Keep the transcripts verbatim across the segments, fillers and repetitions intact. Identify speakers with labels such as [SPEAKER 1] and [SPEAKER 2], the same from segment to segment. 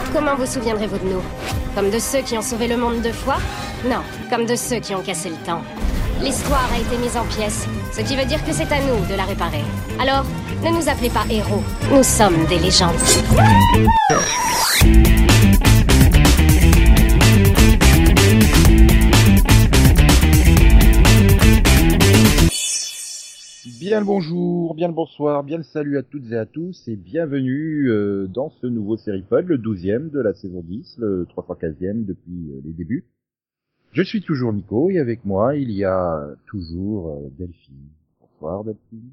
[SPEAKER 1] Comment vous souviendrez-vous de nous? Comme de ceux qui ont sauvé le monde deux fois? Non, comme de ceux qui ont cassé le temps. L'histoire a été mise en pièces, ce qui veut dire que c'est à nous de la réparer. Alors, ne nous appelez pas héros, nous sommes des légendes.
[SPEAKER 2] Bien le bonjour, bien le bonsoir, bien le salut à toutes et à tous et bienvenue euh, dans ce nouveau Séripod, le douzième de la saison dix, le trois cent quinzième depuis euh, les débuts. Je suis toujours Nico et avec moi il y a toujours euh, Delphine. Bonsoir Delphine.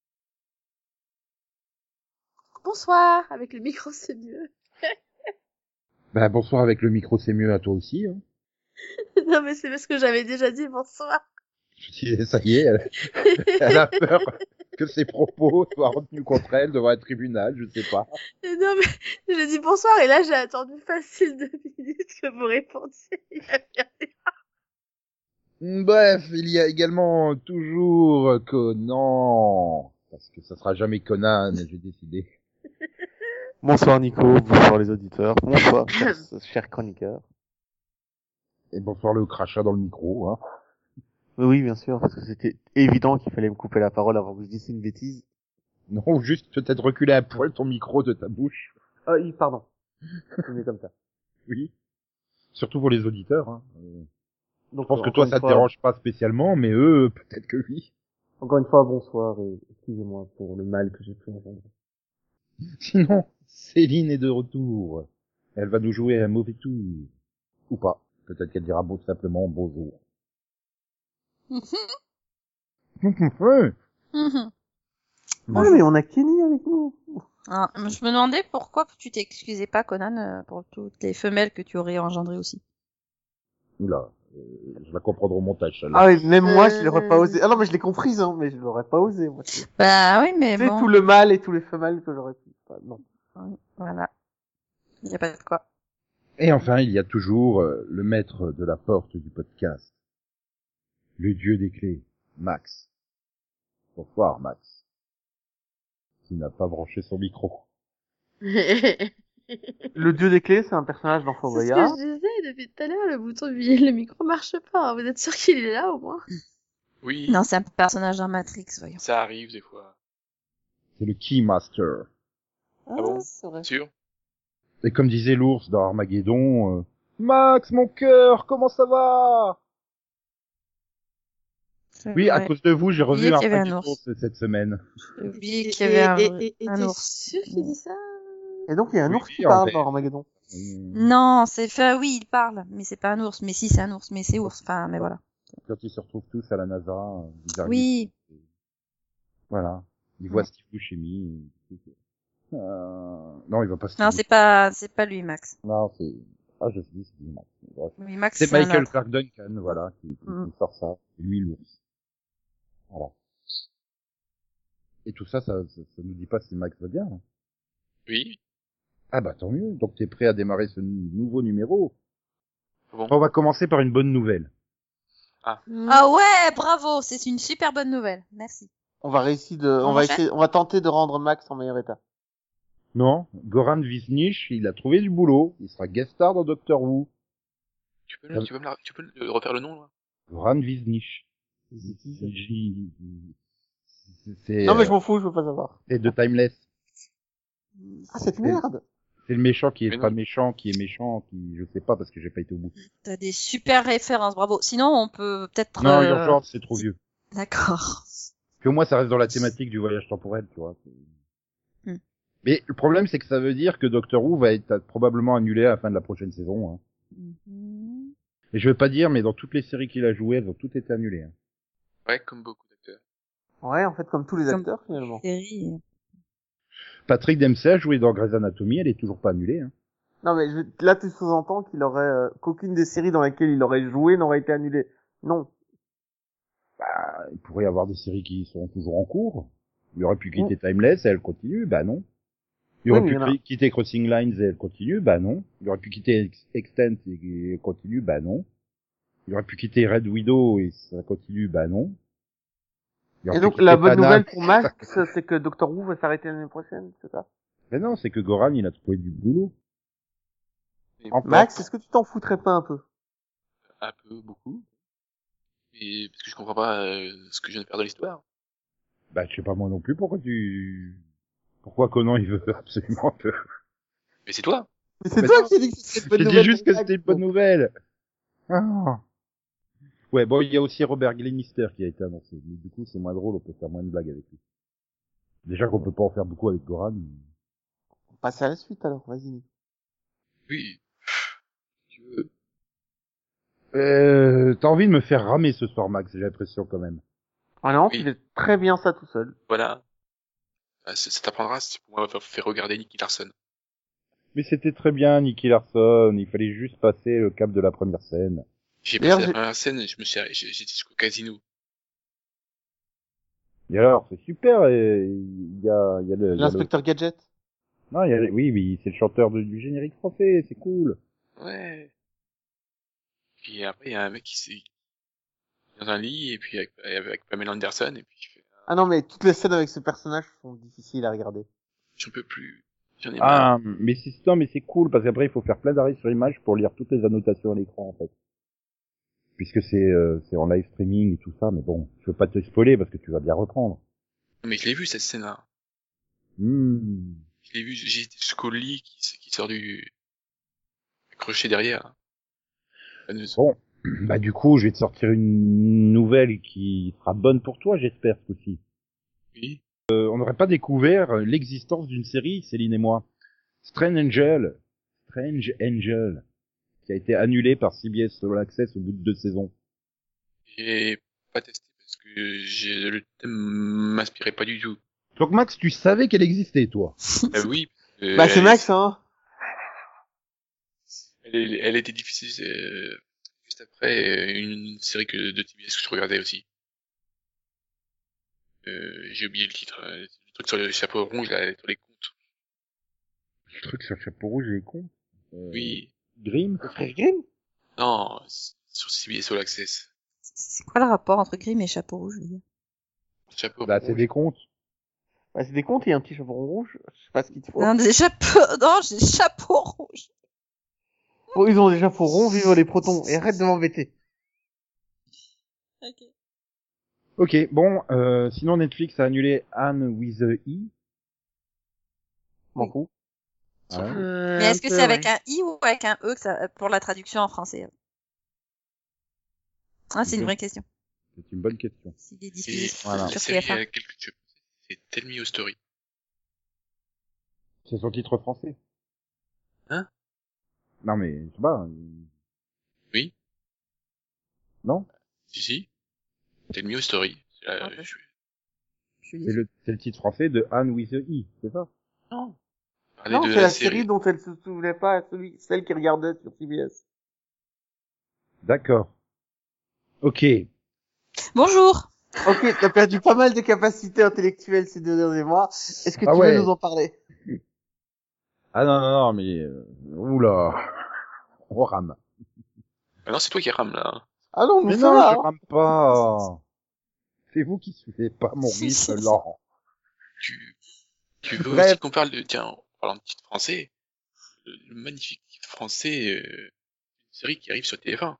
[SPEAKER 3] Bonsoir, avec le micro c'est mieux.
[SPEAKER 2] Ben bonsoir avec le micro c'est mieux à toi aussi. Hein.
[SPEAKER 3] Non mais c'est parce que j'avais déjà dit bonsoir.
[SPEAKER 2] Je dis, ça y est, elle, elle a peur que ses propos soient retenus contre elle devant un tribunal, je sais pas.
[SPEAKER 3] Non mais j'ai dit bonsoir et là j'ai attendu facile deux minutes que vous répondiez.
[SPEAKER 2] Bref, il y a également toujours Conan, parce que ça sera jamais Conan, j'ai décidé.
[SPEAKER 4] Bonsoir Nico, bonsoir les auditeurs, bonsoir chers, chers chroniqueurs.
[SPEAKER 2] Et bonsoir le crachat dans le micro, hein.
[SPEAKER 4] Oui, oui, bien sûr, parce que c'était évident qu'il fallait me couper la parole avant que je dise une bêtise.
[SPEAKER 2] Non, ou juste peut-être reculer un poil ton micro de ta bouche.
[SPEAKER 4] Ah oui, pardon. C'est mieux comme ça.
[SPEAKER 2] Oui. Surtout pour les auditeurs, hein.
[SPEAKER 4] Donc,
[SPEAKER 2] je pense que toi ça te dérange pas spécialement, mais eux, peut-être que oui.
[SPEAKER 4] Encore une fois, bonsoir et excusez-moi pour le mal que j'ai pu entendre.
[SPEAKER 2] Sinon, Céline est de retour. Elle va nous jouer un mauvais tour. Ou pas. Peut-être qu'elle dira beau simplement bonjour.
[SPEAKER 3] Mm-hmm.
[SPEAKER 4] Ah, mais on a Kenny avec nous.
[SPEAKER 3] Ah, je me demandais pourquoi tu t'excusais pas, Conan, pour toutes les femelles que tu aurais engendrées aussi.
[SPEAKER 2] Oula, euh, je la comprendrai au montage, celle-là.
[SPEAKER 4] Ah oui, même moi, je l'aurais pas osé. Ah non, mais je l'ai comprise, hein, mais je l'aurais pas osé, moi.
[SPEAKER 3] Bah oui, mais
[SPEAKER 4] c'est
[SPEAKER 3] bon.
[SPEAKER 4] tout le mal et tous les femelles que j'aurais pu. Enfin, non.
[SPEAKER 3] Voilà. Il y a pas de quoi.
[SPEAKER 2] Et enfin, il y a toujours euh, le maître de la porte du podcast. Le dieu des clés, Max. Bonsoir, Max. Qui n'a pas branché son micro.
[SPEAKER 4] Le dieu des clés, c'est un personnage dans Fort Boyard.
[SPEAKER 3] C'est ce que je disais depuis tout à l'heure, le bouton, le micro marche pas. Vous êtes sûr qu'il est là, au moins?
[SPEAKER 5] Oui.
[SPEAKER 3] Non, c'est un personnage dans Matrix, voyons.
[SPEAKER 5] Ça arrive, des fois.
[SPEAKER 2] C'est le Keymaster.
[SPEAKER 5] Ah bon?
[SPEAKER 3] C'est vrai.
[SPEAKER 5] Sûr?
[SPEAKER 2] Et comme disait l'ours dans Armageddon, euh, Max, mon cœur, comment ça va? Oui, à
[SPEAKER 3] ouais.
[SPEAKER 2] cause de vous, j'ai revu
[SPEAKER 3] un
[SPEAKER 2] Armageddon cette semaine.
[SPEAKER 3] J'ai oublié qu'il y avait un,
[SPEAKER 6] et, et, et,
[SPEAKER 3] un
[SPEAKER 6] et
[SPEAKER 3] ours.
[SPEAKER 6] sûr qu'il dit ça?
[SPEAKER 4] Et donc, il y a un
[SPEAKER 2] Oui,
[SPEAKER 4] ours qui
[SPEAKER 2] en
[SPEAKER 4] parle
[SPEAKER 2] fait.
[SPEAKER 4] dans Armageddon.
[SPEAKER 3] Non, c'est fait, oui, il parle, mais c'est pas un ours. Mais si, c'est un ours, mais c'est ours. Enfin, mais voilà.
[SPEAKER 2] Quand ils se retrouvent tous à la NASA, euh, ils arrivent.
[SPEAKER 3] Oui.
[SPEAKER 2] Voilà. Ils voient
[SPEAKER 3] Ouais.
[SPEAKER 2] Steve Buscemi. Euh... Non, il va pas Steve
[SPEAKER 3] Non, c'est pas, c'est pas lui, Max.
[SPEAKER 2] Non, c'est... Ah, je sais, c'est Max. Bref.
[SPEAKER 3] Oui, Max,
[SPEAKER 2] C'est
[SPEAKER 3] c'est un
[SPEAKER 2] Michael
[SPEAKER 3] autre.
[SPEAKER 2] Clark Duncan, voilà, qui, qui,
[SPEAKER 3] Mm.
[SPEAKER 2] qui sort ça. C'est lui l'ours. Voilà. Et tout ça, ça, ça, ça nous dit pas si Max va bien. hein.
[SPEAKER 5] Oui.
[SPEAKER 2] Ah bah tant mieux. Donc t'es prêt à démarrer ce nou- nouveau numéro.
[SPEAKER 5] Bon.
[SPEAKER 2] On va commencer par une bonne nouvelle.
[SPEAKER 3] Ah ouais, bravo, c'est une super bonne nouvelle. Merci.
[SPEAKER 4] On va réussir de, on,
[SPEAKER 3] On
[SPEAKER 4] va
[SPEAKER 3] enchaîne
[SPEAKER 4] essayer, on va tenter de rendre Max en meilleur état.
[SPEAKER 2] Non, Goran Visnich, il a trouvé du boulot. Il sera guest star dans Doctor Who.
[SPEAKER 5] Tu peux, tu peux me la- tu peux me refaire le nom, là?
[SPEAKER 2] Goran Visnich. C'est,
[SPEAKER 4] Non, mais je
[SPEAKER 2] euh,
[SPEAKER 4] m'en fous, je veux pas savoir.
[SPEAKER 2] c'est de Timeless.
[SPEAKER 4] Ah, cette merde!
[SPEAKER 2] C'est le méchant qui est
[SPEAKER 5] Mais
[SPEAKER 2] pas
[SPEAKER 5] non.
[SPEAKER 2] méchant, qui est méchant, qui, je sais pas parce que j'ai pas été au bout.
[SPEAKER 3] T'as des super références, bravo. Sinon, on peut peut-être...
[SPEAKER 2] Non,
[SPEAKER 3] euh,
[SPEAKER 2] Urgence, c'est trop vieux.
[SPEAKER 3] D'accord.
[SPEAKER 2] Puis au moins, ça reste dans la thématique du voyage temporel, tu vois.
[SPEAKER 3] Hmm.
[SPEAKER 2] Mais le problème, c'est que ça veut dire que Doctor Who va être probablement annulé à la fin de la prochaine saison. Hein.
[SPEAKER 3] Mhm.
[SPEAKER 2] Et je vais pas dire, mais dans toutes les séries qu'il a jouées, elles ont toutes été annulées. Hein.
[SPEAKER 5] Ouais, comme beaucoup d'acteurs.
[SPEAKER 4] Ouais, en fait, comme tous les
[SPEAKER 3] Comme-
[SPEAKER 4] acteurs, finalement.
[SPEAKER 3] Série.
[SPEAKER 2] Patrick Dempsey a joué dans Grey's Anatomy, elle est toujours pas annulée. Hein.
[SPEAKER 4] Non, mais je, là, tu sous-entends qu'il aurait, euh, qu'aucune des séries dans lesquelles il aurait joué n'aurait été annulée. Non.
[SPEAKER 2] Bah, il pourrait y avoir des séries qui sont toujours en cours. Il aurait pu quitter Timeless et elle continue, bah non. Il
[SPEAKER 4] Oui,
[SPEAKER 2] aurait
[SPEAKER 4] mais
[SPEAKER 2] pu
[SPEAKER 4] il y en a-
[SPEAKER 2] cri- quitter Crossing Lines et elle continue, bah non. Il aurait pu quitter Ex- Extent et elle continue, bah non. Il aurait pu quitter Red Widow et ça continue, bah non. Il aurait
[SPEAKER 4] Et
[SPEAKER 2] pu
[SPEAKER 4] donc,
[SPEAKER 2] quitter
[SPEAKER 4] la bonne
[SPEAKER 2] Tana.
[SPEAKER 4] nouvelle pour Max, c'est que Doctor Who va s'arrêter l'année prochaine, c'est ça?
[SPEAKER 2] Mais non, c'est que Goran, il a trouvé du boulot. En
[SPEAKER 4] Max, est-ce que tu t'en foutrais pas un peu?
[SPEAKER 5] Un peu, beaucoup. Et parce que je comprends pas euh, ce que je viens de faire de l'histoire.
[SPEAKER 2] Bah, je sais pas moi non plus pourquoi tu... Pourquoi Conan il veut absolument te...
[SPEAKER 5] Mais c'est toi.
[SPEAKER 4] Mais c'est
[SPEAKER 2] Mais
[SPEAKER 4] toi
[SPEAKER 2] non.
[SPEAKER 4] qui as dit que c'était une bonne
[SPEAKER 2] J'ai dit
[SPEAKER 4] nouvelle.
[SPEAKER 2] juste
[SPEAKER 4] pour
[SPEAKER 2] que
[SPEAKER 4] Max,
[SPEAKER 2] c'était une bonne
[SPEAKER 4] donc.
[SPEAKER 2] nouvelle. Ah. Ouais, bon, il y a aussi Robert Glenister qui a été annoncé. Mais du coup, c'est moins drôle, on peut faire moins de blagues avec lui. Déjà qu'on peut pas en faire beaucoup avec Goran.
[SPEAKER 4] On passe à la suite alors, vas-y.
[SPEAKER 5] Oui. Tu veux.
[SPEAKER 2] Euh, t'as envie de me faire ramer ce soir, Max, j'ai l'impression quand même.
[SPEAKER 4] Ah non,
[SPEAKER 5] Oui.
[SPEAKER 4] tu fais très bien ça tout seul.
[SPEAKER 5] Voilà. Ah, ça ça t'apprendra si pour moi faire regarder Nicky Larson.
[SPEAKER 2] Mais c'était très bien, Nicky Larson, il fallait juste passer le cap de la première scène.
[SPEAKER 5] J'ai
[SPEAKER 4] D'ailleurs,
[SPEAKER 5] passé la
[SPEAKER 4] j'ai-
[SPEAKER 5] première scène et je me suis, arrêté- j'ai- j'étais jusqu'au casino.
[SPEAKER 2] Et alors, c'est super, et il y a, il y a le... il y a le-
[SPEAKER 4] L'inspecteur Gadget.
[SPEAKER 2] Non, il y a le- oui, oui, c'est le chanteur de- du générique français, c'est cool.
[SPEAKER 5] Ouais. Puis après, il y a un mec qui s'est dans un lit et puis avec, avec Pamela Anderson et puis il fait,
[SPEAKER 4] Ah non, mais toutes les scènes avec ce personnage sont difficiles à regarder.
[SPEAKER 5] j'en peux plus. J'en ai marre.
[SPEAKER 2] Ah, mais c'est, non, mais c'est cool, parce qu'après, il faut faire plein d'arrêts sur image pour lire toutes les annotations à l'écran, en fait. Puisque c'est, euh, c'est en live streaming et tout ça, mais bon, je veux pas te spoiler parce que tu vas bien reprendre.
[SPEAKER 5] Mais je l'ai vu cette scène-là.
[SPEAKER 2] Hmm.
[SPEAKER 5] Je l'ai vu, j'ai été jusqu'au lit qui, qui sort du accroché derrière. Fameuse.
[SPEAKER 2] Bon, bah du coup, je vais te sortir une nouvelle qui sera bonne pour toi, j'espère, ce coup-ci.
[SPEAKER 5] Oui.
[SPEAKER 2] Euh, on n'aurait pas découvert l'existence d'une série, Céline et moi. Strange Angel. Strange Angel. Qui a été annulée par C B S All Access au bout de deux saisons.
[SPEAKER 5] J'ai pas testé parce que j'ai, le thème m'inspirait pas du tout.
[SPEAKER 2] Donc Max, tu savais qu'elle existait, toi.
[SPEAKER 5] Euh, oui. euh,
[SPEAKER 4] Bah c'est
[SPEAKER 5] elle-
[SPEAKER 4] Max, hein.
[SPEAKER 5] Elle, elle, elle était difficile, euh, juste après euh, une série que, de T B S que je regardais aussi. Euh, j'ai oublié le titre. euh, Le truc sur le chapeau rouge, là, sur les comptes.
[SPEAKER 2] Le truc sur le chapeau rouge, il est con. Euh,
[SPEAKER 5] Oui.
[SPEAKER 2] Grimm.
[SPEAKER 4] Le frère Grimm.
[SPEAKER 5] Non, c'est sur C B S All Access.
[SPEAKER 3] C'est quoi le rapport entre Grimm et Chapeau Rouge, je veux dire?
[SPEAKER 5] Chapeau
[SPEAKER 2] Bah, c'est
[SPEAKER 5] rouge.
[SPEAKER 2] des contes.
[SPEAKER 4] Bah c'est des contes et un petit chapeau rouge. Je sais pas ce qu'il te faut.
[SPEAKER 3] Non, des chapeaux, non, j'ai Chapeau Rouge.
[SPEAKER 4] Oh, ils ont des chapeaux ronds, vive les protons. Et arrête de m'embêter.
[SPEAKER 3] Ok.
[SPEAKER 2] Ok, bon, euh, sinon Netflix a annulé Anne with a E.
[SPEAKER 4] M'en fous.
[SPEAKER 5] S'en
[SPEAKER 2] Ouais.
[SPEAKER 5] fout.
[SPEAKER 3] Mais est-ce que c'est avec un I ou avec un E que ça, pour la traduction en français? Ah, c'est une vraie question.
[SPEAKER 2] C'est une bonne question.
[SPEAKER 3] S'il est
[SPEAKER 5] Et
[SPEAKER 3] diffusé
[SPEAKER 2] Voilà.
[SPEAKER 5] la
[SPEAKER 3] sur
[SPEAKER 5] série
[SPEAKER 3] T F un.
[SPEAKER 5] à laquelle tu c'est Tell Me Your Story.
[SPEAKER 2] C'est son titre français.
[SPEAKER 5] Hein?
[SPEAKER 2] Non mais, je sais pas. euh,
[SPEAKER 5] Oui.
[SPEAKER 2] Non?
[SPEAKER 5] Si, si. Tell Me Your Story. C'est la-
[SPEAKER 3] Ah, bah.
[SPEAKER 5] je-
[SPEAKER 3] Je suis
[SPEAKER 2] C'est
[SPEAKER 3] déçue.
[SPEAKER 2] le, c'est le titre français de Anne with a E, c'est ça?
[SPEAKER 5] Non. Parler
[SPEAKER 4] Non,
[SPEAKER 5] de
[SPEAKER 4] c'est la série dont elle se souvenait pas, celui, celle qui regardait sur C B S.
[SPEAKER 2] D'accord. Ok.
[SPEAKER 3] Bonjour.
[SPEAKER 4] Ok, t'as perdu pas mal de capacités intellectuelles ces deux derniers mois. Est-ce que
[SPEAKER 2] Ah
[SPEAKER 4] tu
[SPEAKER 2] ouais.
[SPEAKER 4] veux nous en parler?
[SPEAKER 2] Ah non, non, non, mais... Euh, oula. On rame.
[SPEAKER 5] Ah non, c'est toi qui rame, là.
[SPEAKER 4] Ah non, nous
[SPEAKER 2] Mais
[SPEAKER 4] sommes
[SPEAKER 2] non,
[SPEAKER 4] là.
[SPEAKER 2] je
[SPEAKER 4] hein.
[SPEAKER 2] rame pas. C'est vous qui suivez pas mon rythme lent.
[SPEAKER 5] Tu, tu veux
[SPEAKER 2] Bref.
[SPEAKER 5] aussi qu'on parle de, tiens, en parlant de titre français, le, le magnifique titre français, euh, une série qui arrive sur T F un.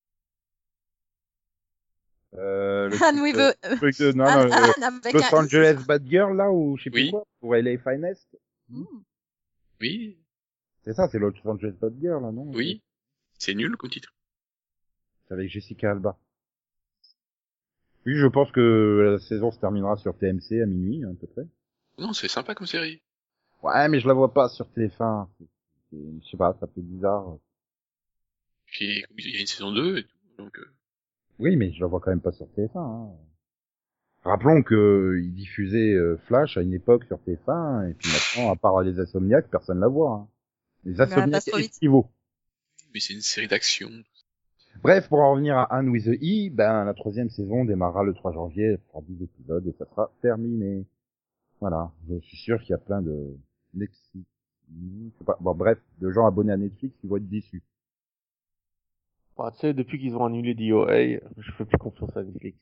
[SPEAKER 2] Euh, le
[SPEAKER 3] Anne
[SPEAKER 2] truc,
[SPEAKER 3] with
[SPEAKER 2] euh,
[SPEAKER 3] a- euh,
[SPEAKER 2] truc de, non,
[SPEAKER 3] Anne,
[SPEAKER 2] non, le-
[SPEAKER 3] Anne avec
[SPEAKER 2] Los
[SPEAKER 3] un I.
[SPEAKER 2] Angeles Bad Girl, là, ou je sais plus
[SPEAKER 5] Oui.
[SPEAKER 2] quoi, ou L A Finest.
[SPEAKER 3] Hmm.
[SPEAKER 5] Oui,
[SPEAKER 2] C'est ça, c'est Los Angeles Bad Girl, là, non?
[SPEAKER 5] oui. C'est nul comme titre.
[SPEAKER 2] C'est avec Jessica Alba. Oui, je pense que la saison se terminera sur T M C à minuit, hein, à peu près.
[SPEAKER 5] Non, c'est sympa comme série.
[SPEAKER 2] Ouais, mais je la vois pas sur T F un. C'est- c'est- Je sais pas, ça fait bizarre.
[SPEAKER 5] Puis, il y a une saison deux et tout, donc, euh,
[SPEAKER 2] Oui, mais je la vois quand même pas sur T F un. Hein. Rappelons que euh, ils diffusaient euh, Flash à une époque sur T F un, et puis maintenant, à part les Insomniacs, personne la voit. Hein. Les
[SPEAKER 3] Mais elle
[SPEAKER 2] Insomniacs
[SPEAKER 3] passe trop vite.
[SPEAKER 2] estivaux.
[SPEAKER 5] mais c'est une série d'action.
[SPEAKER 2] Bref, pour en revenir à Anne with a E, ben, la troisième saison démarrera le trois janvier, elle fera dix épisodes et ça sera terminé. Voilà. Je suis sûr qu'il y a plein de, Netflix, je sais pas, bon, bref, de gens abonnés à Netflix qui vont être déçus.
[SPEAKER 4] Bah, tu sais, depuis qu'ils ont annulé D O A, je fais plus confiance à Netflix.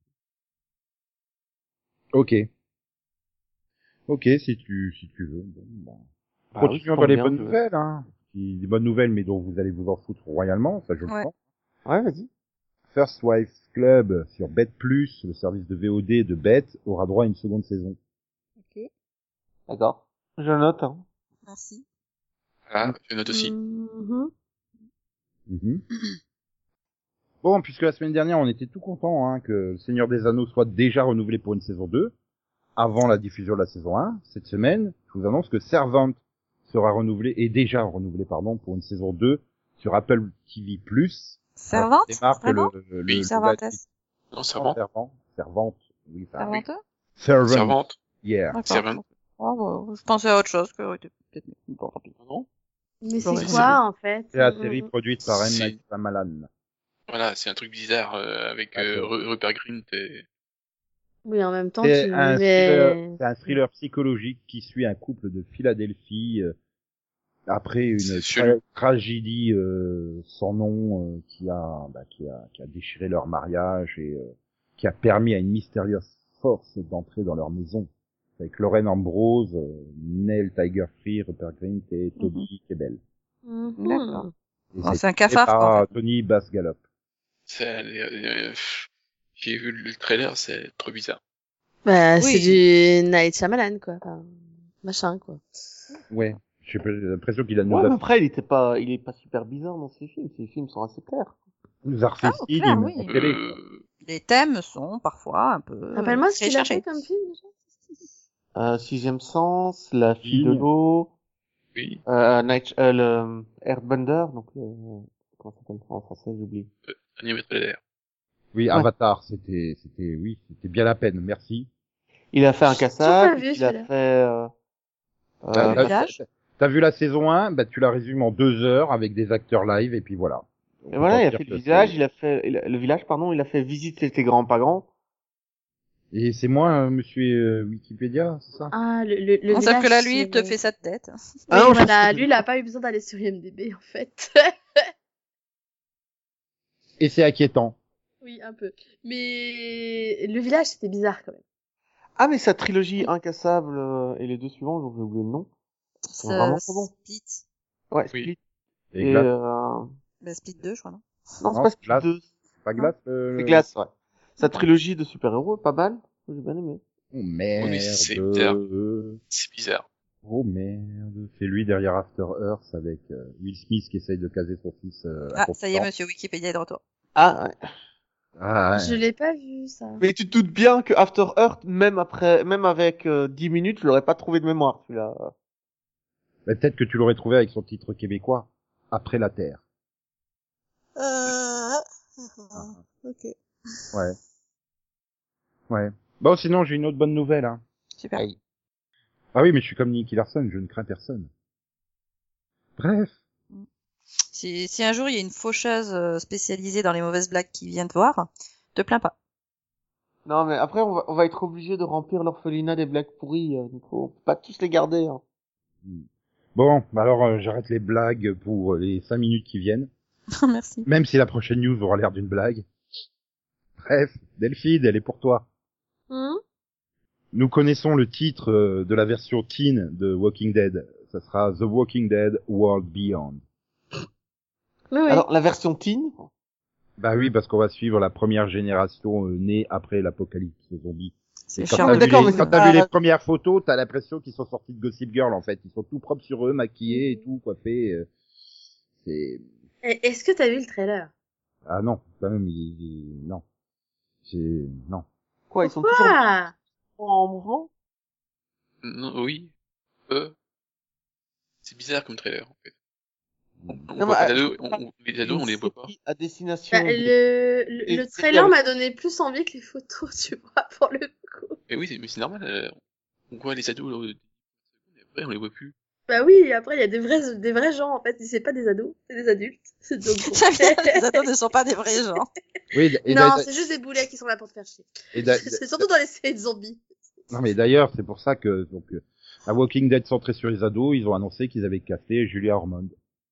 [SPEAKER 2] Ok. Ok, si tu, si tu veux. Bon, bah.
[SPEAKER 4] Bah oui,
[SPEAKER 2] Continuons
[SPEAKER 4] ça
[SPEAKER 2] dans les
[SPEAKER 4] tombe bien,
[SPEAKER 2] bonnes
[SPEAKER 4] tu veux.
[SPEAKER 2] nouvelles, hein. qui, des bonnes nouvelles, mais dont vous allez vous en foutre royalement, ça je le
[SPEAKER 3] Ouais.
[SPEAKER 2] sens.
[SPEAKER 4] Ouais, vas-y.
[SPEAKER 2] First Wives Club sur Bet plus, le service de V O D de Bet, aura droit à une seconde saison.
[SPEAKER 3] Ok.
[SPEAKER 4] D'accord. Je note, hein.
[SPEAKER 3] Merci.
[SPEAKER 5] Voilà, je note aussi.
[SPEAKER 1] Mhm.
[SPEAKER 2] Mhm. Bon, puisque la semaine dernière, on était tout content hein, que le Seigneur des Anneaux soit déjà renouvelé pour une saison deux, avant la diffusion de la saison un, cette semaine, je vous annonce que Servant sera renouvelé, et déjà renouvelé, pardon, pour une saison deux sur Apple T V plus.
[SPEAKER 3] Servante?
[SPEAKER 2] Démarque
[SPEAKER 3] Vraiment?
[SPEAKER 2] le, le,
[SPEAKER 5] Oui,
[SPEAKER 2] le
[SPEAKER 3] Servante.
[SPEAKER 5] Non, servante.
[SPEAKER 2] Servant. Servante. Oui, enfin, oui.
[SPEAKER 3] Servante?
[SPEAKER 2] Servant.
[SPEAKER 5] Servante.
[SPEAKER 2] Yeah.
[SPEAKER 3] D'accord.
[SPEAKER 5] Servante.
[SPEAKER 3] Oh, bah, je pensais à autre chose que peut-être bon, tant pis.
[SPEAKER 5] Non.
[SPEAKER 1] Mais
[SPEAKER 3] J'aurais
[SPEAKER 1] c'est
[SPEAKER 3] dit.
[SPEAKER 1] quoi, en fait?
[SPEAKER 2] C'est la
[SPEAKER 1] Mm,
[SPEAKER 2] série
[SPEAKER 1] mm,
[SPEAKER 2] produite par M.
[SPEAKER 5] C'est-
[SPEAKER 2] Night Shyamalan.
[SPEAKER 5] Voilà, c'est un truc bizarre euh, avec euh,
[SPEAKER 2] D'accord.
[SPEAKER 5] Ru- Rupert Grint et...
[SPEAKER 1] Oui, en même temps,
[SPEAKER 2] C'est
[SPEAKER 1] tu
[SPEAKER 2] un,
[SPEAKER 1] mais...
[SPEAKER 2] thriller, c'est un thriller psychologique qui suit un couple de Philadelphie euh, après une
[SPEAKER 5] C'est
[SPEAKER 2] tra-
[SPEAKER 5] chelou.
[SPEAKER 2] tragédie euh, sans nom euh, qui a bah, qui a qui a déchiré leur mariage et euh, qui a permis à une mystérieuse force d'entrer dans leur maison avec Lauren Ambrose, euh, Neil Tiger Free, Rupert Grint et Toby Kebbell.
[SPEAKER 1] Mhm.
[SPEAKER 3] D'accord.
[SPEAKER 2] Et
[SPEAKER 3] Bon,
[SPEAKER 2] ça a
[SPEAKER 3] c'est un
[SPEAKER 2] été fait
[SPEAKER 3] cafard,
[SPEAKER 2] par
[SPEAKER 3] quoi, en fait.
[SPEAKER 2] Tony Bass-Gallop.
[SPEAKER 5] C'est, euh, pff, j'ai vu le trailer, c'est trop bizarre.
[SPEAKER 1] Bah,
[SPEAKER 3] Oui.
[SPEAKER 1] c'est du Night Shyamalan, quoi. Enfin, machin, quoi.
[SPEAKER 2] Ouais, j'ai l'impression qu'il a nous
[SPEAKER 4] Ouais, mais
[SPEAKER 2] a,
[SPEAKER 4] après, il était pas, il est pas super bizarre dans ses films. Ses films sont assez clairs.
[SPEAKER 2] nous a refait
[SPEAKER 3] Ah,
[SPEAKER 2] signe,
[SPEAKER 3] clair,
[SPEAKER 2] mais
[SPEAKER 3] oui.
[SPEAKER 2] en télé, quoi.
[SPEAKER 5] Euh,
[SPEAKER 3] Les thèmes sont parfois un peu.
[SPEAKER 1] Rappelle-moi ce
[SPEAKER 3] très
[SPEAKER 1] qu'il a
[SPEAKER 3] cherchés.
[SPEAKER 1] fait comme film, déjà.
[SPEAKER 4] Euh, Sixième Sens, La Fille de
[SPEAKER 2] Ligne.
[SPEAKER 4] l'eau,
[SPEAKER 5] oui,
[SPEAKER 4] euh, Night, euh, le Earthbender, donc le, comment ça s'appelle ça en français, j'oublie.
[SPEAKER 5] Dernier trailer.
[SPEAKER 2] Oui,
[SPEAKER 4] Ouais.
[SPEAKER 2] Avatar, c'était, c'était, oui, c'était bien la peine, merci.
[SPEAKER 4] Il a fait un
[SPEAKER 1] Toujours
[SPEAKER 4] cassage,
[SPEAKER 1] pas vu,
[SPEAKER 4] il a
[SPEAKER 1] celui-là.
[SPEAKER 4] fait, euh, euh,
[SPEAKER 2] T'as-
[SPEAKER 3] Le
[SPEAKER 2] t'as-
[SPEAKER 3] village.
[SPEAKER 2] T'as vu la saison un, bah tu la résumes en deux heures avec des acteurs live et puis voilà.
[SPEAKER 4] et voilà, il a fait le
[SPEAKER 2] village.
[SPEAKER 4] village, il a fait, il a- le village, pardon, il a fait Visite tes grands pas grands.
[SPEAKER 2] Et c'est moi, euh, monsieur euh, Wikipédia, c'est ça?
[SPEAKER 1] Ah, le, le, le
[SPEAKER 3] Sauf
[SPEAKER 1] village,
[SPEAKER 3] que là, lui, il
[SPEAKER 1] c'est-
[SPEAKER 3] te fait sa tête.
[SPEAKER 1] Oui,
[SPEAKER 4] Ah non, je
[SPEAKER 1] voilà,
[SPEAKER 4] pense que-
[SPEAKER 1] lui, il a pas eu besoin d'aller sur I M D B, en fait.
[SPEAKER 2] Et c'est inquiétant.
[SPEAKER 1] Oui, un peu. Mais le village, c'était bizarre, quand même.
[SPEAKER 4] Ah, mais sa trilogie Incassable euh, et les deux suivants, donc j'ai oublié le nom.
[SPEAKER 3] C'est
[SPEAKER 4] vraiment pas bon.
[SPEAKER 3] Split.
[SPEAKER 4] Ouais,
[SPEAKER 5] Oui.
[SPEAKER 4] Split.
[SPEAKER 2] Et,
[SPEAKER 4] Et,
[SPEAKER 2] Glace,
[SPEAKER 4] euh...
[SPEAKER 3] Bah, Split deux, je crois, non?
[SPEAKER 4] non, c'est
[SPEAKER 2] Non,
[SPEAKER 4] pas Split
[SPEAKER 2] Glace.
[SPEAKER 4] deux.
[SPEAKER 2] pas Glace, euh...
[SPEAKER 4] C'est Glace, ouais. Sa trilogie de super-héros est pas mal. J'ai bien aimé.
[SPEAKER 2] Oh merde.
[SPEAKER 5] Oui, c'est bizarre.
[SPEAKER 2] euh,
[SPEAKER 5] C'est bizarre.
[SPEAKER 2] Oh merde. C'est lui derrière After Earth avec euh, Will Smith qui essaye de caser son fils. Euh,
[SPEAKER 3] Ah, ça y est,
[SPEAKER 2] inconscient.
[SPEAKER 3] monsieur Wikipédia est de retour.
[SPEAKER 4] Ah, ouais.
[SPEAKER 2] Ah, ouais.
[SPEAKER 1] Je l'ai pas vu, ça.
[SPEAKER 4] Mais tu te doutes bien que After Earth, même après, même avec euh, dix minutes, je l'aurais pas trouvé de mémoire, celui-là.
[SPEAKER 2] Mais peut-être que tu l'aurais trouvé avec son titre québécois. Après la Terre.
[SPEAKER 3] Euh... Ok.
[SPEAKER 2] Ouais. Ouais. Bon, sinon, j'ai une autre bonne nouvelle, hein.
[SPEAKER 3] Super.
[SPEAKER 4] Aïe.
[SPEAKER 2] Ah oui, mais je suis comme Nicky Larson, je ne crains personne. Bref.
[SPEAKER 3] Si, si un jour il y a une faucheuse euh, spécialisée dans les mauvaises blagues qui vient te voir, te plains pas.
[SPEAKER 4] Non, mais après, on va, on va être obligé de remplir l'orphelinat des blagues pourries, euh, Nico. On peut pas tous les garder, hein.
[SPEAKER 2] Bon, alors euh, j'arrête les blagues pour les cinq minutes qui viennent.
[SPEAKER 3] Merci.
[SPEAKER 2] Même si la prochaine news aura l'air d'une blague. Bref, Delphine, elle est pour toi.
[SPEAKER 1] Hum
[SPEAKER 2] Nous connaissons le titre euh, de la version teen de Walking Dead. Ça sera The Walking Dead World Beyond.
[SPEAKER 1] Oui, oui.
[SPEAKER 4] Alors, la version teen,
[SPEAKER 2] Bah oui, parce qu'on va suivre la première génération euh, née après l'apocalypse zombie.
[SPEAKER 3] C'est
[SPEAKER 2] Et quand
[SPEAKER 3] chiant.
[SPEAKER 2] t'as
[SPEAKER 4] mais
[SPEAKER 2] vu,
[SPEAKER 4] d'accord,
[SPEAKER 2] les,
[SPEAKER 4] mais
[SPEAKER 2] quand
[SPEAKER 4] c'est
[SPEAKER 2] t'as
[SPEAKER 4] pas-
[SPEAKER 2] vu les premières photos, t'as l'impression qu'ils sont sortis de Gossip Girl en fait. Ils sont tout propres sur eux, maquillés et tout, coiffés. euh, C'est...
[SPEAKER 1] Et- Est-ce que t'as vu le trailer?
[SPEAKER 2] Ah non, quand même, il, il- non. C'est... Non.
[SPEAKER 4] quoi, ils sont toujours
[SPEAKER 1] Quoi?
[SPEAKER 4] en mouvement?
[SPEAKER 5] Non, oui. Euh, c'est bizarre comme trailer, en fait. On, on
[SPEAKER 4] Non,
[SPEAKER 5] voit
[SPEAKER 4] mais,
[SPEAKER 5] pas
[SPEAKER 4] euh,
[SPEAKER 5] d'ados, on, on- les ados, on les voit pas.
[SPEAKER 4] À destination.
[SPEAKER 1] Bah,
[SPEAKER 4] de-
[SPEAKER 1] le, le,
[SPEAKER 4] Et
[SPEAKER 1] le
[SPEAKER 4] c'est
[SPEAKER 1] trailer
[SPEAKER 4] avec-
[SPEAKER 1] m'a donné plus envie que les photos, tu vois, pour le coup.
[SPEAKER 5] Mais oui, c'est- mais c'est normal. euh, on voit les ados, là, et après, on les voit plus.
[SPEAKER 1] Bah oui, après, il y a des vrais, des vrais gens, en fait. C'est pas des ados, c'est des adultes. Donc, bon.
[SPEAKER 3] Ça vient, les ados ne sont pas des vrais gens.
[SPEAKER 2] Oui, et
[SPEAKER 1] Non,
[SPEAKER 2] d'a-
[SPEAKER 1] c'est juste des boulets qui sont là pour te faire chier.
[SPEAKER 2] et d'a-
[SPEAKER 1] C'est surtout dans les séries de zombies.
[SPEAKER 2] Non mais d'ailleurs, c'est pour ça que donc euh, à Walking Dead centré sur les ados, ils ont annoncé qu'ils avaient casté Julia Ormond.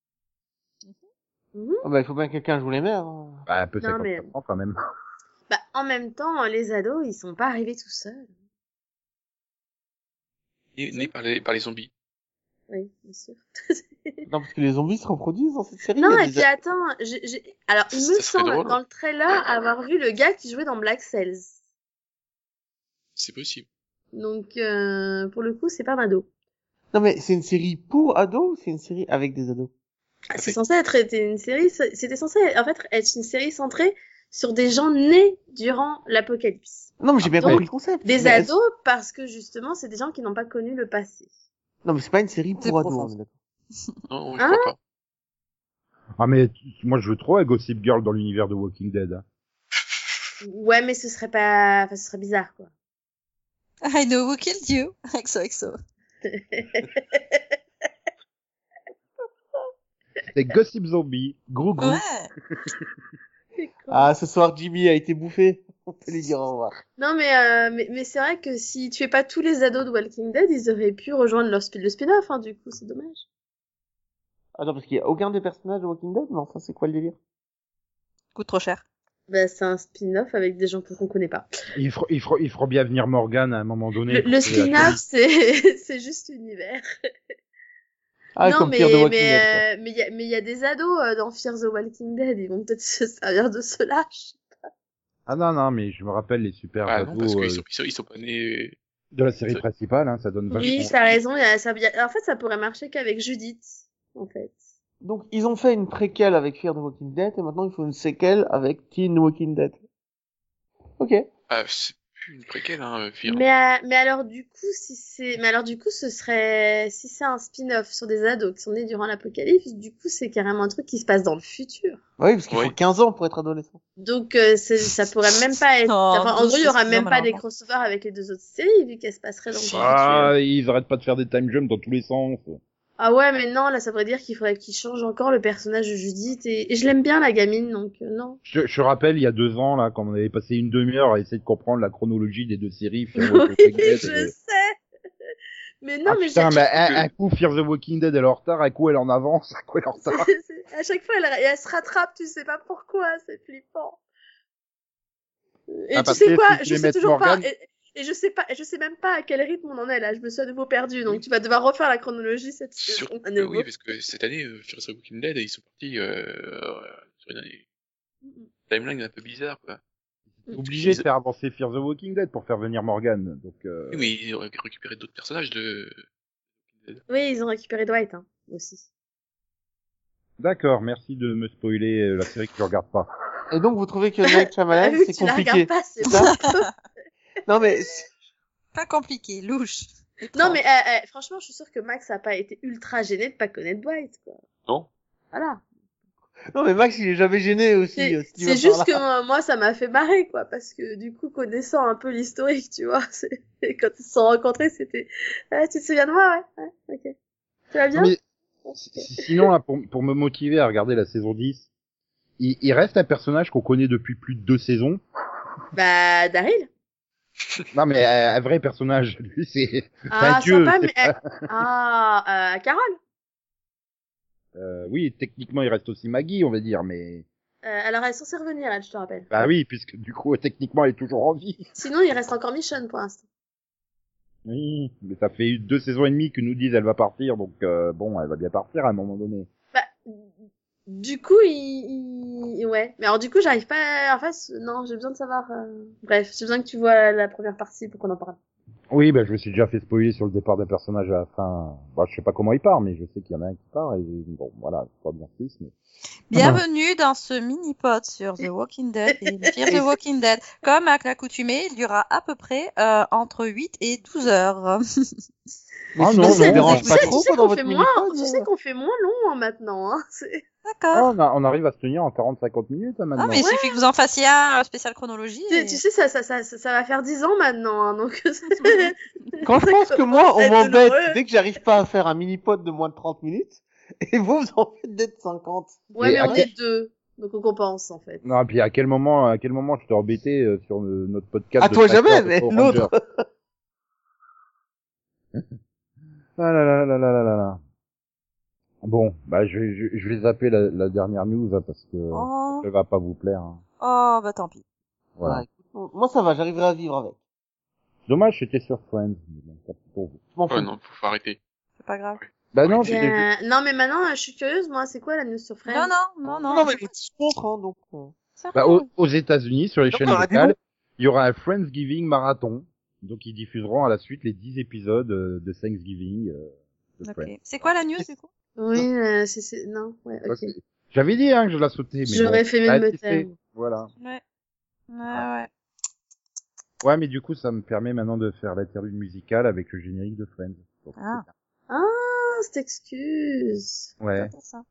[SPEAKER 1] Mhm.
[SPEAKER 4] Ah bah, il faut bien que quelqu'un joue les mères. hein.
[SPEAKER 2] Bah un peu
[SPEAKER 1] Non,
[SPEAKER 2] cinquante
[SPEAKER 1] mais-
[SPEAKER 2] pour cent quand même.
[SPEAKER 1] Bah, en même temps, les ados, ils sont pas arrivés tout seuls.
[SPEAKER 5] Nés nés par les, par les zombies.
[SPEAKER 1] Oui, bien sûr.
[SPEAKER 4] Non, parce que les zombies se reproduisent dans cette série.
[SPEAKER 6] Non,
[SPEAKER 4] il y a
[SPEAKER 6] et
[SPEAKER 4] des-
[SPEAKER 6] puis attends, j'ai, j'ai... alors il me
[SPEAKER 5] Ça serait
[SPEAKER 6] semble
[SPEAKER 5] drôle.
[SPEAKER 6] dans le trailer avoir vu le gars qui jouait dans Black Sails.
[SPEAKER 5] C'est possible.
[SPEAKER 6] Donc euh, pour le coup, c'est pas un ado.
[SPEAKER 4] Non, mais c'est une série pour ados ou c'est une série avec des ados?
[SPEAKER 6] Ah, c'est censé être été une série, c'était censé en fait être une série centrée sur des gens nés durant l'apocalypse.
[SPEAKER 4] Non, mais j'ai bien
[SPEAKER 6] Donc,
[SPEAKER 4] compris le concept.
[SPEAKER 6] Des
[SPEAKER 4] Mais est-ce-
[SPEAKER 6] ados parce que justement, c'est des gens qui n'ont pas connu le passé.
[SPEAKER 4] Non, mais c'est pas une série
[SPEAKER 3] C'est
[SPEAKER 4] pour ados.
[SPEAKER 3] profond.
[SPEAKER 4] on est d'accord.
[SPEAKER 5] Non, je
[SPEAKER 6] Hein
[SPEAKER 5] crois pas.
[SPEAKER 2] Ah mais t- moi je veux trop un Gossip Girl dans l'univers de Walking Dead. hein.
[SPEAKER 6] Ouais, mais ce serait pas, enfin, ce serait bizarre quoi.
[SPEAKER 3] I know who killed you. X O X O.
[SPEAKER 2] C'est Gossip Zombie, gros gros.
[SPEAKER 3] Ouais.
[SPEAKER 4] Ah, ce soir, Jimmy a été bouffé. On peut lui dire au revoir.
[SPEAKER 6] Non, mais, euh, mais, mais c'est vrai que si tu fais pas tous les ados de Walking Dead, ils auraient pu rejoindre leur sp- le spin-off, hein, du coup, c'est dommage.
[SPEAKER 4] Attends, parce qu'il y a aucun des personnages de Walking Dead? Mais enfin, c'est quoi le délire?
[SPEAKER 3] Coûte trop cher.
[SPEAKER 6] Bah, c'est un spin-off avec des gens qu'on connaît pas.
[SPEAKER 2] Il fera, il fera, il fera bien venir Morgan à un moment donné.
[SPEAKER 6] Le,
[SPEAKER 2] pour
[SPEAKER 6] le
[SPEAKER 2] sauver la
[SPEAKER 6] spin-off,
[SPEAKER 2] série.
[SPEAKER 6] c'est, c'est juste l'univers.
[SPEAKER 4] Ah,
[SPEAKER 6] non,
[SPEAKER 4] comme
[SPEAKER 6] mais,
[SPEAKER 4] Fear the Walking
[SPEAKER 6] mais,
[SPEAKER 4] Dead, quoi.
[SPEAKER 6] euh, mais il y a, mais il y a des ados euh, dans Fear the Walking Dead, ils vont peut-être se servir de cela.
[SPEAKER 2] Ah non non mais je me rappelle les super
[SPEAKER 5] Ah non, parce
[SPEAKER 2] ados
[SPEAKER 5] qu'ils
[SPEAKER 2] euh,
[SPEAKER 5] sont, ils sont, ils sont pas nés...
[SPEAKER 2] de la série principale, hein, ça donne vachement.
[SPEAKER 6] Oui, t'as raison, il y a, ça, il y a- en fait, ça pourrait marcher qu'avec Judith, en fait.
[SPEAKER 4] Donc, ils ont fait une préquelle avec Fear the Walking Dead, et maintenant, ils font une séquelle avec Teen Walking Dead. Ok.
[SPEAKER 5] Ah, c'est plus une préquelle, hein, Fear.
[SPEAKER 6] Mais, euh, mais alors du coup, si c'est, mais alors du coup, ce serait, si c'est un spin-off sur des ados qui sont nés durant l'apocalypse, du coup, c'est carrément un truc qui se passe dans le futur.
[SPEAKER 4] Oui, parce qu'il
[SPEAKER 5] Oui.
[SPEAKER 4] faut quinze ans pour être adolescent.
[SPEAKER 6] Donc, euh, c'est, ça pourrait même pas être,
[SPEAKER 3] Non,
[SPEAKER 6] enfin, en
[SPEAKER 3] douze,
[SPEAKER 6] gros, il y aura
[SPEAKER 3] c'est
[SPEAKER 6] même pas des
[SPEAKER 3] normalement.
[SPEAKER 6] crossovers avec les deux autres séries, vu qu'elles se passeraient dans le
[SPEAKER 5] Si.
[SPEAKER 6] futur.
[SPEAKER 2] Ah, ils arrêtent pas de faire des time jumps dans tous les sens.
[SPEAKER 6] Ah ouais, mais non, là, ça voudrait dire qu'il faudrait qu'ils changent encore le personnage de Judith, et, et je l'aime bien, la gamine, donc, euh, non.
[SPEAKER 2] Je, je rappelle, il y a deux ans, là, quand on avait passé une demi-heure à essayer de comprendre la chronologie des deux séries. Fear the
[SPEAKER 6] Oui,
[SPEAKER 2] Walking Dead,
[SPEAKER 6] je
[SPEAKER 2] euh,
[SPEAKER 6] sais. Mais non,
[SPEAKER 2] ah,
[SPEAKER 6] mais
[SPEAKER 2] putain,
[SPEAKER 6] j'ai-
[SPEAKER 2] mais un, un coup Fear the Walking Dead elle est en retard, un coup elle est en avance, un coup elle est en retard.
[SPEAKER 6] C'est- c'est- à chaque fois, elle, elle se rattrape, tu sais pas pourquoi, c'est flippant. Et
[SPEAKER 2] Ah,
[SPEAKER 6] tu
[SPEAKER 2] parce
[SPEAKER 6] sais
[SPEAKER 2] que
[SPEAKER 6] quoi,
[SPEAKER 2] si tu
[SPEAKER 6] je
[SPEAKER 2] les
[SPEAKER 6] sais
[SPEAKER 2] mets
[SPEAKER 6] toujours
[SPEAKER 2] Morgan-
[SPEAKER 6] pas, et, et je sais pas, je sais même pas à quel rythme on en est là, je me suis à nouveau perdue, donc tu vas devoir refaire la chronologie cette
[SPEAKER 5] Sur...
[SPEAKER 6] saison à
[SPEAKER 5] euh,
[SPEAKER 6] nouveau.
[SPEAKER 5] oui, parce que cette année, euh, Fear the Walking Dead, ils sont partis euh, euh, sur une année... timeline un peu bizarre, quoi.
[SPEAKER 2] Obligé de
[SPEAKER 5] Ils-
[SPEAKER 2] faire avancer Fear the Walking Dead pour faire venir Morgan. Donc, euh...
[SPEAKER 5] Oui, mais ils auraient récupéré d'autres personnages de...
[SPEAKER 6] Oui, ils ont récupéré Dwight, hein, aussi.
[SPEAKER 2] D'accord, merci de me spoiler euh, la série que je regarde pas.
[SPEAKER 4] Et donc, vous trouvez que Night
[SPEAKER 6] Ah,
[SPEAKER 4] Shyamalan,
[SPEAKER 6] vu que
[SPEAKER 4] c'est
[SPEAKER 6] tu la
[SPEAKER 4] compliqué.
[SPEAKER 6] regardes pas, c'est
[SPEAKER 4] c'est ça? Non, mais, c'est-
[SPEAKER 3] Pas compliqué, louche.
[SPEAKER 6] Non, mais euh, euh, franchement, je suis sûre que Max a pas été ultra gêné de pas connaître Dwight, quoi.
[SPEAKER 5] Non.
[SPEAKER 6] Voilà.
[SPEAKER 4] non, mais Max, il est jamais gêné aussi.
[SPEAKER 6] C'est
[SPEAKER 4] euh, si tu
[SPEAKER 6] c'est
[SPEAKER 4] vas
[SPEAKER 6] juste
[SPEAKER 4] par
[SPEAKER 6] que
[SPEAKER 4] là.
[SPEAKER 6] moi, moi, ça m'a fait marrer, quoi, parce que du coup, connaissant un peu l'historique, tu vois, c'est... quand ils se sont rencontrés, c'était, ah, tu te souviens de moi, ouais, ouais, ok. Tu vas bien?
[SPEAKER 2] Mais si- si- sinon, là, pour, pour me motiver à regarder la saison dix, il, il reste un personnage qu'on connaît depuis plus de deux saisons.
[SPEAKER 6] Bah, Daryl.
[SPEAKER 2] Non, mais euh, un vrai personnage, lui, c'est c'est
[SPEAKER 6] Ah,
[SPEAKER 2] un dieu.
[SPEAKER 6] sympa,
[SPEAKER 2] c'est
[SPEAKER 6] mais,
[SPEAKER 2] pas-
[SPEAKER 6] euh, ah, euh, Carole.
[SPEAKER 2] Euh, oui, techniquement, il reste aussi Maggie, on va dire, mais...
[SPEAKER 6] Euh, alors, elle est censée revenir, elle, je te rappelle.
[SPEAKER 2] Bah oui, puisque du coup, techniquement, elle est toujours en vie.
[SPEAKER 6] Sinon, il reste encore Michonne pour l'instant.
[SPEAKER 2] Oui, mais ça fait deux saisons et demie que nous disent elle va partir, donc euh, bon, elle va bien partir à un moment donné.
[SPEAKER 6] Bah, du coup, il, il... ouais. Mais alors, du coup, j'arrive pas, en face, non, j'ai besoin de savoir, euh... bref, j'ai besoin que tu vois la première partie pour qu'on en parle.
[SPEAKER 2] Oui, bah je me suis déjà fait spoiler sur le départ d'un personnage à la fin. Bah, je sais pas comment il part, mais je sais qu'il y en a un qui part, et bon, voilà, je pas bien plus, mais...
[SPEAKER 3] Bienvenue dans ce mini-pod sur The Walking Dead et Fear the Walking Dead. Comme à l'accoutumée, il durera à peu près euh, entre huit et douze heures.
[SPEAKER 4] Mais
[SPEAKER 2] Ah
[SPEAKER 4] sinon,
[SPEAKER 2] non,
[SPEAKER 4] ça
[SPEAKER 2] non,
[SPEAKER 4] vous dérange
[SPEAKER 6] tu
[SPEAKER 4] pas
[SPEAKER 6] sais,
[SPEAKER 4] trop
[SPEAKER 6] tu sais
[SPEAKER 4] dans
[SPEAKER 6] qu'on
[SPEAKER 4] votre
[SPEAKER 6] fait moins,
[SPEAKER 4] mini-pod,
[SPEAKER 6] tu
[SPEAKER 4] euh
[SPEAKER 6] sais qu'on fait moins long, hein, maintenant, hein. C'est...
[SPEAKER 3] D'accord.
[SPEAKER 2] Ah, on, a- on arrive à se tenir en quarante à cinquante minutes, hein, maintenant.
[SPEAKER 3] Ah, mais il suffit que vous en fassiez un euh, spécial chronologie.
[SPEAKER 6] Tu,
[SPEAKER 3] Et...
[SPEAKER 6] tu sais, ça, ça, ça, ça, ça va faire dix ans maintenant, hein, donc.
[SPEAKER 4] Quand je pense que moi, on
[SPEAKER 6] C'est
[SPEAKER 4] m'embête
[SPEAKER 6] douloureux.
[SPEAKER 4] dès que j'arrive pas à faire un mini-pod de moins de trente minutes, et vous, vous en faites d'être cinquante.
[SPEAKER 6] Ouais,
[SPEAKER 2] Et
[SPEAKER 6] mais on
[SPEAKER 2] après-
[SPEAKER 6] est deux, donc on compense en fait.
[SPEAKER 2] Non, puis à quel moment, à quel moment je t'ai embêté euh, sur le- notre podcast
[SPEAKER 4] À
[SPEAKER 2] de
[SPEAKER 4] toi
[SPEAKER 2] cinq
[SPEAKER 4] jamais,
[SPEAKER 2] heures de
[SPEAKER 4] mais
[SPEAKER 2] Power
[SPEAKER 4] l'autre.
[SPEAKER 2] Rangers. Ah là là là là là là là. Bon, bah je, vais- je, je vais zapper la, la dernière news hein, parce que
[SPEAKER 3] Oh.
[SPEAKER 2] ça va pas vous plaire. Hein.
[SPEAKER 3] oh, bah tant pis.
[SPEAKER 2] Voilà.
[SPEAKER 4] Ouais, écoute, moi, ça va, j'arriverai à vivre avec.
[SPEAKER 2] Dommage, c'était sur Friends. mais bon, tant pis pour vous.
[SPEAKER 4] Je m'en fous.
[SPEAKER 5] Ouais, non, faut, faut arrêter.
[SPEAKER 3] C'est pas grave.
[SPEAKER 2] Bah non,
[SPEAKER 6] Il y
[SPEAKER 2] j'ai les-
[SPEAKER 6] a- Non, mais maintenant, euh, je suis curieuse, moi, c'est quoi la news sur Friends?
[SPEAKER 3] Non, non, non, non.
[SPEAKER 4] Non, mais ils se montrent, hein, donc. euh.
[SPEAKER 3] C'est
[SPEAKER 2] bah,
[SPEAKER 3] rien.
[SPEAKER 2] aux, aux États-Unis, sur les
[SPEAKER 4] Non,
[SPEAKER 2] chaînes
[SPEAKER 4] mais on a dit
[SPEAKER 2] locales,
[SPEAKER 4] non.
[SPEAKER 2] il y aura un Friendsgiving marathon. Donc ils diffuseront à la suite les dix épisodes euh, de Thanksgiving euh, de Friends.
[SPEAKER 3] Ok. C'est quoi la news du coup?
[SPEAKER 6] Oui, euh, c'est, c'est... Non, ouais,
[SPEAKER 2] Ça,
[SPEAKER 6] ok.
[SPEAKER 2] c'est- J'avais dit hein, que je la sautais, mais
[SPEAKER 6] J'aurais
[SPEAKER 2] bon,
[SPEAKER 6] fait
[SPEAKER 2] ça a
[SPEAKER 6] mieux de me
[SPEAKER 2] été fait.
[SPEAKER 6] taire.
[SPEAKER 2] Voilà.
[SPEAKER 3] Ouais. Ouais, ouais.
[SPEAKER 2] Ouais, mais du coup, ça me permet maintenant de faire l'interlude musicale avec le générique de Friends. Donc,
[SPEAKER 3] Ah.
[SPEAKER 6] Ah, cette excuse.
[SPEAKER 2] c'est bien. Ouais.
[SPEAKER 3] C'est pour ça.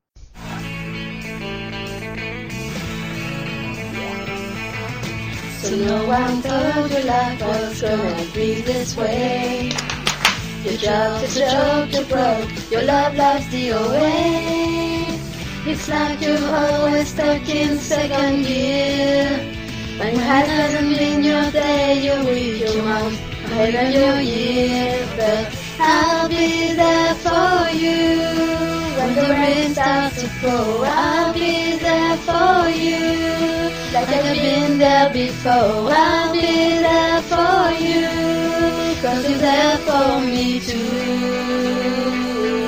[SPEAKER 7] So no one told your life was gonna be this way. Your job's a joke, you're broke, your love life's the away. It's like you're always stuck in second gear. When it hasn't been your day, your week, your month, or even your year. But I'll be there for you. When the rain starts to pour, I'll be there for you. Like I've been there before, I'll be there for you. Cause you're there for me too.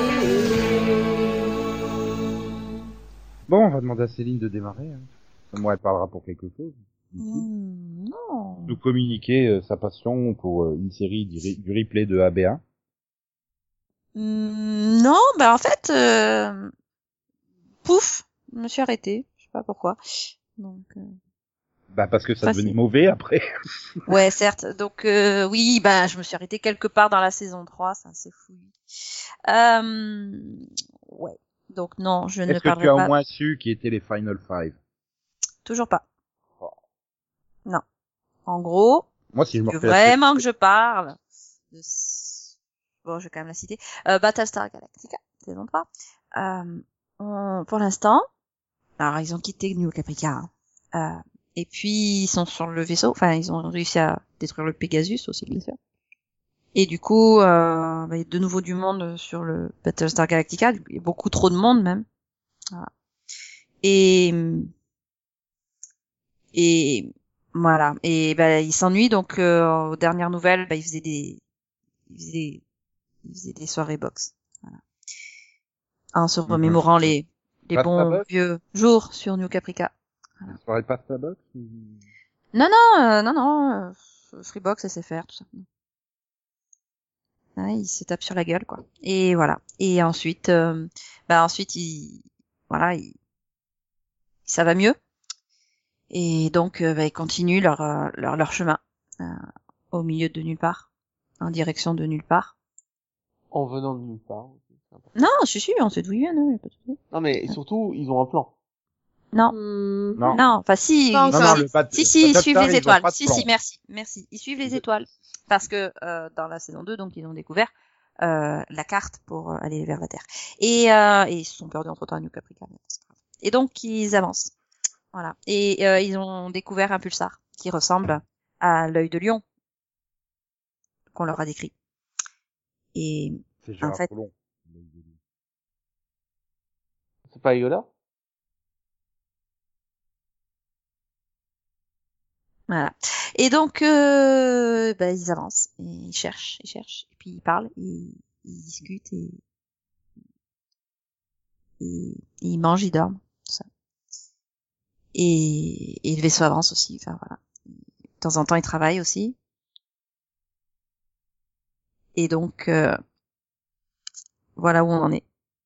[SPEAKER 2] Bon, on va demander à Céline de démarrer. Hein. Moi, elle parlera pour quelque chose.
[SPEAKER 3] Mmh, non.
[SPEAKER 2] Nous communiquer euh, sa passion pour euh, une série du, re- du replay de A B un.
[SPEAKER 3] Mmh, non, bah en fait, euh... pouf, je me suis arrêtée. Je sais pas pourquoi. Donc, euh...
[SPEAKER 2] Bah parce que ça
[SPEAKER 3] Enfin,
[SPEAKER 2] devenait
[SPEAKER 3] c'est-
[SPEAKER 2] mauvais après.
[SPEAKER 3] ouais, certes. Donc, euh, oui, bah je me suis arrêtée quelque part dans la saison trois, ça c'est fou. Euh... Ouais. Donc non, je ne
[SPEAKER 2] Est-ce que
[SPEAKER 3] parlerai
[SPEAKER 2] tu as
[SPEAKER 3] pas.
[SPEAKER 2] au moins su qui étaient les Final Five?
[SPEAKER 3] Toujours pas. Non. En gros,
[SPEAKER 2] Moi, si je me
[SPEAKER 3] que
[SPEAKER 2] refais la
[SPEAKER 3] vraiment que je parle de... s- Bon, je vais quand même la citer. Euh, Battlestar Galactica, saison trois. Euh, on- pour l'instant, alors ils ont quitté New Caprica. Hein. Euh, et puis ils sont sur le vaisseau. Enfin, ils ont réussi à détruire le Pegasus aussi, bien sûr. Et du coup, euh, bah, il y a de nouveau du monde sur le Battlestar Galactica. Il y a beaucoup trop de monde même. Voilà. Et et voilà. Et bah il s'ennuie donc euh, aux dernières nouvelles, bah, il faisait des il faisait des, il faisait des soirées box. Voilà. En se
[SPEAKER 2] Mhm.
[SPEAKER 3] remémorant les les
[SPEAKER 2] Pasta
[SPEAKER 3] bons
[SPEAKER 2] box
[SPEAKER 3] vieux jours sur New Caprica.
[SPEAKER 2] Une soirée pasta box ou...
[SPEAKER 3] Non non euh, non non euh, Freebox S F R tout ça. Ouais, il se tape sur la gueule quoi. Et voilà. Et ensuite euh, bah ensuite il voilà, il, ça va mieux. Et donc euh, bah, ils continuent leur euh, leur leur chemin euh, au milieu de nulle part, en direction de nulle part.
[SPEAKER 4] En venant de nulle part. C'est important.
[SPEAKER 3] Non, je suis on sait d'où ils viennent, hein, y a pas de souci.
[SPEAKER 4] Non, mais surtout, ils ont un plan.
[SPEAKER 3] Non,
[SPEAKER 6] Hmm.
[SPEAKER 2] Non.
[SPEAKER 3] non, enfin si,
[SPEAKER 6] Pas
[SPEAKER 3] si,
[SPEAKER 6] encore.
[SPEAKER 2] Non, non,
[SPEAKER 3] si,
[SPEAKER 2] le bat-
[SPEAKER 3] si, si, ils
[SPEAKER 2] Battlestar,
[SPEAKER 3] suivent
[SPEAKER 2] ils
[SPEAKER 3] les
[SPEAKER 2] ont
[SPEAKER 3] étoiles.
[SPEAKER 2] pas de
[SPEAKER 3] Si,
[SPEAKER 2] plan.
[SPEAKER 3] si, merci, merci. Ils suivent les étoiles parce que euh, dans la saison deux, donc ils ont découvert euh, la carte pour euh, aller vers la Terre. Et, euh, et ils se sont perdus entre temps à New Caprica. mais c'est pas grave. Et donc ils avancent. Voilà. Et euh, ils ont découvert un pulsar qui ressemble à l'œil de lion qu'on leur a décrit. Et
[SPEAKER 2] C'est Gérard
[SPEAKER 3] En fait-
[SPEAKER 2] Collomb.
[SPEAKER 4] C'est pas Yola?
[SPEAKER 3] voilà. Et donc, euh, bah, ils avancent, et ils cherchent, ils cherchent, et puis ils parlent, ils, ils discutent, et, et, et ils mangent, ils dorment, tout ça. Et, et le vaisseau avance aussi, enfin voilà. De temps en temps, ils travaillent aussi. Et donc, euh, voilà où on en est.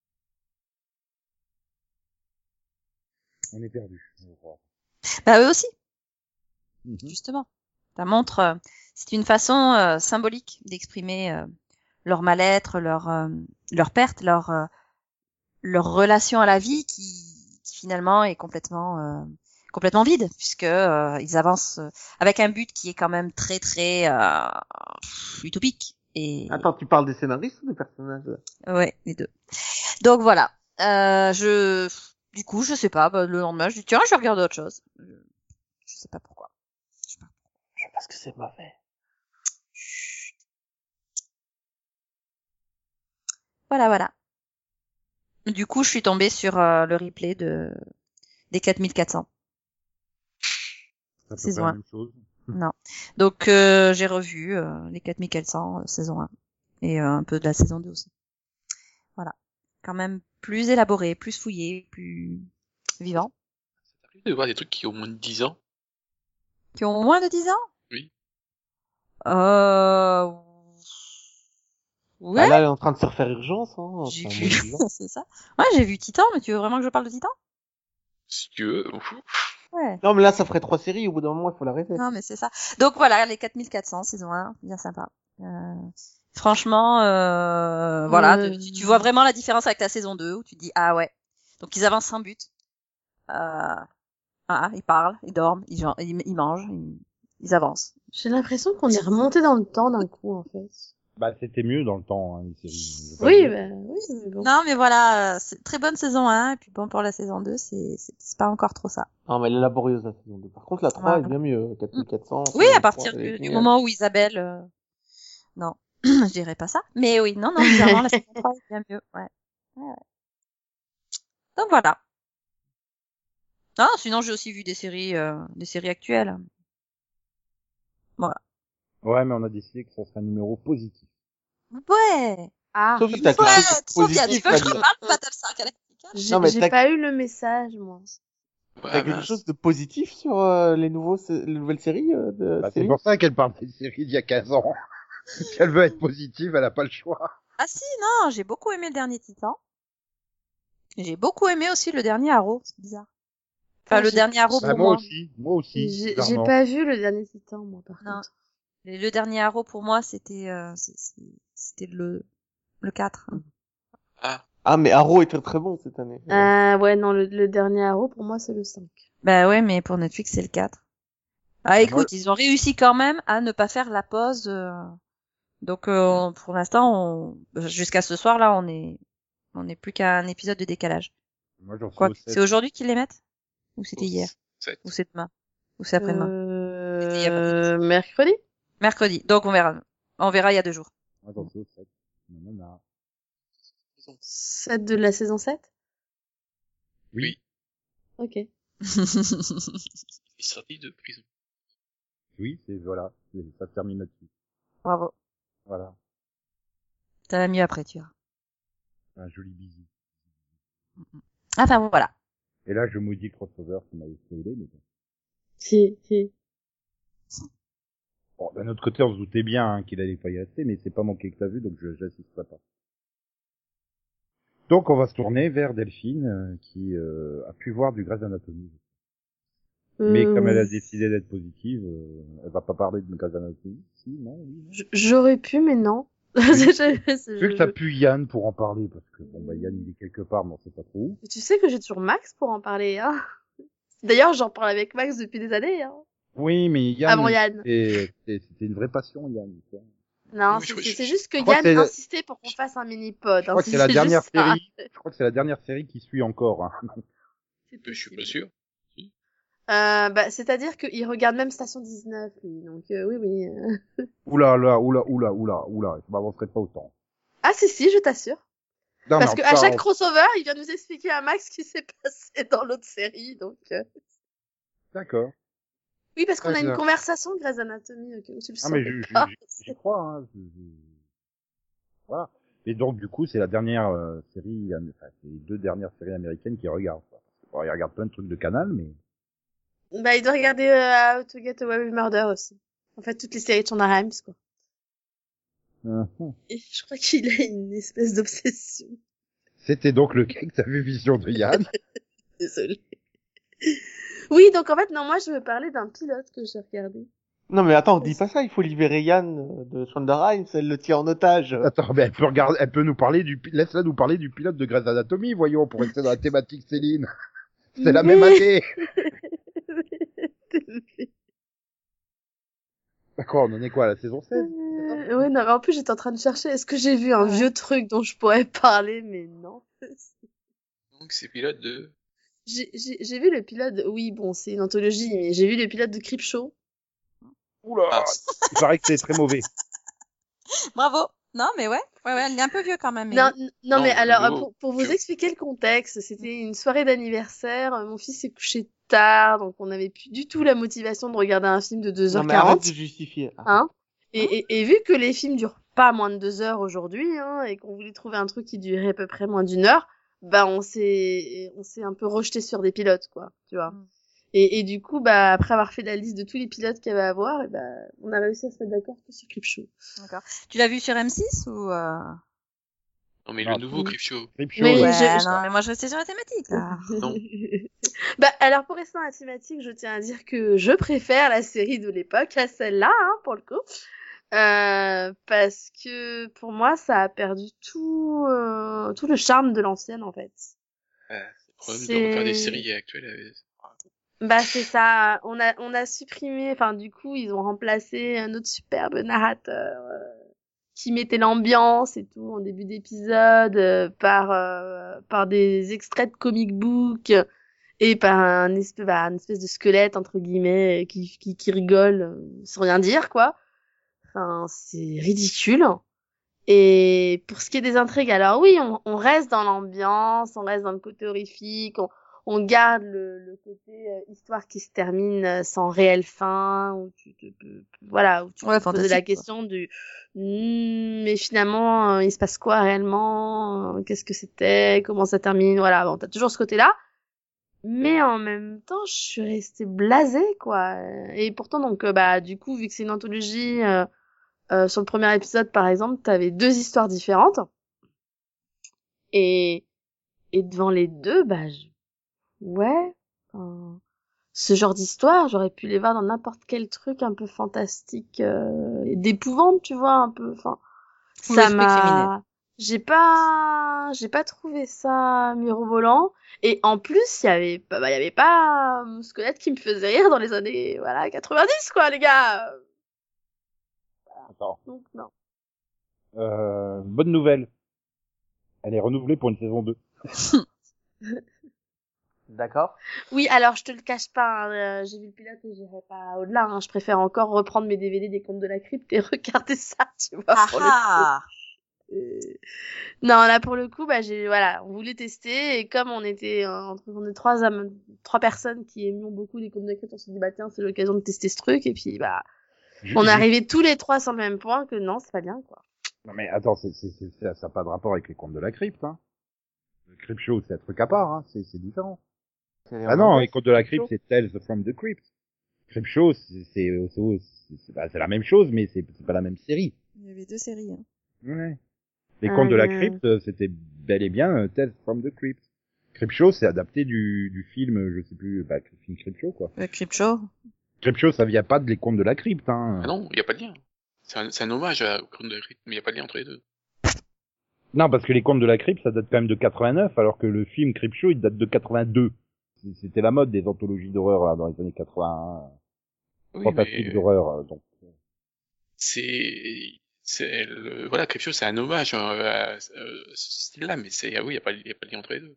[SPEAKER 2] On est perdu. je crois.
[SPEAKER 3] Bah eux aussi,
[SPEAKER 2] Mhm.
[SPEAKER 3] justement. Ça montre, euh, c'est une façon euh, symbolique d'exprimer euh, leur mal-être, leur euh, leur perte, leur euh, leur relation à la vie qui, qui finalement est complètement euh, complètement vide puisque euh, ils avancent euh, avec un but qui est quand même très très euh, utopique et
[SPEAKER 4] Attends, tu parles des scénaristes ou des personnages?
[SPEAKER 3] ouais les deux. Donc voilà. Euh, je du coup je sais pas. Bah, le lendemain je dis tiens je vais regarder autre chose. Je, je sais pas pourquoi. Je sais pas.
[SPEAKER 4] Je pense que c'est mauvais.
[SPEAKER 3] Voilà voilà. Du coup je suis tombée sur euh, le replay de des quatre mille quatre cents.
[SPEAKER 2] C'est à peu
[SPEAKER 3] Saison
[SPEAKER 2] près la
[SPEAKER 3] un.
[SPEAKER 2] même chose.
[SPEAKER 3] Non. Donc euh, j'ai revu euh, les quatre mille quatre cents euh, saison un et euh, un peu de la saison deux aussi. Voilà. quand même plus élaboré, plus fouillé, plus vivant.
[SPEAKER 5] Ça t'arrive de voir des trucs qui ont moins de dix ans?
[SPEAKER 3] Qui ont moins de dix ans?
[SPEAKER 5] Oui.
[SPEAKER 3] Euh... Ouais,
[SPEAKER 4] Bah, là, elle est en train de se refaire urgence, hein.
[SPEAKER 3] j'ai
[SPEAKER 4] Enfin,
[SPEAKER 3] vu,
[SPEAKER 4] moins de dix ans.
[SPEAKER 3] c'est ça. Ouais, j'ai vu Titan, mais tu veux vraiment que je parle de Titan?
[SPEAKER 5] Si tu veux. Ouf.
[SPEAKER 3] Ouais.
[SPEAKER 4] Non, mais là, ça ferait trois séries. Au bout d'un moment, il faut l'arrêter.
[SPEAKER 3] Non, mais c'est ça. Donc voilà, les quatre mille quatre cents, saison un, bien sympa. Euh, franchement, euh, voilà,
[SPEAKER 6] Euh.
[SPEAKER 3] tu, tu vois vraiment la différence avec la saison deux, où tu te dis, ah ouais. Donc ils avancent sans but. Euh, ah, ils parlent, ils dorment, ils, gen- ils, ils mangent, ils, ils avancent.
[SPEAKER 6] J'ai l'impression qu'on est remonté dans le temps d'un coup, en fait.
[SPEAKER 2] Bah, c'était mieux dans le temps, hein, les séries. je veux pas
[SPEAKER 6] Oui,
[SPEAKER 2] dire.
[SPEAKER 6] bah, oui, mais bon.
[SPEAKER 3] Non, mais voilà, euh, c'est très bonne saison un, et puis bon, pour la saison deux, c'est, c'est, c'est pas encore trop ça.
[SPEAKER 4] Non, mais elle est laborieuse, la saison deux. Par contre, la trois
[SPEAKER 3] Ouais.
[SPEAKER 4] est bien mieux. quatre mille quatre cents.
[SPEAKER 3] Oui,
[SPEAKER 4] saison
[SPEAKER 3] à partir
[SPEAKER 4] trois, elle est
[SPEAKER 3] du, du
[SPEAKER 4] géniale.
[SPEAKER 3] moment où Isabelle, euh, non, je dirais pas ça, mais oui, non, non, bizarrement, la saison trois est bien mieux, ouais. Ouais, ouais. Donc voilà. Non, sinon j'ai aussi vu des séries, euh, des séries actuelles. Voilà.
[SPEAKER 2] Ouais, mais on a décidé que ça serait un numéro positif.
[SPEAKER 3] Ouais.
[SPEAKER 6] Ah,
[SPEAKER 4] Sauf si t'as quelque
[SPEAKER 3] Ouais,
[SPEAKER 4] chose de
[SPEAKER 3] Sophia, tu
[SPEAKER 4] positif
[SPEAKER 3] veux
[SPEAKER 4] à
[SPEAKER 3] que je
[SPEAKER 4] dire.
[SPEAKER 3] reparle de Battlestar Galactica?
[SPEAKER 6] j'ai
[SPEAKER 4] Non, mais
[SPEAKER 6] j'ai
[SPEAKER 4] t'as-
[SPEAKER 6] pas eu le message, moi.
[SPEAKER 4] T'as
[SPEAKER 5] Ouais,
[SPEAKER 4] quelque
[SPEAKER 5] mince.
[SPEAKER 4] chose de positif sur euh, les nouveaux, sé- les nouvelles séries euh, de
[SPEAKER 2] Bah, c'est
[SPEAKER 4] séries
[SPEAKER 2] pour ça qu'elle parle des séries d'il y a quinze ans. Si elle veut être positive, elle a pas le choix.
[SPEAKER 3] Ah si, non, j'ai beaucoup aimé le dernier Titan. Et j'ai beaucoup aimé aussi le dernier Arrow, c'est bizarre. Enfin,
[SPEAKER 6] Ah,
[SPEAKER 3] le
[SPEAKER 6] j'ai-
[SPEAKER 3] dernier Arrow
[SPEAKER 2] Bah,
[SPEAKER 3] pour
[SPEAKER 2] moi
[SPEAKER 3] moi.
[SPEAKER 2] aussi, moi aussi.
[SPEAKER 6] J'ai j'ai
[SPEAKER 2] bizarrement.
[SPEAKER 6] pas vu le dernier Titan, moi, par
[SPEAKER 3] Non.
[SPEAKER 6] contre.
[SPEAKER 3] Le, le dernier Arrow pour moi, c'était, euh, c'est- c'est- c'était le, le quatre. hein.
[SPEAKER 5] Ah,
[SPEAKER 4] Ah, mais Arrow était très bon cette année.
[SPEAKER 6] Ah, ouais, non, le, le dernier Arrow, pour moi, c'est le cinq.
[SPEAKER 3] Bah ouais, mais pour Netflix, c'est le quatre. Ah, écoute, ils ont réussi quand même à ne pas faire la pause. euh, Donc, euh, pour l'instant, on... jusqu'à ce soir, là, on est, on n'est plus qu'à un épisode de décalage.
[SPEAKER 2] Moi, j'en suis
[SPEAKER 3] Quoi
[SPEAKER 2] au
[SPEAKER 3] C'est
[SPEAKER 2] sept.
[SPEAKER 3] aujourd'hui qu'ils les mettent? Ou c'était hier?
[SPEAKER 5] sept.
[SPEAKER 3] Ou c'est demain? Ou c'est après-demain? C'était il y a pas
[SPEAKER 6] Euh, mercredi?
[SPEAKER 3] Mercredi. Donc, on verra. On verra il y a deux jours.
[SPEAKER 2] Moi, j'en suis au sept. Nanana.
[SPEAKER 6] sept de la saison sept?
[SPEAKER 5] Oui.
[SPEAKER 6] Ok.
[SPEAKER 5] Il est sorti de prison.
[SPEAKER 2] Oui, c'est, voilà. c'est- Ça se termine là-dessus.
[SPEAKER 3] Bravo.
[SPEAKER 2] Voilà.
[SPEAKER 3] Ça va mieux après, tu vois.
[SPEAKER 2] Un joli bisou.
[SPEAKER 3] Enfin, voilà.
[SPEAKER 2] Et là, je maudis le crossover qui m'avait spoilé, mais bon.
[SPEAKER 6] Si, si.
[SPEAKER 2] Bon, d'un autre côté, on se doutait bien hein, qu'il allait pas y rester, mais c'est pas manqué que t'as vu, donc je, j'assisterai pas. Donc, on va se tourner vers Delphine, euh, qui euh, a pu voir du Grey's Anatomy. Mais
[SPEAKER 6] Euh,
[SPEAKER 2] comme elle a décidé d'être positive, euh, elle va pas parler de Grey's Anatomy. Si, non, oui, non.
[SPEAKER 6] j- J'aurais pu, mais non.
[SPEAKER 2] Oui.
[SPEAKER 6] Je- je-
[SPEAKER 2] Vu que
[SPEAKER 6] je-
[SPEAKER 2] t'as pu Yann pour en parler, parce que bon bah Yann il est quelque part, mais on sait pas trop où.
[SPEAKER 6] Tu sais que j'ai toujours Max pour en parler, hein. D'ailleurs, j'en parle avec Max depuis des années, hein.
[SPEAKER 2] Oui, mais Yann,
[SPEAKER 6] Avant Yann.
[SPEAKER 2] c'est- c'est- c'était une vraie passion, Yann. tu vois.
[SPEAKER 6] Non,
[SPEAKER 5] Oui,
[SPEAKER 6] c'est
[SPEAKER 5] je-
[SPEAKER 6] c'est-
[SPEAKER 5] je-
[SPEAKER 6] c'est juste que
[SPEAKER 2] je crois
[SPEAKER 6] Yann
[SPEAKER 2] que c'est la-
[SPEAKER 6] insistait pour qu'on fasse un mini-pod.
[SPEAKER 2] Je crois que c'est la dernière série. Je crois que c'est la dernière série qui suit encore. Hein.
[SPEAKER 5] Je suis pas sûr.
[SPEAKER 6] Euh, bah, c'est-à-dire qu'il regarde même Station dix-neuf, lui. Donc, euh, oui, oui. euh.
[SPEAKER 2] Oula, là, oula, oula, oula, oula, je m'avancerai pas autant.
[SPEAKER 6] Ah, si, si, je t'assure.
[SPEAKER 2] Non,
[SPEAKER 6] Parce
[SPEAKER 2] mais
[SPEAKER 6] que
[SPEAKER 2] en
[SPEAKER 6] à
[SPEAKER 2] tout
[SPEAKER 6] chaque
[SPEAKER 2] cas,
[SPEAKER 6] crossover, il vient nous expliquer à Max ce qui s'est passé dans l'autre série, donc... euh.
[SPEAKER 2] d'accord.
[SPEAKER 6] Oui, parce qu'on a
[SPEAKER 2] Ouais,
[SPEAKER 6] une
[SPEAKER 2] c'est-
[SPEAKER 6] conversation de Grey's Anatomy, ok, où tu le
[SPEAKER 2] Ah
[SPEAKER 6] sens
[SPEAKER 2] mais je, je,
[SPEAKER 6] pas.
[SPEAKER 2] je- j'y crois. Hein. je- je- Voilà. Et donc du coup, c'est la dernière euh, série, am- enfin, c'est les deux dernières séries américaines qu'il regarde. Quoi. Bon, il regarde plein de trucs de Canal, mais
[SPEAKER 6] Bah, il doit regarder euh, How to Get Away with Murder aussi. En fait, toutes les séries de Shonda Rhimes, quoi.
[SPEAKER 2] euh,
[SPEAKER 6] Et je crois qu'il a une espèce d'obsession.
[SPEAKER 2] c'était donc le cas que t'avais vision de Yann.
[SPEAKER 6] Désolée. Oui, donc en fait, non, moi, je veux parler d'un pilote que j'ai regardé.
[SPEAKER 4] Non, mais attends, dis pas ça, il faut libérer Yann euh, de Shonda Rhimes, elle le tient en otage.
[SPEAKER 2] Attends, mais elle peut regarder, elle peut nous parler du, pi- laisse-la nous parler du pilote de Grey's Anatomy, voyons, pour rester dans la thématique Céline. C'est la
[SPEAKER 6] Mais-
[SPEAKER 2] même année. D'accord, on en est quoi, à la saison sept?
[SPEAKER 6] Euh, ouais, non, mais en plus, j'étais en train de chercher, est-ce que j'ai vu un vieux truc dont je pourrais parler, mais non.
[SPEAKER 5] Donc c'est pilote de...
[SPEAKER 6] J'ai j'ai- j'ai vu le pilote, de- oui, bon, c'est une anthologie, mais j'ai vu le pilote de Creepshow.
[SPEAKER 2] Oula,
[SPEAKER 5] Ah,
[SPEAKER 2] il paraît que c'est très mauvais.
[SPEAKER 3] Bravo. Non, mais ouais. Ouais, ouais, il est un peu vieux quand même. mais
[SPEAKER 6] Non,
[SPEAKER 3] oui.
[SPEAKER 6] n- non,
[SPEAKER 5] Non,
[SPEAKER 6] mais alors,
[SPEAKER 5] nouveau,
[SPEAKER 6] euh, pour, pour vous
[SPEAKER 5] vieux.
[SPEAKER 6] expliquer le contexte, c'était une soirée d'anniversaire, euh, mon fils s'est couché tard, donc on n'avait plus du tout la motivation de regarder un film de deux
[SPEAKER 4] Non,
[SPEAKER 6] heures
[SPEAKER 4] mais arrête
[SPEAKER 6] quarante.
[SPEAKER 4] de justifier.
[SPEAKER 6] Hein et, et, et vu que les films durent pas moins de deux heures aujourd'hui, hein, et qu'on voulait trouver un truc qui durait à peu près moins d'une heure, bah on s'est on s'est un peu rejeté sur des pilotes, quoi, tu vois.
[SPEAKER 3] Mm.
[SPEAKER 6] Et, et du coup, bah après avoir fait la liste de tous les pilotes qu'il y avait à voir, et bah on a réussi à se mettre d'accord que sur Creepshow.
[SPEAKER 3] D'accord. Tu l'as vu sur M six ou euh...
[SPEAKER 5] Non, mais
[SPEAKER 2] Non.
[SPEAKER 5] le nouveau
[SPEAKER 6] Mm.
[SPEAKER 5] Creepshow.
[SPEAKER 2] Creepshow,
[SPEAKER 6] Mais
[SPEAKER 2] là.
[SPEAKER 3] Ouais,
[SPEAKER 6] je-
[SPEAKER 3] non, mais moi je restais sur la thématique là.
[SPEAKER 5] Non.
[SPEAKER 6] Bah alors pour rester dans la thématique, je tiens à dire que je préfère la série de l'époque à celle-là, hein, pour le coup. Euh, parce que pour moi, ça a perdu tout, euh, tout le charme de l'ancienne, en fait.
[SPEAKER 5] Euh, c'est le problème de refaire des
[SPEAKER 6] C'est,
[SPEAKER 5] séries actuelles. euh,
[SPEAKER 6] bah c'est ça. On a, on a supprimé. Enfin, du coup, ils ont remplacé un autre superbe narrateur euh, qui mettait l'ambiance et tout en début d'épisode euh, par, euh, par des extraits de comic book et par un espèce, bah, une espèce de squelette entre guillemets qui, qui, qui rigole euh, sans rien dire, quoi. Enfin, c'est ridicule. Et pour ce qui est des intrigues, alors oui, on, on reste dans l'ambiance, on reste dans le côté horrifique, on, on garde le, le côté euh, histoire qui se termine euh, sans réelle fin, où tu te peux, voilà, où tu
[SPEAKER 3] Ouais,
[SPEAKER 6] peux te poser la
[SPEAKER 3] fantastique, quoi.
[SPEAKER 6] question du, Hmm, mais finalement, euh, il se passe quoi réellement? Euh, Qu'est-ce que c'était? Comment ça termine? Voilà, bon, t'as toujours ce côté-là. Mais en même temps, je suis restée blasée, quoi. Et pourtant, donc, euh, bah, du coup, vu que c'est une anthologie, euh, euh, sur le premier épisode, par exemple, t'avais deux histoires différentes. Et, et devant les deux, bah, je... ouais. Enfin, ce genre d'histoire, j'aurais pu les voir dans n'importe quel truc un peu fantastique, euh, et d'épouvante, tu vois, un peu. Enfin,
[SPEAKER 3] Ou
[SPEAKER 6] ça
[SPEAKER 3] l'esprit criminel.
[SPEAKER 6] m'a, j'ai pas, j'ai pas trouvé ça mirobolant. Et en plus, il y avait pas, bah, il y avait pas un squelette qui me faisait rire dans les années, voilà, quatre-vingt-dix, quoi, les gars.
[SPEAKER 2] Attends.
[SPEAKER 6] Donc, non.
[SPEAKER 2] Euh, bonne nouvelle. Elle est renouvelée pour une saison deux.
[SPEAKER 4] D'accord.
[SPEAKER 6] Oui, alors je te le cache pas, hein, euh, j'ai vu le pilote et j'irai pas au-delà. Hein. Je préfère encore reprendre mes D V D des Contes de la Crypte et regarder ça, tu vois.
[SPEAKER 3] Ah
[SPEAKER 6] pour le
[SPEAKER 3] ah.
[SPEAKER 6] coup. Euh, Non, là pour le coup, bah j'ai voilà, on voulait tester et comme on était euh, entre on est trois am- trois personnes qui aimions beaucoup les Contes de la Crypte, on s'est dit bah tiens c'est l'occasion de tester ce truc et puis bah
[SPEAKER 2] Ju-
[SPEAKER 6] on est
[SPEAKER 2] ju-
[SPEAKER 6] arrivés tous les trois sur le même point que non c'est pas bien quoi.
[SPEAKER 2] Non mais attends, c'est, c'est, c'est, ça n'a pas de rapport avec les contes de la crypte, hein. Le Creepshow, c'est un truc à part, hein. C'est, c'est différent.
[SPEAKER 4] C'est les
[SPEAKER 2] Ah non, les
[SPEAKER 4] Irlandais,
[SPEAKER 2] contes de la
[SPEAKER 4] Creepshow.
[SPEAKER 2] crypte, c'est Tales from the Crypt. Creepshow, c'est, c'est, c'est, c'est, c'est, bah, c'est la même chose, mais c'est, c'est pas la même série.
[SPEAKER 3] Il y avait deux séries. Hein.
[SPEAKER 2] Ouais. Les
[SPEAKER 6] Ah,
[SPEAKER 2] contes de la
[SPEAKER 6] euh.
[SPEAKER 2] crypte, euh, c'était bel et bien euh, Tales from the Crypt. Creepshow, c'est adapté du, du film, je sais plus, bah, le film Creepshow, quoi.
[SPEAKER 3] Le Creepshow.
[SPEAKER 2] Creepshow, ça vient pas de les contes de la crypte, hein.
[SPEAKER 5] Ah non, il y a pas de lien. C'est un, c'est un hommage à, au Conte de la Crypte, mais il y a pas de lien entre les deux.
[SPEAKER 2] Non, parce que les contes de la crypte, ça date quand même de quatre-vingt-neuf, alors que le film Creepshow, il date de quatre-vingt-deux. C'était la mode des anthologies d'horreur, là, dans les années quatre-vingt-un.
[SPEAKER 5] Oui,
[SPEAKER 2] Fantastique
[SPEAKER 5] mais
[SPEAKER 2] d'horreur, euh, donc.
[SPEAKER 5] c'est, c'est le, voilà, Creepshow, c'est un hommage euh, à, à ce style-là, mais c'est, ah oui, il y a pas, il y a pas de lien entre les deux.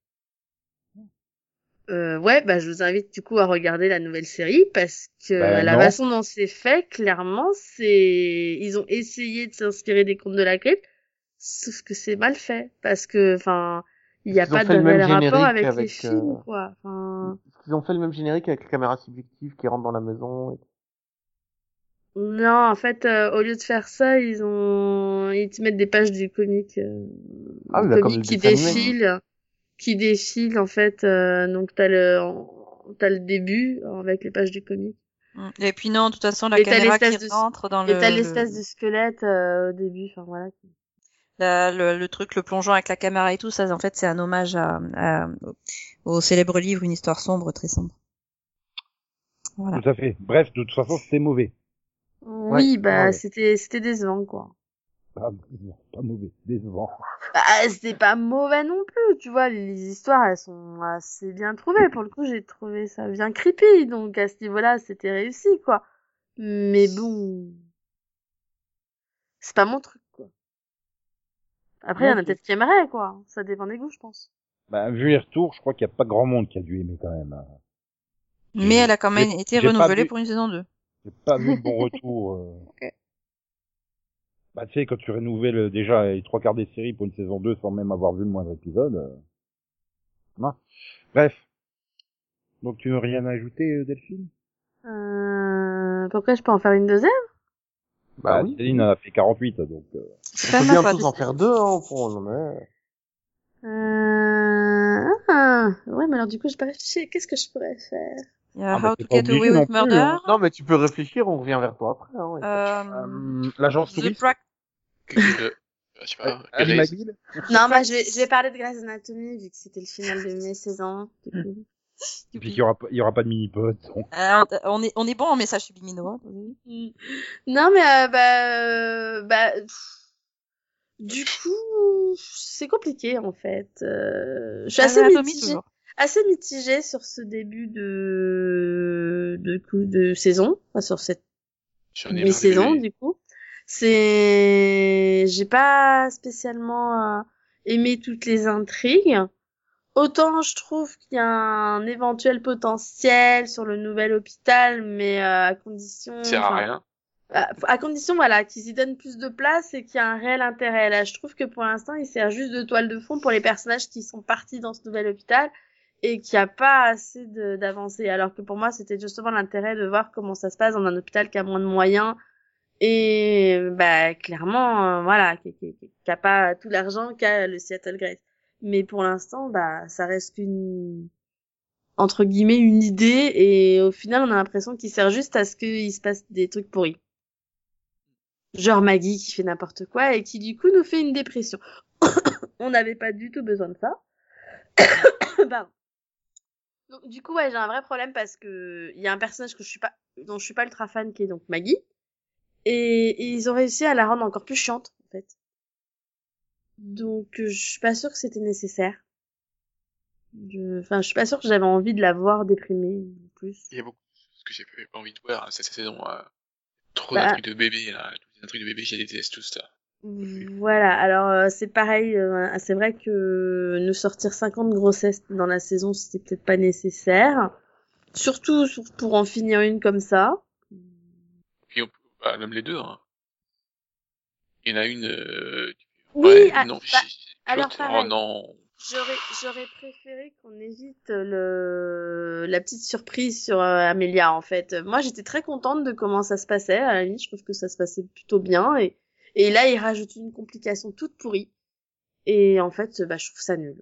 [SPEAKER 6] Euh, ouais, bah je vous invite du coup à regarder la nouvelle série parce que
[SPEAKER 2] Bah,
[SPEAKER 6] la
[SPEAKER 2] non.
[SPEAKER 6] façon dont c'est fait, clairement, c'est ils ont essayé de s'inspirer des Contes de la Crypte, sauf que c'est mal fait parce que enfin il y a
[SPEAKER 4] Ils ont
[SPEAKER 6] pas
[SPEAKER 4] fait
[SPEAKER 6] de
[SPEAKER 4] le même
[SPEAKER 6] réel rapport
[SPEAKER 4] générique
[SPEAKER 6] avec, les
[SPEAKER 4] avec,
[SPEAKER 6] films
[SPEAKER 4] euh,
[SPEAKER 6] quoi. Enfin
[SPEAKER 4] Ils ont fait le même générique avec la caméra subjective qui rentre dans la maison. Et...
[SPEAKER 6] non, en fait euh, au lieu de faire ça, ils ont ils te mettent des pages du comic euh,
[SPEAKER 4] Ah oui,
[SPEAKER 6] du
[SPEAKER 4] bah, comme
[SPEAKER 6] comic
[SPEAKER 4] le
[SPEAKER 6] qui
[SPEAKER 4] dessin animé.
[SPEAKER 6] défile qui défile en fait euh, donc t'as le t'as le début avec les pages du comic.
[SPEAKER 3] Mm. Et puis non, de toute façon, la
[SPEAKER 6] Et t'as
[SPEAKER 3] caméra qui
[SPEAKER 6] l'espèce de
[SPEAKER 3] rentre dans
[SPEAKER 6] et
[SPEAKER 3] le,
[SPEAKER 6] t'as
[SPEAKER 3] le,
[SPEAKER 6] l'espèce de squelette euh, au début, enfin voilà.
[SPEAKER 3] la- le, le truc, le plongeon avec la caméra et tout, ça, en fait, c'est un hommage à, à- au, au célèbre livre Une histoire sombre, très sombre. Voilà.
[SPEAKER 2] Tout à fait. Bref, de toute façon, c'était mauvais.
[SPEAKER 6] Oui,
[SPEAKER 4] Ouais,
[SPEAKER 6] bah
[SPEAKER 4] ouais.
[SPEAKER 6] c'était c'était décevant quoi.
[SPEAKER 2] Ah, décevant, pas mauvais, décevant.
[SPEAKER 6] Bah c'était pas mauvais non plus, tu vois, les, les histoires elles sont assez bien trouvées. Pour le coup, j'ai trouvé ça bien creepy, donc à ce niveau-là, c'était réussi quoi. Mais bon, c'est pas mon truc quoi. Après, il y en a
[SPEAKER 4] Ok.
[SPEAKER 6] peut-être qui aimeraient quoi. Ça dépend des goûts, je pense.
[SPEAKER 2] Bah, vu les retours, je crois qu'il y a pas grand monde qui a dû aimer quand même. hein.
[SPEAKER 3] Mais elle a quand même
[SPEAKER 2] J'ai-
[SPEAKER 3] été
[SPEAKER 2] j'ai pas
[SPEAKER 3] renouvelée
[SPEAKER 2] vu-
[SPEAKER 3] pour une saison deux.
[SPEAKER 2] J'ai pas vu de bon retour. euh.
[SPEAKER 3] Ok.
[SPEAKER 2] Bah, tu sais, quand tu renouvelles déjà les trois quarts des séries pour une saison deux sans même avoir vu le moindre épisode. euh, Non. Bref. Donc, tu veux rien ajouter, euh, Delphine?
[SPEAKER 6] Euh... Pourquoi je peux en faire une deuxième?
[SPEAKER 2] Bah,
[SPEAKER 4] oui.
[SPEAKER 2] Céline en a fait quarante-huit, donc... Euh...
[SPEAKER 3] C'est
[SPEAKER 4] On
[SPEAKER 3] pas
[SPEAKER 4] peut
[SPEAKER 3] ma
[SPEAKER 4] bien
[SPEAKER 3] faute.
[SPEAKER 4] tous en faire deux, hein, pour, non mais...
[SPEAKER 6] Euh... Ah, ouais, mais alors du coup, j'ai pas réfléchi. Qu'est-ce que je pourrais faire?
[SPEAKER 3] Il y a
[SPEAKER 2] Ah, bah,
[SPEAKER 3] How
[SPEAKER 2] t'es
[SPEAKER 3] to
[SPEAKER 2] pas
[SPEAKER 3] Get
[SPEAKER 2] obligé
[SPEAKER 3] Away
[SPEAKER 2] non
[SPEAKER 3] with
[SPEAKER 2] plus,
[SPEAKER 3] Murder.
[SPEAKER 2] hein.
[SPEAKER 4] Non, mais tu peux réfléchir, on revient vers toi après, hein.
[SPEAKER 3] Euh,
[SPEAKER 2] Euh, L'agence
[SPEAKER 3] The
[SPEAKER 2] touriste,
[SPEAKER 3] Prac-
[SPEAKER 5] Que, que, je sais pas,
[SPEAKER 2] Harry
[SPEAKER 5] Grey's.
[SPEAKER 2] McGill.
[SPEAKER 6] Non, bah, je vais, je vais parler de Grey's Anatomy, vu que c'était le final de mes saisons. Du coup.
[SPEAKER 2] Et puis qu'il y aura pas, il y aura pas de mini-pod, donc...
[SPEAKER 3] Euh, on est, on est bon en message subliminaux. Hein,
[SPEAKER 6] Mm. Non, mais euh, bah, euh, bah pff, du coup, c'est compliqué en fait. Euh, je suis assez
[SPEAKER 3] Anatomie,
[SPEAKER 6] mitigée,
[SPEAKER 3] toujours.
[SPEAKER 6] assez mitigée sur ce début de de coup de saison, enfin, sur cette
[SPEAKER 5] J'en ai marre des
[SPEAKER 6] mi-saison
[SPEAKER 5] bébés.
[SPEAKER 6] du coup. C'est, j'ai pas spécialement euh, aimé toutes les intrigues. Autant je trouve qu'il y a un éventuel potentiel sur le nouvel hôpital, mais euh, à condition,
[SPEAKER 5] Ça sert à
[SPEAKER 6] enfin,
[SPEAKER 5] rien.
[SPEAKER 6] à, à condition, voilà, qu'ils y donnent plus de place et qu'il y a un réel intérêt. Là, je trouve que pour l'instant, il sert juste de toile de fond pour les personnages qui sont partis dans ce nouvel hôpital et qu'il n'y a pas assez de- d'avancées. Alors que pour moi, c'était justement l'intérêt de voir comment ça se passe dans un hôpital qui a moins de moyens et, bah, clairement, euh, voilà, qui, qui, qui, qui a pas tout l'argent qu'a le Seattle Grace. Mais pour l'instant, bah, ça reste qu'une, entre guillemets, une idée et au final, on a l'impression qu'il sert juste à ce qu'il se passe des trucs pourris. Genre Maggie qui fait n'importe quoi et qui du coup nous fait une dépression. On n'avait pas du tout besoin de ça. Pardon. Donc du coup ouais, j'ai un vrai problème parce que il y a un personnage que je suis pas dont je suis pas ultra fan qui est donc Maggie et, et ils ont réussi à la rendre encore plus chiante en fait. Donc euh, je suis pas sûre que c'était nécessaire. Je... Enfin, je suis pas sûre que j'avais envie de la voir déprimée en plus.
[SPEAKER 5] Il y a beaucoup de choses que j'ai pas envie de voir, hein, cette saison, euh, trop
[SPEAKER 6] Bah,
[SPEAKER 5] d'intrigues de bébés, là. Tous les intrigues de bébés, je les déteste, tout ça.
[SPEAKER 6] Voilà, alors euh, c'est pareil, euh, c'est vrai que nous sortir cinquante grossesses dans la saison, c'était peut-être pas nécessaire. Surtout sur- pour en finir une comme ça.
[SPEAKER 5] Puis on peut, bah, même les deux, hein. Il y en a une, euh,
[SPEAKER 6] Oui,
[SPEAKER 5] ouais,
[SPEAKER 6] ah,
[SPEAKER 5] non,
[SPEAKER 6] bah,
[SPEAKER 5] j'ai-
[SPEAKER 6] alors
[SPEAKER 5] l'autre,
[SPEAKER 6] pareil.
[SPEAKER 5] oh non.
[SPEAKER 6] J'aurais, j'aurais préféré qu'on évite le, la petite surprise sur euh, Amelia, en fait. Moi, j'étais très contente de comment ça se passait. À la limite, je trouve que ça se passait plutôt bien. Et, et là, il rajoute une complication toute pourrie. Et en fait, bah, je trouve ça nul.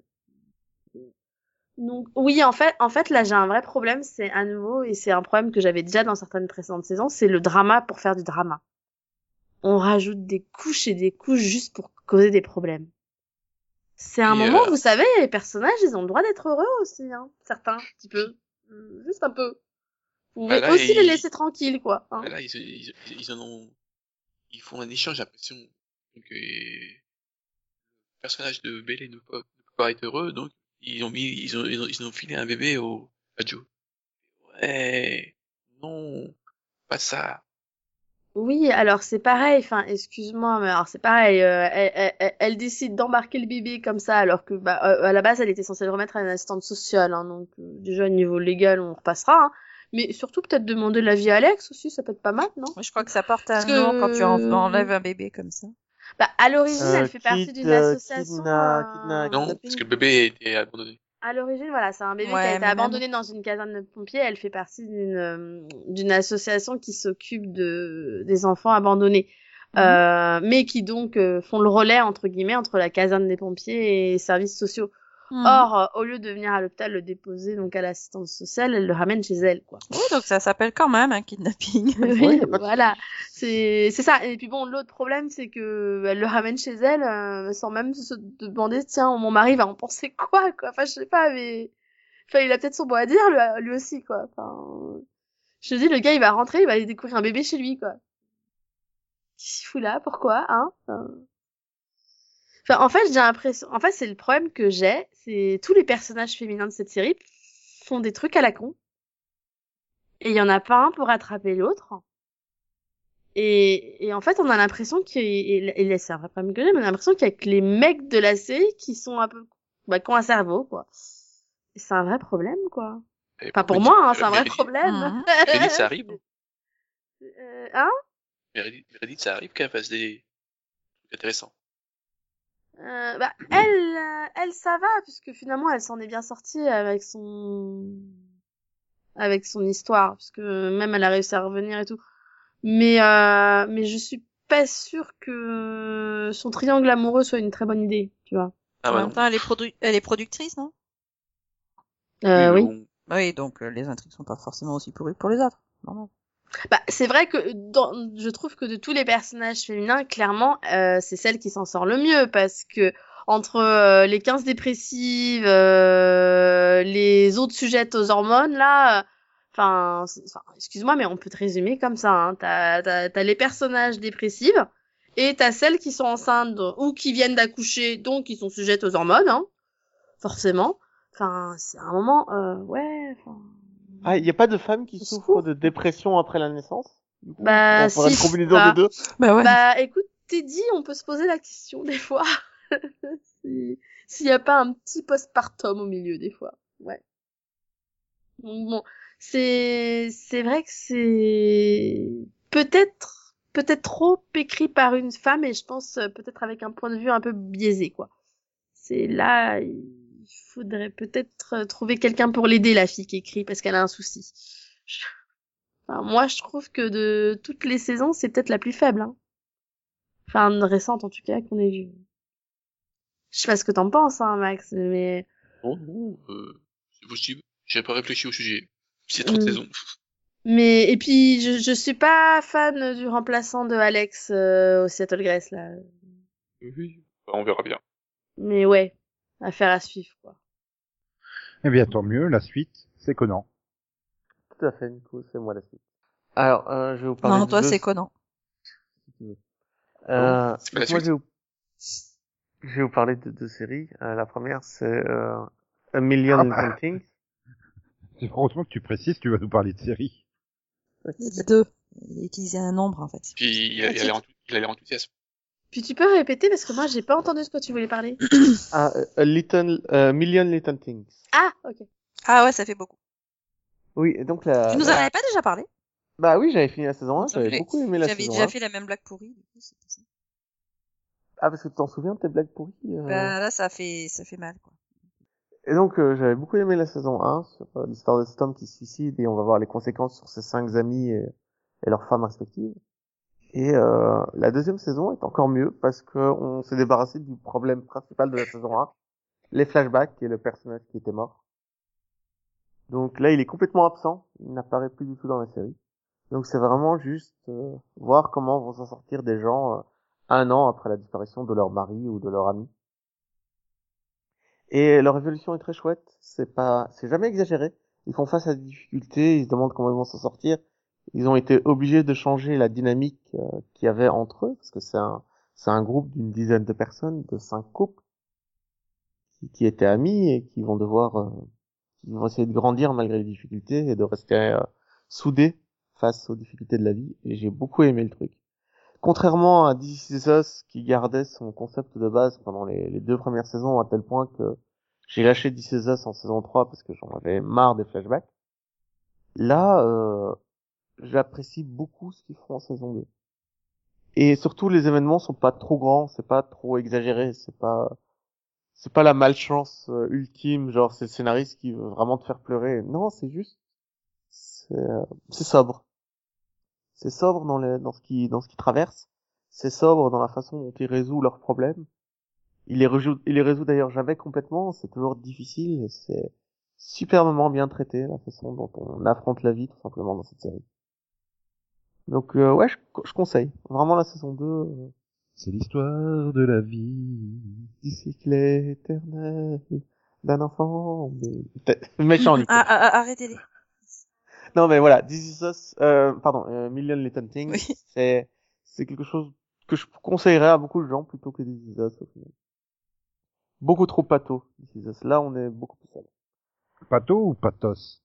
[SPEAKER 6] Donc, oui, en fait, en fait, là, j'ai un vrai problème. C'est à nouveau, et c'est un problème que j'avais déjà dans certaines précédentes saisons, c'est le drama pour faire du drama. On rajoute des couches et des couches juste pour causer des problèmes. C'est un
[SPEAKER 5] Et,
[SPEAKER 6] moment,
[SPEAKER 5] euh,
[SPEAKER 6] vous savez, les personnages, ils ont le droit d'être heureux aussi, hein. Certains, un petit peu. Euh, Juste un peu. Vous pouvez
[SPEAKER 5] Bah là,
[SPEAKER 6] aussi les
[SPEAKER 5] ils-
[SPEAKER 6] laisser tranquilles, quoi. Hein.
[SPEAKER 5] bah là, ils, ils, ils en ont, ils font un échange, j'ai l'impression que le personnage de Bailey ne peut pas, ne peut pas être heureux, donc ils ont mis, ils ont, ils ont, ils ont filé un bébé au, à Joe. Ouais, non, pas ça.
[SPEAKER 6] Oui, alors c'est pareil, enfin, excuse-moi, mais alors c'est pareil, euh, elle, elle, elle- elle décide d'embarquer le bébé comme ça, alors que, bah, euh, à la base, elle était censée le remettre à une assistante sociale, hein, donc, euh, déjà, au niveau légal, on repassera, hein. Mais surtout, peut-être demander l'avis à Alex aussi, ça peut être pas mal, non?
[SPEAKER 3] Moi, je crois que ça porte
[SPEAKER 6] Parce
[SPEAKER 3] un nom quand tu en-
[SPEAKER 6] que-
[SPEAKER 3] enlèves un bébé comme ça.
[SPEAKER 6] Bah, à l'origine,
[SPEAKER 4] Euh,
[SPEAKER 6] elle fait partie
[SPEAKER 4] kid,
[SPEAKER 6] d'une
[SPEAKER 4] euh,
[SPEAKER 6] association,
[SPEAKER 4] kidna-
[SPEAKER 6] euh,
[SPEAKER 4] kidna-
[SPEAKER 5] Non,
[SPEAKER 4] kidnapping.
[SPEAKER 5] parce que le bébé a été abandonné.
[SPEAKER 6] À l'origine, voilà, c'est un bébé
[SPEAKER 3] Ouais,
[SPEAKER 6] qui a été
[SPEAKER 3] mais même-
[SPEAKER 6] abandonné dans une caserne de pompiers. Elle fait partie d'une euh, d'une association qui s'occupe de des enfants abandonnés,
[SPEAKER 3] Mhm.
[SPEAKER 6] euh, mais qui donc euh, font le relais entre guillemets entre la caserne des pompiers et les services sociaux.
[SPEAKER 3] Mhm.
[SPEAKER 6] Or, euh, au lieu de venir à l'hôpital le déposer donc à l'assistance sociale, elle le ramène chez elle, quoi.
[SPEAKER 3] Oui, donc ça s'appelle quand même un kidnapping.
[SPEAKER 6] Oui,
[SPEAKER 4] y a pas de
[SPEAKER 6] voilà, c'est c'est ça. Et puis bon, l'autre problème, c'est que elle le ramène chez elle euh, sans même se demander, tiens, mon mari va en penser quoi, quoi. Enfin, je sais pas, mais enfin, il a peut-être son mot à dire lui, lui aussi, quoi. Enfin, je te dis, le gars, il va rentrer, il va aller découvrir un bébé chez lui, quoi. Qu'est-ce qu'il fout là? Pourquoi, hein? Enfin, enfin, en fait, j'ai l'impression, en fait, c'est le problème que j'ai, c'est tous les personnages féminins de cette série font des trucs à la con. Et il y en a pas un pour attraper l'autre. Et, et en fait, on a l'impression qu'il et, et là, c'est un vrai problème que j'ai, mais on a l'impression qu'il y a que les mecs de la série qui sont un peu, bah, qui ont un cerveau, quoi. Et c'est un vrai problème, quoi.
[SPEAKER 5] Et
[SPEAKER 6] Enfin, pour
[SPEAKER 5] Meredith-
[SPEAKER 6] moi, hein, c'est un vrai
[SPEAKER 5] Meredith-
[SPEAKER 6] problème.
[SPEAKER 3] Mhm.
[SPEAKER 5] Meredith, ça arrive.
[SPEAKER 6] Euh, hein?
[SPEAKER 5] Meredith, Meredith, ça arrive qu'elle fasse des trucs intéressants.
[SPEAKER 6] Euh, bah, elle, euh, elle, ça va, puisque finalement, elle s'en est bien sortie avec son, avec son histoire, puisque même elle a réussi à revenir et tout. Mais euh, mais je suis pas sûre que son triangle amoureux soit une très bonne idée, tu vois.
[SPEAKER 5] Ah
[SPEAKER 3] En
[SPEAKER 5] bah
[SPEAKER 3] même
[SPEAKER 5] non.
[SPEAKER 3] temps, elle est, produ- elle est productrice, non?
[SPEAKER 6] Euh,
[SPEAKER 5] mais
[SPEAKER 6] oui.
[SPEAKER 5] bon,
[SPEAKER 3] Oui, donc euh, les intrigues sont pas forcément aussi pourries que pour les autres. Normal.
[SPEAKER 6] Bah, c'est vrai que dans, je trouve que de tous les personnages féminins, clairement, euh, c'est celle qui s'en sort le mieux parce que entre euh, les quinze dépressives, euh, les autres sujettes aux hormones, là, enfin, euh, excuse-moi, mais on peut te résumer comme ça. Hein. T'as, t'as, t'as les personnages dépressifs et t'as celles qui sont enceintes ou qui viennent d'accoucher, donc qui sont sujettes aux hormones, hein, forcément. Enfin, c'est un moment, euh, ouais. Enfin...
[SPEAKER 4] Ah, il y a pas de femmes qui
[SPEAKER 6] Au
[SPEAKER 4] souffrent
[SPEAKER 6] secours.
[SPEAKER 4] de dépression après la naissance? Du coup,
[SPEAKER 6] Bah,
[SPEAKER 4] on ferait
[SPEAKER 6] si.
[SPEAKER 4] une combinaison
[SPEAKER 6] Bah,
[SPEAKER 4] des deux.
[SPEAKER 3] Bah ouais.
[SPEAKER 6] Bah, écoute, t'es dit, on peut se poser la question des fois. si, s'il y a pas un petit postpartum au milieu des fois. Ouais. Donc bon, c'est, c'est vrai que c'est peut-être, peut-être trop écrit par une femme et je pense euh, peut-être avec un point de vue un peu biaisé, quoi. C'est là, il faudrait peut-être euh, trouver quelqu'un pour l'aider, la fille qui écrit, parce qu'elle a un souci. Je- Enfin, moi, je trouve que de toutes les saisons, c'est peut-être la plus faible, hein. Enfin, récente en tout cas, qu'on ait vue. Je sais pas ce que t'en penses, hein, Max, mais...
[SPEAKER 5] bon, bon, euh, c'est possible. J'ai pas réfléchi au sujet. C'est trop de
[SPEAKER 6] Mm.
[SPEAKER 5] saisons.
[SPEAKER 6] Mais, et puis, je, je suis pas fan du remplaçant de Alex euh, au Seattle Grace, là.
[SPEAKER 5] Oui. Bah, on verra bien.
[SPEAKER 6] Mais ouais, affaire à suivre, quoi.
[SPEAKER 2] Eh bien, tant mieux, la suite, c'est Conan.
[SPEAKER 4] Tout à fait, Nico, c'est moi la suite. Alors, euh, je vais vous parler
[SPEAKER 3] Non,
[SPEAKER 4] de
[SPEAKER 3] toi,
[SPEAKER 4] deux...
[SPEAKER 3] c'est Conan.
[SPEAKER 4] Euh,
[SPEAKER 5] C'est pas la
[SPEAKER 4] donc moi,
[SPEAKER 5] suite.
[SPEAKER 4] je vais, vous... je vais vous parler de deux séries. Euh, la première, c'est euh, A Million
[SPEAKER 2] Ah
[SPEAKER 4] Little
[SPEAKER 2] bah.
[SPEAKER 4] Things.
[SPEAKER 2] C'est heureusement que tu précises, tu vas nous parler de série.
[SPEAKER 3] Il a dit deux. Il a utilisé un nombre, en fait.
[SPEAKER 5] Puis il a il a l'air enthou- il a l'air enthousiaste.
[SPEAKER 6] Puis tu peux répéter, parce que moi, j'ai pas entendu ce que tu voulais parler.
[SPEAKER 4] Ah, euh, A Little, euh, Million Little Things.
[SPEAKER 6] Ah, ok.
[SPEAKER 3] Ah ouais, ça fait beaucoup.
[SPEAKER 4] Oui, et donc la...
[SPEAKER 3] Tu nous en
[SPEAKER 4] la-
[SPEAKER 3] avais pas déjà parlé?
[SPEAKER 4] Bah oui, j'avais fini la saison un,
[SPEAKER 3] Il me semble
[SPEAKER 4] j'avais
[SPEAKER 3] que
[SPEAKER 4] beaucoup aimé la
[SPEAKER 3] J'avais
[SPEAKER 4] saison
[SPEAKER 3] déjà
[SPEAKER 4] un.
[SPEAKER 3] fait la même blague pourrie. Du coup, c'est pour ça.
[SPEAKER 4] Ah, parce que tu t'en souviens de tes blagues pourries euh...
[SPEAKER 3] Bah là, ça fait, ça fait mal, quoi.
[SPEAKER 4] Et donc, euh, j'avais beaucoup aimé la saison un, sur euh, l'histoire de Storm qui se suicide, et on va voir les conséquences sur ses cinq amis et, et leurs femmes respectives. Et euh, la deuxième saison est encore mieux, parce que on s'est débarrassé du problème principal de la saison un, les flashbacks et le personnage qui était mort. Donc là, il est complètement absent, il n'apparaît plus du tout dans la série. Donc c'est vraiment juste euh, voir comment vont s'en sortir des gens euh, un an après la disparition de leur mari ou de leur ami. Et leur évolution est très chouette, c'est pas, c'est jamais exagéré. Ils font face à des difficultés, ils se demandent comment ils vont s'en sortir. Ils ont été obligés de changer la dynamique euh, qu'il y avait entre eux, parce que c'est un, c'est un groupe d'une dizaine de personnes, de cinq couples, qui, qui étaient amis et qui vont devoir, euh, qui vont essayer de grandir malgré les difficultés et de rester euh, soudés face aux difficultés de la vie. Et j'ai beaucoup aimé le truc. Contrairement à This Is Us, qui gardait son concept de base pendant les, les deux premières saisons, à tel point que j'ai lâché This Is Us en saison trois parce que j'en avais marre des flashbacks. Là, euh, j'apprécie beaucoup ce qu'ils font en saison deux. Et surtout, les événements sont pas trop grands, c'est pas trop exagéré, c'est pas, c'est pas la malchance euh, ultime, genre c'est le scénariste qui veut vraiment te faire pleurer. Non, c'est juste, c'est, euh, c'est sobre. C'est sobre dans, les, dans ce qui, dans ce qui traverse. C'est sobre dans la façon dont il résout leurs problèmes. Il les résout, il les résout d'ailleurs jamais complètement. C'est toujours difficile et c'est superbement bien traité la façon dont on affronte la vie tout simplement dans cette série. Donc euh, ouais, je, je conseille vraiment la saison deux. Euh,
[SPEAKER 2] C'est l'histoire de la vie.
[SPEAKER 4] du cycle éternel d'un enfant. Mais... méchant Nico.
[SPEAKER 3] Ah, ah, ah, arrêtez-les.
[SPEAKER 4] Non mais voilà, This Is Us, euh, pardon, euh, Million Little Things,
[SPEAKER 3] Oui.
[SPEAKER 4] c'est c'est quelque chose que je conseillerais à beaucoup de gens plutôt que This Is Us au final. Beaucoup trop pato, This Is Us. Là, on est beaucoup plus seul.
[SPEAKER 2] Pato ou patos?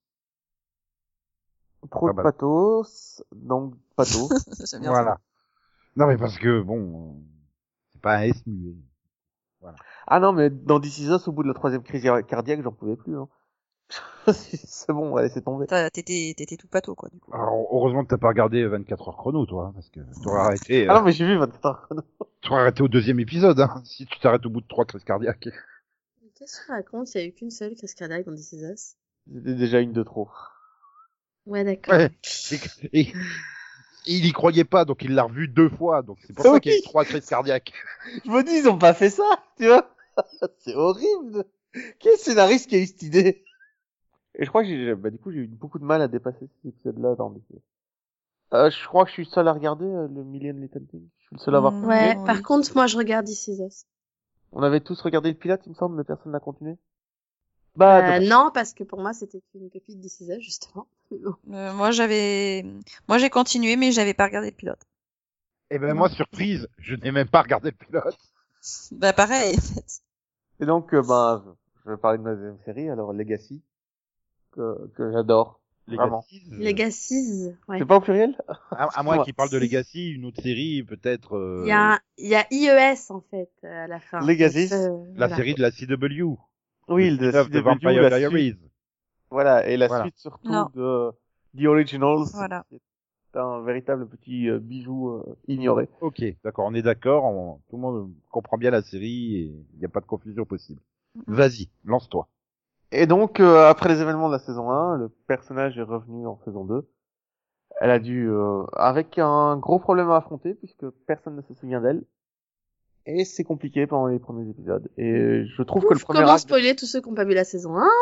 [SPEAKER 4] Trop
[SPEAKER 2] Ah
[SPEAKER 4] de
[SPEAKER 2] bah.
[SPEAKER 4] pathos, donc pato.
[SPEAKER 3] J'aime bien
[SPEAKER 2] Voilà. Non mais parce que, bon, euh, c'est pas un S muet. Voilà.
[SPEAKER 4] Ah non, mais dans This Is Us, au bout de la troisième crise cardiaque, j'en pouvais plus. Hein. C'est bon, on va laisser tomber.
[SPEAKER 3] ça. T'étais, t'étais tout pato, quoi, du coup.
[SPEAKER 2] Alors, heureusement que t'as pas regardé vingt-quatre heures chrono, toi, hein, parce que t'aurais arrêté,
[SPEAKER 4] Ah
[SPEAKER 2] euh,
[SPEAKER 4] non, mais j'ai vu votre temps.
[SPEAKER 2] t'aurais arrêté au deuxième épisode, hein, si tu t'arrêtes au bout de trois crises cardiaques.
[SPEAKER 6] Qu'est-ce que tu racontes? Il y a eu qu'une seule crise cardiaque dans This Is Us.
[SPEAKER 4] C'était déjà une de trop.
[SPEAKER 6] Ouais, d'accord.
[SPEAKER 2] Ouais. Et, et il y croyait pas, donc il l'a revu deux fois, donc c'est pour ça
[SPEAKER 4] Oui.
[SPEAKER 2] qu'il y a eu trois crises cardiaques.
[SPEAKER 4] Je me dis, ils ont pas fait ça, tu vois. C'est horrible. Quel scénariste qui a eu cette idée? Et je crois que j'ai, bah, du coup, j'ai eu beaucoup de mal à dépasser cet épisode-là dans les... Euh, je crois que je suis le seul à regarder euh, le Million Little Things. Je suis le seul à avoir
[SPEAKER 3] Mm.
[SPEAKER 4] continué.
[SPEAKER 6] Ouais,
[SPEAKER 3] oui.
[SPEAKER 6] par contre, moi, je regarde This Is Us.
[SPEAKER 4] On avait tous regardé le pilote, il me semble, mais personne n'a continué. Bah,
[SPEAKER 6] Euh,
[SPEAKER 4] dommage.
[SPEAKER 6] non, parce que pour moi, c'était une copie de This Is Us, justement. Mais bon.
[SPEAKER 3] Euh, moi, j'avais, moi, j'ai continué, mais j'avais pas regardé le pilote.
[SPEAKER 2] Et ben
[SPEAKER 3] Non.
[SPEAKER 2] moi, surprise, je n'ai même pas regardé le pilote.
[SPEAKER 3] Bah, pareil, en fait.
[SPEAKER 4] Et donc, euh, ben, je vais parler de ma deuxième série, alors Legacy, que, que j'adore.
[SPEAKER 2] Les
[SPEAKER 4] Vraiment.
[SPEAKER 2] Legacies,
[SPEAKER 6] Legacies, ouais.
[SPEAKER 4] C'est pas au pluriel?
[SPEAKER 2] à, à moins
[SPEAKER 4] Ouais.
[SPEAKER 2] qu'il parle de Legacy, une autre série, peut-être euh,
[SPEAKER 6] Il y a, un- il y a I E S, en fait, à la fin.
[SPEAKER 4] Legacies.
[SPEAKER 6] Donc, euh,
[SPEAKER 2] la
[SPEAKER 6] voilà.
[SPEAKER 2] série de la C W.
[SPEAKER 4] Oui,
[SPEAKER 2] le
[SPEAKER 4] le
[SPEAKER 2] spin-off
[SPEAKER 4] C
[SPEAKER 2] de
[SPEAKER 4] W,
[SPEAKER 2] Vampire
[SPEAKER 4] la
[SPEAKER 2] Diaries.
[SPEAKER 4] suite. Voilà, et la
[SPEAKER 2] Voilà.
[SPEAKER 4] suite surtout
[SPEAKER 3] Non.
[SPEAKER 4] de The Originals.
[SPEAKER 3] Voilà.
[SPEAKER 4] C'est un véritable petit euh, bijou euh, ignoré.
[SPEAKER 2] Ok, d'accord, on est d'accord, on- tout le monde comprend bien la série et il n'y a pas de confusion possible. Vas-y, lance-toi.
[SPEAKER 4] Et donc, euh, après les événements de la saison un, le personnage est revenu en saison deux. Elle a dû, euh, avec un gros problème à affronter, puisque personne ne se souvient d'elle. Et c'est compliqué pendant les premiers épisodes. Et je trouve que le
[SPEAKER 6] Ouf,
[SPEAKER 4] premier
[SPEAKER 6] comment
[SPEAKER 4] acte...
[SPEAKER 6] spoiler tous ceux qui n'ont pas vu la saison un?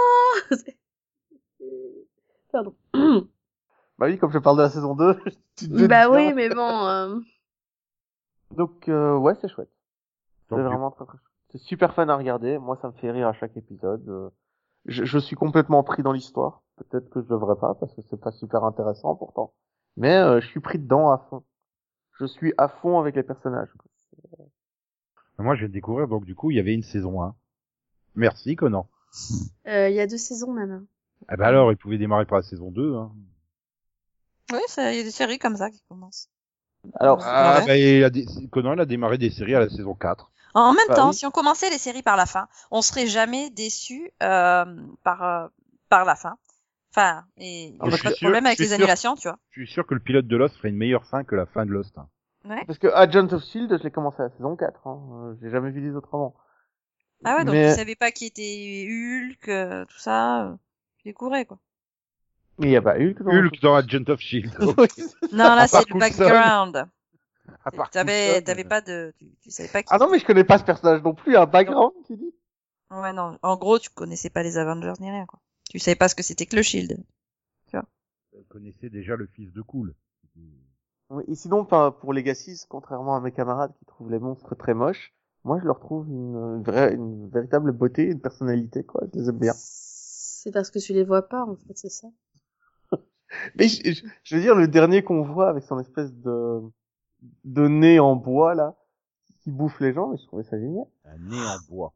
[SPEAKER 6] Pardon.
[SPEAKER 4] Bah oui, comme je parle de la saison deux, tu te doutes
[SPEAKER 6] Bah
[SPEAKER 4] bien.
[SPEAKER 6] oui, mais bon, euh,
[SPEAKER 4] Donc, euh, ouais, c'est chouette. C'est
[SPEAKER 2] Donc, du-
[SPEAKER 4] vraiment très très chouette. C'est super fun à regarder. Moi, ça me fait rire à chaque épisode. Euh, Je, je suis complètement pris dans l'histoire. Peut-être que je devrais pas, parce que c'est pas super intéressant pourtant. Mais euh, je suis pris dedans à fond. Je suis à fond avec les personnages.
[SPEAKER 2] Moi, je viens de découvrir, donc du coup, il y avait une saison un. Merci, Conan.
[SPEAKER 6] euh, il y a deux saisons même.
[SPEAKER 2] Ah bah alors, il pouvait démarrer par la saison deux. Hein.
[SPEAKER 3] Oui, ça- il y a des séries comme ça qui commencent.
[SPEAKER 4] Alors,
[SPEAKER 2] Ah
[SPEAKER 3] Ouais.
[SPEAKER 2] bah, il a dé- Conan, il a démarré des séries à la saison quatre.
[SPEAKER 3] En même
[SPEAKER 4] Bah
[SPEAKER 3] temps,
[SPEAKER 4] oui.
[SPEAKER 3] si on commençait les séries par la fin, on serait jamais déçu euh, par euh, par la fin. Enfin, et il y
[SPEAKER 4] Ah,
[SPEAKER 3] a
[SPEAKER 4] bah,
[SPEAKER 3] pas
[SPEAKER 2] je
[SPEAKER 3] de
[SPEAKER 2] suis sûr-
[SPEAKER 3] problème avec
[SPEAKER 2] je suis
[SPEAKER 3] les
[SPEAKER 2] sûr-
[SPEAKER 3] annulations, tu vois.
[SPEAKER 2] Je suis sûr que le pilote de Lost ferait une meilleure fin que la fin de Lost. Hein.
[SPEAKER 3] Ouais.
[SPEAKER 4] parce que Agents of Shield, je l'ai commencé à la saison quatre. Hein. Euh, J'ai jamais vu les autres avant.
[SPEAKER 3] Ah ouais, donc
[SPEAKER 4] Mais-
[SPEAKER 3] tu savais pas qui était Hulk, euh, tout ça, euh, tu découvrais quoi.
[SPEAKER 4] Mais il y a pas Hulk dans
[SPEAKER 2] Hulk dans Agent of Shield.
[SPEAKER 4] Oui.
[SPEAKER 3] Non, là
[SPEAKER 2] À part
[SPEAKER 3] c'est le
[SPEAKER 2] Coulson.
[SPEAKER 3] background.
[SPEAKER 2] À part
[SPEAKER 3] T'avais
[SPEAKER 2] Coulson,
[SPEAKER 3] t'avais
[SPEAKER 2] euh,
[SPEAKER 3] pas de, tu, tu savais pas qui.
[SPEAKER 4] Ah non, mais je connais pas ce personnage non plus. Un background, tu dis?
[SPEAKER 3] Ouais non, en gros tu connaissais pas les Avengers ni rien quoi. Tu savais pas ce que c'était que le Shield.
[SPEAKER 2] Elle connaissait déjà le fils de Cool.
[SPEAKER 4] Oui, et sinon, pas pour Legacy, contrairement à mes camarades qui trouvent les monstres très moches, moi je leur trouve une, une vraie, une véritable beauté, une personnalité, quoi. Je les aime bien.
[SPEAKER 6] C'est parce que tu les vois pas, en fait, c'est ça.
[SPEAKER 4] Mais je, je- je veux dire, le dernier qu'on voit avec son espèce de, de nez en bois, là, qui bouffe les gens, je trouvais ça génial.
[SPEAKER 2] Un nez en bois.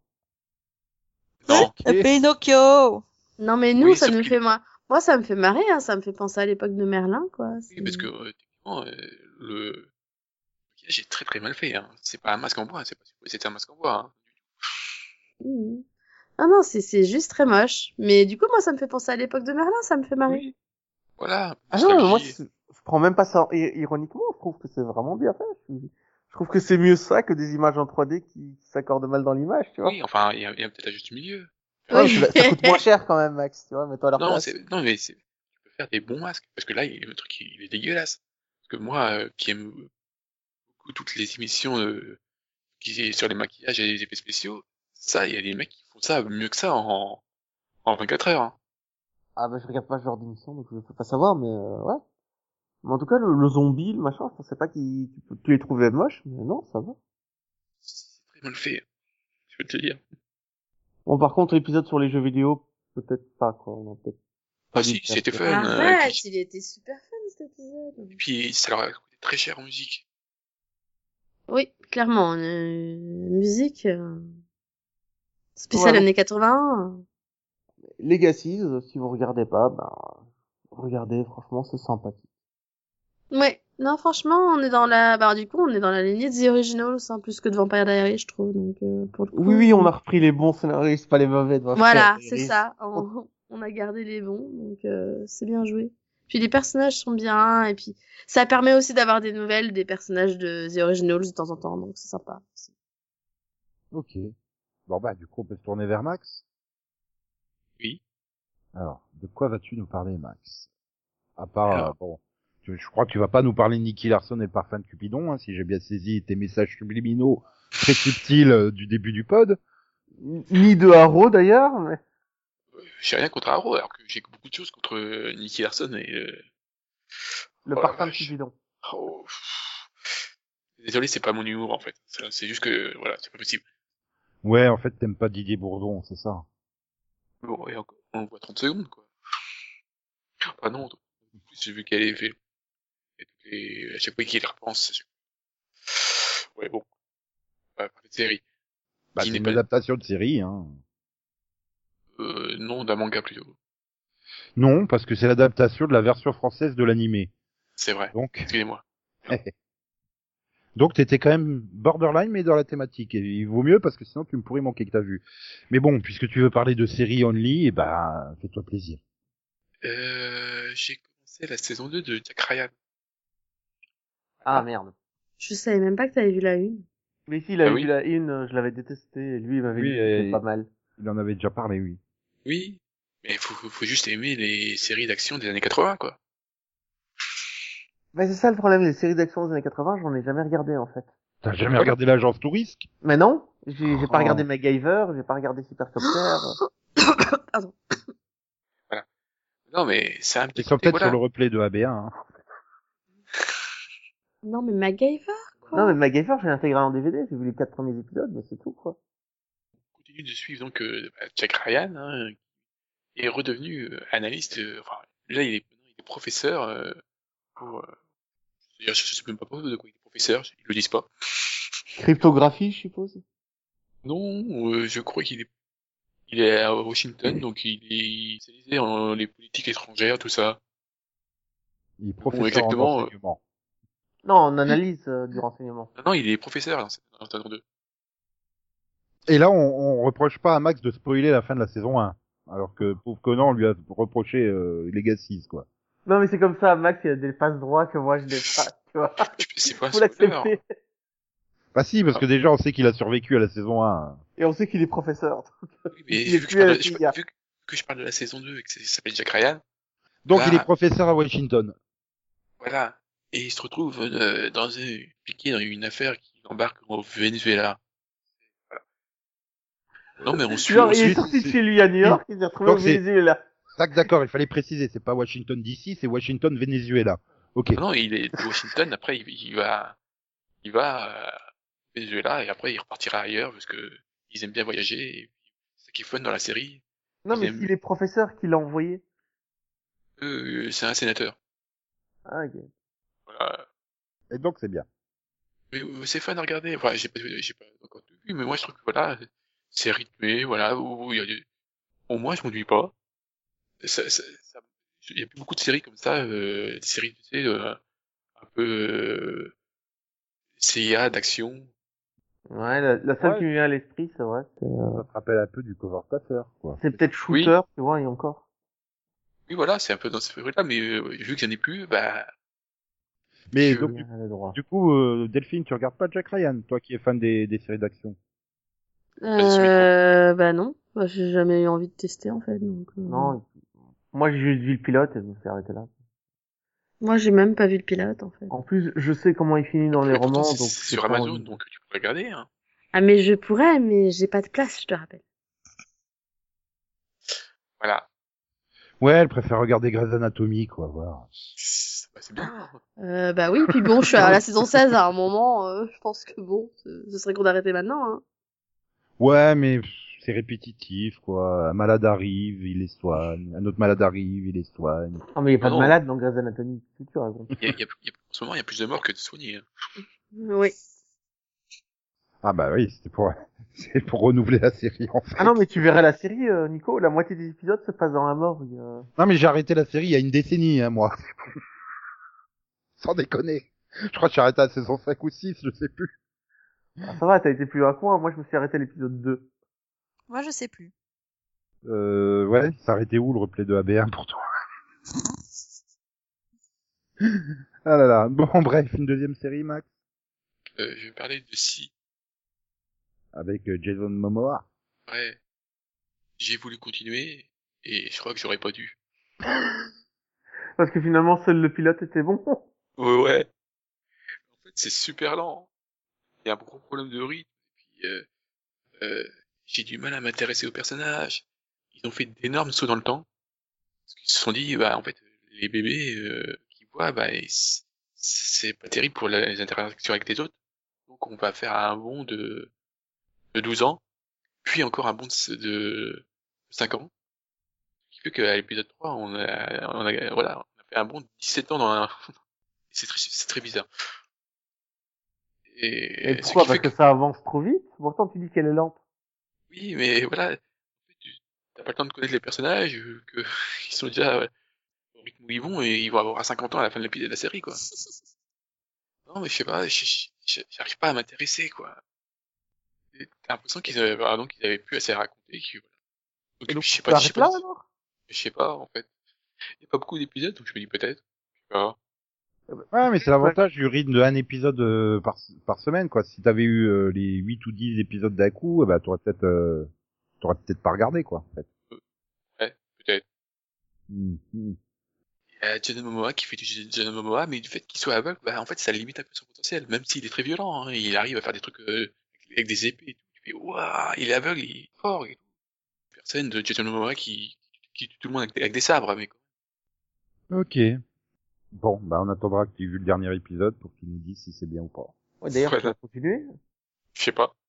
[SPEAKER 5] Non.
[SPEAKER 3] Et Pinocchio.
[SPEAKER 6] Non, mais nous,
[SPEAKER 5] Oui,
[SPEAKER 6] ça
[SPEAKER 5] sauf
[SPEAKER 6] nous
[SPEAKER 5] qu'il-
[SPEAKER 6] fait, moi, moi, ça me fait marrer, hein, ça me fait penser à l'époque de Merlin, quoi.
[SPEAKER 5] Oui,
[SPEAKER 6] C'est-
[SPEAKER 5] parce que euh, techniquement, euh, le maquillage est très très mal fait. Hein. C'est pas un masque en bois, c'est pas c'était un masque en bois. Hein.
[SPEAKER 6] Mhm. Ah non, c'est, c'est juste très moche. Mais du coup, moi, ça me fait penser à l'époque de Merlin, ça me fait marrer.
[SPEAKER 5] Oui. Voilà.
[SPEAKER 4] Ah
[SPEAKER 5] Parce que
[SPEAKER 4] non,
[SPEAKER 5] la
[SPEAKER 4] mais moi,
[SPEAKER 5] vie-
[SPEAKER 4] c'est- je prends même pas ça i- ironiquement, je trouve que c'est vraiment bien fait. Je, je trouve que c'est mieux ça que des images en trois D qui s'accordent mal dans l'image, tu vois.
[SPEAKER 5] oui, enfin, il y a, il y a peut-être un juste milieu.
[SPEAKER 4] Ouais,
[SPEAKER 6] Oui.
[SPEAKER 4] mais ça, ça coûte moins cher quand même, Max, tu vois, mets-toi à leur
[SPEAKER 5] Non,
[SPEAKER 4] place.
[SPEAKER 5] c'est, non, mais c'est, tu peux faire des bons masques. Parce que là, il- le truc, il est dégueulasse. Parce que moi, euh, qui aime beaucoup toutes les émissions euh, qui sur les maquillages et les effets spéciaux, ça, il y a des mecs qui font ça mieux que ça en, en vingt-quatre heures. Hein.
[SPEAKER 4] Ah bah je regarde pas ce genre d'émission, donc je peux pas savoir, mais euh, ouais. Mais en tout cas, le, le zombie, le machin, je pensais pas qu'il tu, peux- tu les trouvais moches, mais non, ça va.
[SPEAKER 5] C'est très mal fait. Je peux te le dire.
[SPEAKER 4] Bon, par contre, l'épisode sur les jeux vidéo, peut-être pas, quoi. On a peut-être pas
[SPEAKER 5] Ah
[SPEAKER 4] dû
[SPEAKER 5] si,
[SPEAKER 4] le faire.
[SPEAKER 5] c'était fun. euh, et
[SPEAKER 6] Arrête,
[SPEAKER 5] puis-
[SPEAKER 6] il était super fun, cet épisode.
[SPEAKER 5] Et puis, ça leur a coûté très cher en musique.
[SPEAKER 6] Oui, clairement, euh, musique, euh, spéciale
[SPEAKER 4] Ouais.
[SPEAKER 6] années quatre-vingts.
[SPEAKER 4] Legacy, euh, si vous regardez pas, ben, regardez, franchement, c'est sympathique.
[SPEAKER 6] Ouais, non, franchement, on est dans la, bah, du coup, on est dans la lignée de The Originals, hein, plus que de Vampire Diaries, je trouve, donc, euh, pour le coup.
[SPEAKER 4] Oui, oui, on a repris les bons scénaristes, pas les mauvais de Vampire
[SPEAKER 6] Voilà,
[SPEAKER 4] Diaries.
[SPEAKER 6] c'est ça. On, on a gardé les bons, donc euh, c'est bien joué. Puis les personnages sont bien, et puis ça permet aussi d'avoir des nouvelles des personnages de The Originals de temps en temps, donc c'est sympa.
[SPEAKER 2] Ok. Bon bah, du coup, on peut se tourner vers Max.
[SPEAKER 5] Oui.
[SPEAKER 2] Alors, de quoi vas-tu nous parler, Max? À part,
[SPEAKER 5] Alors.
[SPEAKER 2] euh, bon, Je je crois que tu vas pas nous parler de Nicky Larson et le parfum de Cupidon, hein, si j'ai bien saisi tes messages subliminaux très subtils euh, du début du pod.
[SPEAKER 4] Ni de Arrow d'ailleurs, mais...
[SPEAKER 5] Euh, J'ai rien contre Arrow, alors que j'ai beaucoup de choses contre euh, Nicky Larson et... Euh...
[SPEAKER 4] Le
[SPEAKER 5] Oh la
[SPEAKER 4] parfum de
[SPEAKER 5] vache.
[SPEAKER 4] Cupidon.
[SPEAKER 5] Oh. Désolé, c'est pas mon humour en fait. C'est c'est juste que, voilà, c'est pas possible.
[SPEAKER 2] Ouais, en fait, t'aimes pas Didier Bourdon, c'est ça.
[SPEAKER 5] Bon, et encore, on le voit trente secondes, quoi. Ah non, en plus, j'ai vu qu'elle est fait. Et, toutes les- à chaque fois qu'il y repense. à chaque- Ouais, bon. On va parler de série.
[SPEAKER 2] Bah,
[SPEAKER 5] Qui
[SPEAKER 2] c'est
[SPEAKER 5] n'est
[SPEAKER 2] une
[SPEAKER 5] pas,
[SPEAKER 2] adaptation de série, hein.
[SPEAKER 5] euh, non, d'un manga plutôt.
[SPEAKER 2] Non, parce que c'est l'adaptation de la version française de l'animé.
[SPEAKER 5] C'est vrai.
[SPEAKER 2] Donc,
[SPEAKER 5] Excusez-moi.
[SPEAKER 2] donc t'étais quand même borderline, mais dans la thématique. Et il vaut mieux parce que sinon tu me pourrais manquer que t'as vu. Mais bon, puisque tu veux parler de série only, et bah, fais-toi plaisir.
[SPEAKER 5] Euh, j'ai commencé la saison deux de Jack Ryan.
[SPEAKER 4] Ah merde.
[SPEAKER 6] Je savais même pas que t'avais vu la une.
[SPEAKER 4] Mais si, il avait
[SPEAKER 5] Ah oui.
[SPEAKER 4] vu la une, euh, je l'avais détesté, et lui, il m'avait
[SPEAKER 2] Oui,
[SPEAKER 4] dit que c'était
[SPEAKER 2] et-
[SPEAKER 4] pas mal.
[SPEAKER 2] Il en avait déjà parlé, oui.
[SPEAKER 5] Oui. Mais faut, faut faut juste aimer les séries d'action des années quatre-vingts, quoi.
[SPEAKER 4] Mais c'est ça le problème, les séries d'action des années quatre-vingts, j'en ai jamais regardé, en fait.
[SPEAKER 2] T'as jamais
[SPEAKER 5] Voilà.
[SPEAKER 2] regardé l'agence Touriste?
[SPEAKER 4] Mais non, j'ai j'ai pas
[SPEAKER 2] Oh.
[SPEAKER 4] regardé MacGyver, j'ai pas regardé Supercopter.
[SPEAKER 6] Pardon.
[SPEAKER 5] Non, mais c'est un petit
[SPEAKER 2] Ils sont
[SPEAKER 5] côté,
[SPEAKER 2] peut-être
[SPEAKER 5] voilà.
[SPEAKER 2] sur le replay de A B un, hein.
[SPEAKER 6] Non, mais MacGyver, quoi.
[SPEAKER 4] Non, mais MacGyver, j'ai intégré en D V D, j'ai vu les quatre premiers épisodes, mais c'est tout, quoi.
[SPEAKER 5] On continue de suivre donc euh, bah, Jack Ryan, hein, est redevenu euh, analyste. euh, enfin, là, il est, il est professeur. Euh, pour, euh, je, je sais même pas de quoi il est professeur. Ils le disent pas.
[SPEAKER 4] Cryptographie, je suppose.
[SPEAKER 5] Non, euh, je crois qu'il est, il est à Washington, donc il est spécialisé en les politiques étrangères, tout ça.
[SPEAKER 2] Il est professeur
[SPEAKER 5] exactement,
[SPEAKER 2] en
[SPEAKER 5] euh.
[SPEAKER 2] enseignement.
[SPEAKER 4] Non, en analyse euh, du renseignement.
[SPEAKER 5] Non, non, il est professeur dans cette dans saison deux.
[SPEAKER 2] Et là, on, on reproche pas à Max de spoiler la fin de la saison un. Alors que pauvre Conan, on lui a reproché euh, Legacies, quoi.
[SPEAKER 4] Non, mais c'est comme ça, Max, il a des passes droits que moi, je n'ai pas, tu vois.
[SPEAKER 5] C'est pas un
[SPEAKER 4] Faut
[SPEAKER 5] spoiler.
[SPEAKER 4] l'accepter.
[SPEAKER 2] Bah si, parce que déjà, on sait qu'il a survécu à la saison un.
[SPEAKER 4] Et on sait qu'il est professeur.
[SPEAKER 5] Oui, mais
[SPEAKER 4] Il est
[SPEAKER 5] vu que, je
[SPEAKER 4] plus à
[SPEAKER 5] parle
[SPEAKER 4] la
[SPEAKER 5] de, je-
[SPEAKER 4] fille, gars.
[SPEAKER 5] vu que je parle de la saison deux et que c'est- ça s'appelle Jack Ryan,
[SPEAKER 2] Donc
[SPEAKER 5] Là-
[SPEAKER 2] il est professeur à Washington.
[SPEAKER 5] voilà. Et il se retrouve euh, dans une, piqué dans une affaire qui l'embarque au Venezuela. Voilà. Non, mais on suit,
[SPEAKER 4] Genre,
[SPEAKER 5] on
[SPEAKER 4] il est
[SPEAKER 5] suit.
[SPEAKER 4] sorti de chez lui à New York, il s'est retrouvé
[SPEAKER 2] Donc
[SPEAKER 4] au
[SPEAKER 2] c'est-
[SPEAKER 4] Venezuela.
[SPEAKER 2] Tac, d'accord, il fallait préciser, c'est pas Washington D C, c'est Washington Venezuela. Ok.
[SPEAKER 5] Non, non, il est de Washington, après il, il va, il va euh, au Venezuela et après il repartira ailleurs parce que ils aiment bien voyager et c'est ça qui est fun dans la série.
[SPEAKER 4] Non,
[SPEAKER 5] Il
[SPEAKER 4] mais
[SPEAKER 5] aime-
[SPEAKER 4] s'il est professeur, qui l'a envoyé.
[SPEAKER 5] Euh, c'est un sénateur.
[SPEAKER 4] Ah, ok.
[SPEAKER 5] Voilà.
[SPEAKER 2] Et donc c'est bien.
[SPEAKER 5] Mais euh, c'est fun à regarder. Enfin, j'ai pas, j'ai pas encore tout vu, mais moi je trouve que voilà, c'est rythmé, voilà, où il y a des... Au moins je m'ennuie pas. Ça, ça, ça... Il y a plus beaucoup de séries comme ça, euh, des séries, tu sais, euh, un peu euh, C I A d'action.
[SPEAKER 4] Ouais, la, la seule
[SPEAKER 2] Ouais.
[SPEAKER 4] qui me vient à l'esprit, c'est vrai, c'est, euh,
[SPEAKER 2] Ça te rappelle un peu du Cover Passer, quoi.
[SPEAKER 4] c'est peut-être Shooter, tu vois, et encore.
[SPEAKER 5] Oui, voilà, c'est un peu dans ce là mais euh, vu qu'il y en ait plus, bah,
[SPEAKER 2] Mais
[SPEAKER 5] Je-
[SPEAKER 2] donc,
[SPEAKER 4] Il
[SPEAKER 2] du,
[SPEAKER 4] a le droit.
[SPEAKER 2] du coup, euh, Delphine, tu regardes pas Jack Ryan, toi qui es fan des, des séries d'action.
[SPEAKER 6] Euh, bah non. Bah, j'ai jamais eu envie de tester, en fait, donc. euh,
[SPEAKER 4] Non, moi j'ai juste vu le pilote et je me suis arrêté là.
[SPEAKER 6] Moi, j'ai même pas vu le pilote, en fait.
[SPEAKER 4] En plus, je sais comment il finit dans les
[SPEAKER 5] mais pourtant,
[SPEAKER 4] romans,
[SPEAKER 5] c'est
[SPEAKER 4] donc
[SPEAKER 5] c'est
[SPEAKER 4] j'ai
[SPEAKER 5] sur
[SPEAKER 4] pas
[SPEAKER 5] Amazon,
[SPEAKER 4] envie.
[SPEAKER 5] donc tu peux regarder, hein.
[SPEAKER 6] Ah, mais je pourrais, mais j'ai pas de place, je te rappelle.
[SPEAKER 5] Voilà.
[SPEAKER 2] Ouais, elle préfère regarder Grey's Anatomy, quoi, voilà.
[SPEAKER 5] C'est bah, c'est bien.
[SPEAKER 6] Euh, bah oui, puis bon, je suis à la saison seize à un moment, euh, je pense que bon, ce ce serait con d'arrêter maintenant, hein.
[SPEAKER 2] Ouais, mais pff, c'est répétitif, quoi. Un malade arrive, il les soigne. Un autre malade arrive, il les soigne.
[SPEAKER 4] Ah, mais il y a pas
[SPEAKER 5] Non,
[SPEAKER 4] de
[SPEAKER 5] non.
[SPEAKER 4] malade dans Grey's Anatomy. Qu'est-ce que tu racontes?
[SPEAKER 5] Il y a, il y a- il y a- en ce moment, il y a plus de morts que de soignés. Hein.
[SPEAKER 6] Oui.
[SPEAKER 2] Ah bah oui, c'était pour, c'est pour renouveler la série, en fait.
[SPEAKER 4] Ah non, mais tu verrais la série, euh, Nico, la moitié des épisodes se passent dans la morgue. euh.
[SPEAKER 2] Non, mais j'ai arrêté la série il y a une décennie, hein, moi. Sans déconner. Je crois que j'ai arrêté à la saison cinq ou six, je sais plus.
[SPEAKER 4] Ah, ça va, t'as été plus loin que moi, moi je me suis arrêté à l'épisode deux.
[SPEAKER 3] Moi, je sais plus.
[SPEAKER 2] Euh, ouais, ça arrêté où le replay de A B un pour toi? Ah là là. Bon, bref, une deuxième série, Max.
[SPEAKER 5] Euh, je vais parler de Si.
[SPEAKER 2] Avec euh, Jason Momoa.
[SPEAKER 5] Ouais. J'ai voulu continuer et je crois que j'aurais pas dû.
[SPEAKER 4] Parce que finalement, seul le pilote était bon.
[SPEAKER 5] Ouais, ouais. En fait, c'est super lent. Il y a un gros problème de rythme. Et puis, euh, euh, j'ai du mal à m'intéresser aux personnages. Ils ont fait d'énormes sauts dans le temps. Parce qu'ils se sont dit, bah, en fait, les bébés euh, qu'ils voient, bah, ils- c'est pas terrible pour la- les interactions avec les autres. Donc, on va faire un bond de, de douze ans. Puis encore un bond de, de cinq ans. Ce qui fait qu'à l'épisode trois, on a, on a, voilà, on a fait un bond de dix-sept ans dans un... c'est très, c'est très bizarre.
[SPEAKER 4] Et
[SPEAKER 5] Et ce
[SPEAKER 4] pourquoi?
[SPEAKER 5] qui
[SPEAKER 4] Parce
[SPEAKER 5] fait
[SPEAKER 4] que
[SPEAKER 5] que,
[SPEAKER 4] ça avance trop vite. Pourtant, tu dis qu'elle est lente.
[SPEAKER 5] oui, mais voilà, tu t'as pas le temps de connaître les personnages, euh, que ils sont déjà ouais, au rythme où ils vont et ils vont avoir cinquante ans à la fin de l'épisode de la série, quoi. Non, mais je sais pas, je- je- j'arrive pas à m'intéresser, quoi. Et t'as l'impression qu'ils avaient, pardon, qu'ils avaient plus assez à raconter, que, voilà.
[SPEAKER 4] Et
[SPEAKER 5] Donc,
[SPEAKER 4] donc,
[SPEAKER 5] je sais
[SPEAKER 4] tu
[SPEAKER 5] pas, je sais
[SPEAKER 4] arrêtes
[SPEAKER 5] pas,
[SPEAKER 4] là, alors?
[SPEAKER 5] je sais pas, en fait. Il y a pas beaucoup d'épisodes, donc je me dis peut-être. Je sais pas.
[SPEAKER 2] Ouais, mais c'est l'avantage du rythme de un épisode euh, par, par semaine, quoi. Si t'avais eu euh, les huit ou dix épisodes d'un coup, eh ben, t'aurais peut-être, euh, t'aurais peut-être pas regardé, quoi, en fait.
[SPEAKER 5] Ouais, peut-être.
[SPEAKER 2] Mm, mm.
[SPEAKER 5] Il y a Jason Momoa qui fait du Jason Momoa, mais du fait qu'il soit aveugle, bah, en fait, ça limite un peu son potentiel, même s'il est très violent, hein. Il arrive à faire des trucs, euh, avec des épées et tout. Tu fais, waouh, il est aveugle, il est fort, et tout. Personne de Jason Momoa qui, qui tue tout le monde avec des, avec des sabres, mais quoi.
[SPEAKER 2] Ok. Bon, bah, on attendra que tu aies vu le dernier épisode pour que tu nous dises si c'est bien ou pas.
[SPEAKER 4] Ouais, d'ailleurs, tu
[SPEAKER 5] Voilà.
[SPEAKER 4] vas continuer.
[SPEAKER 5] Je sais pas.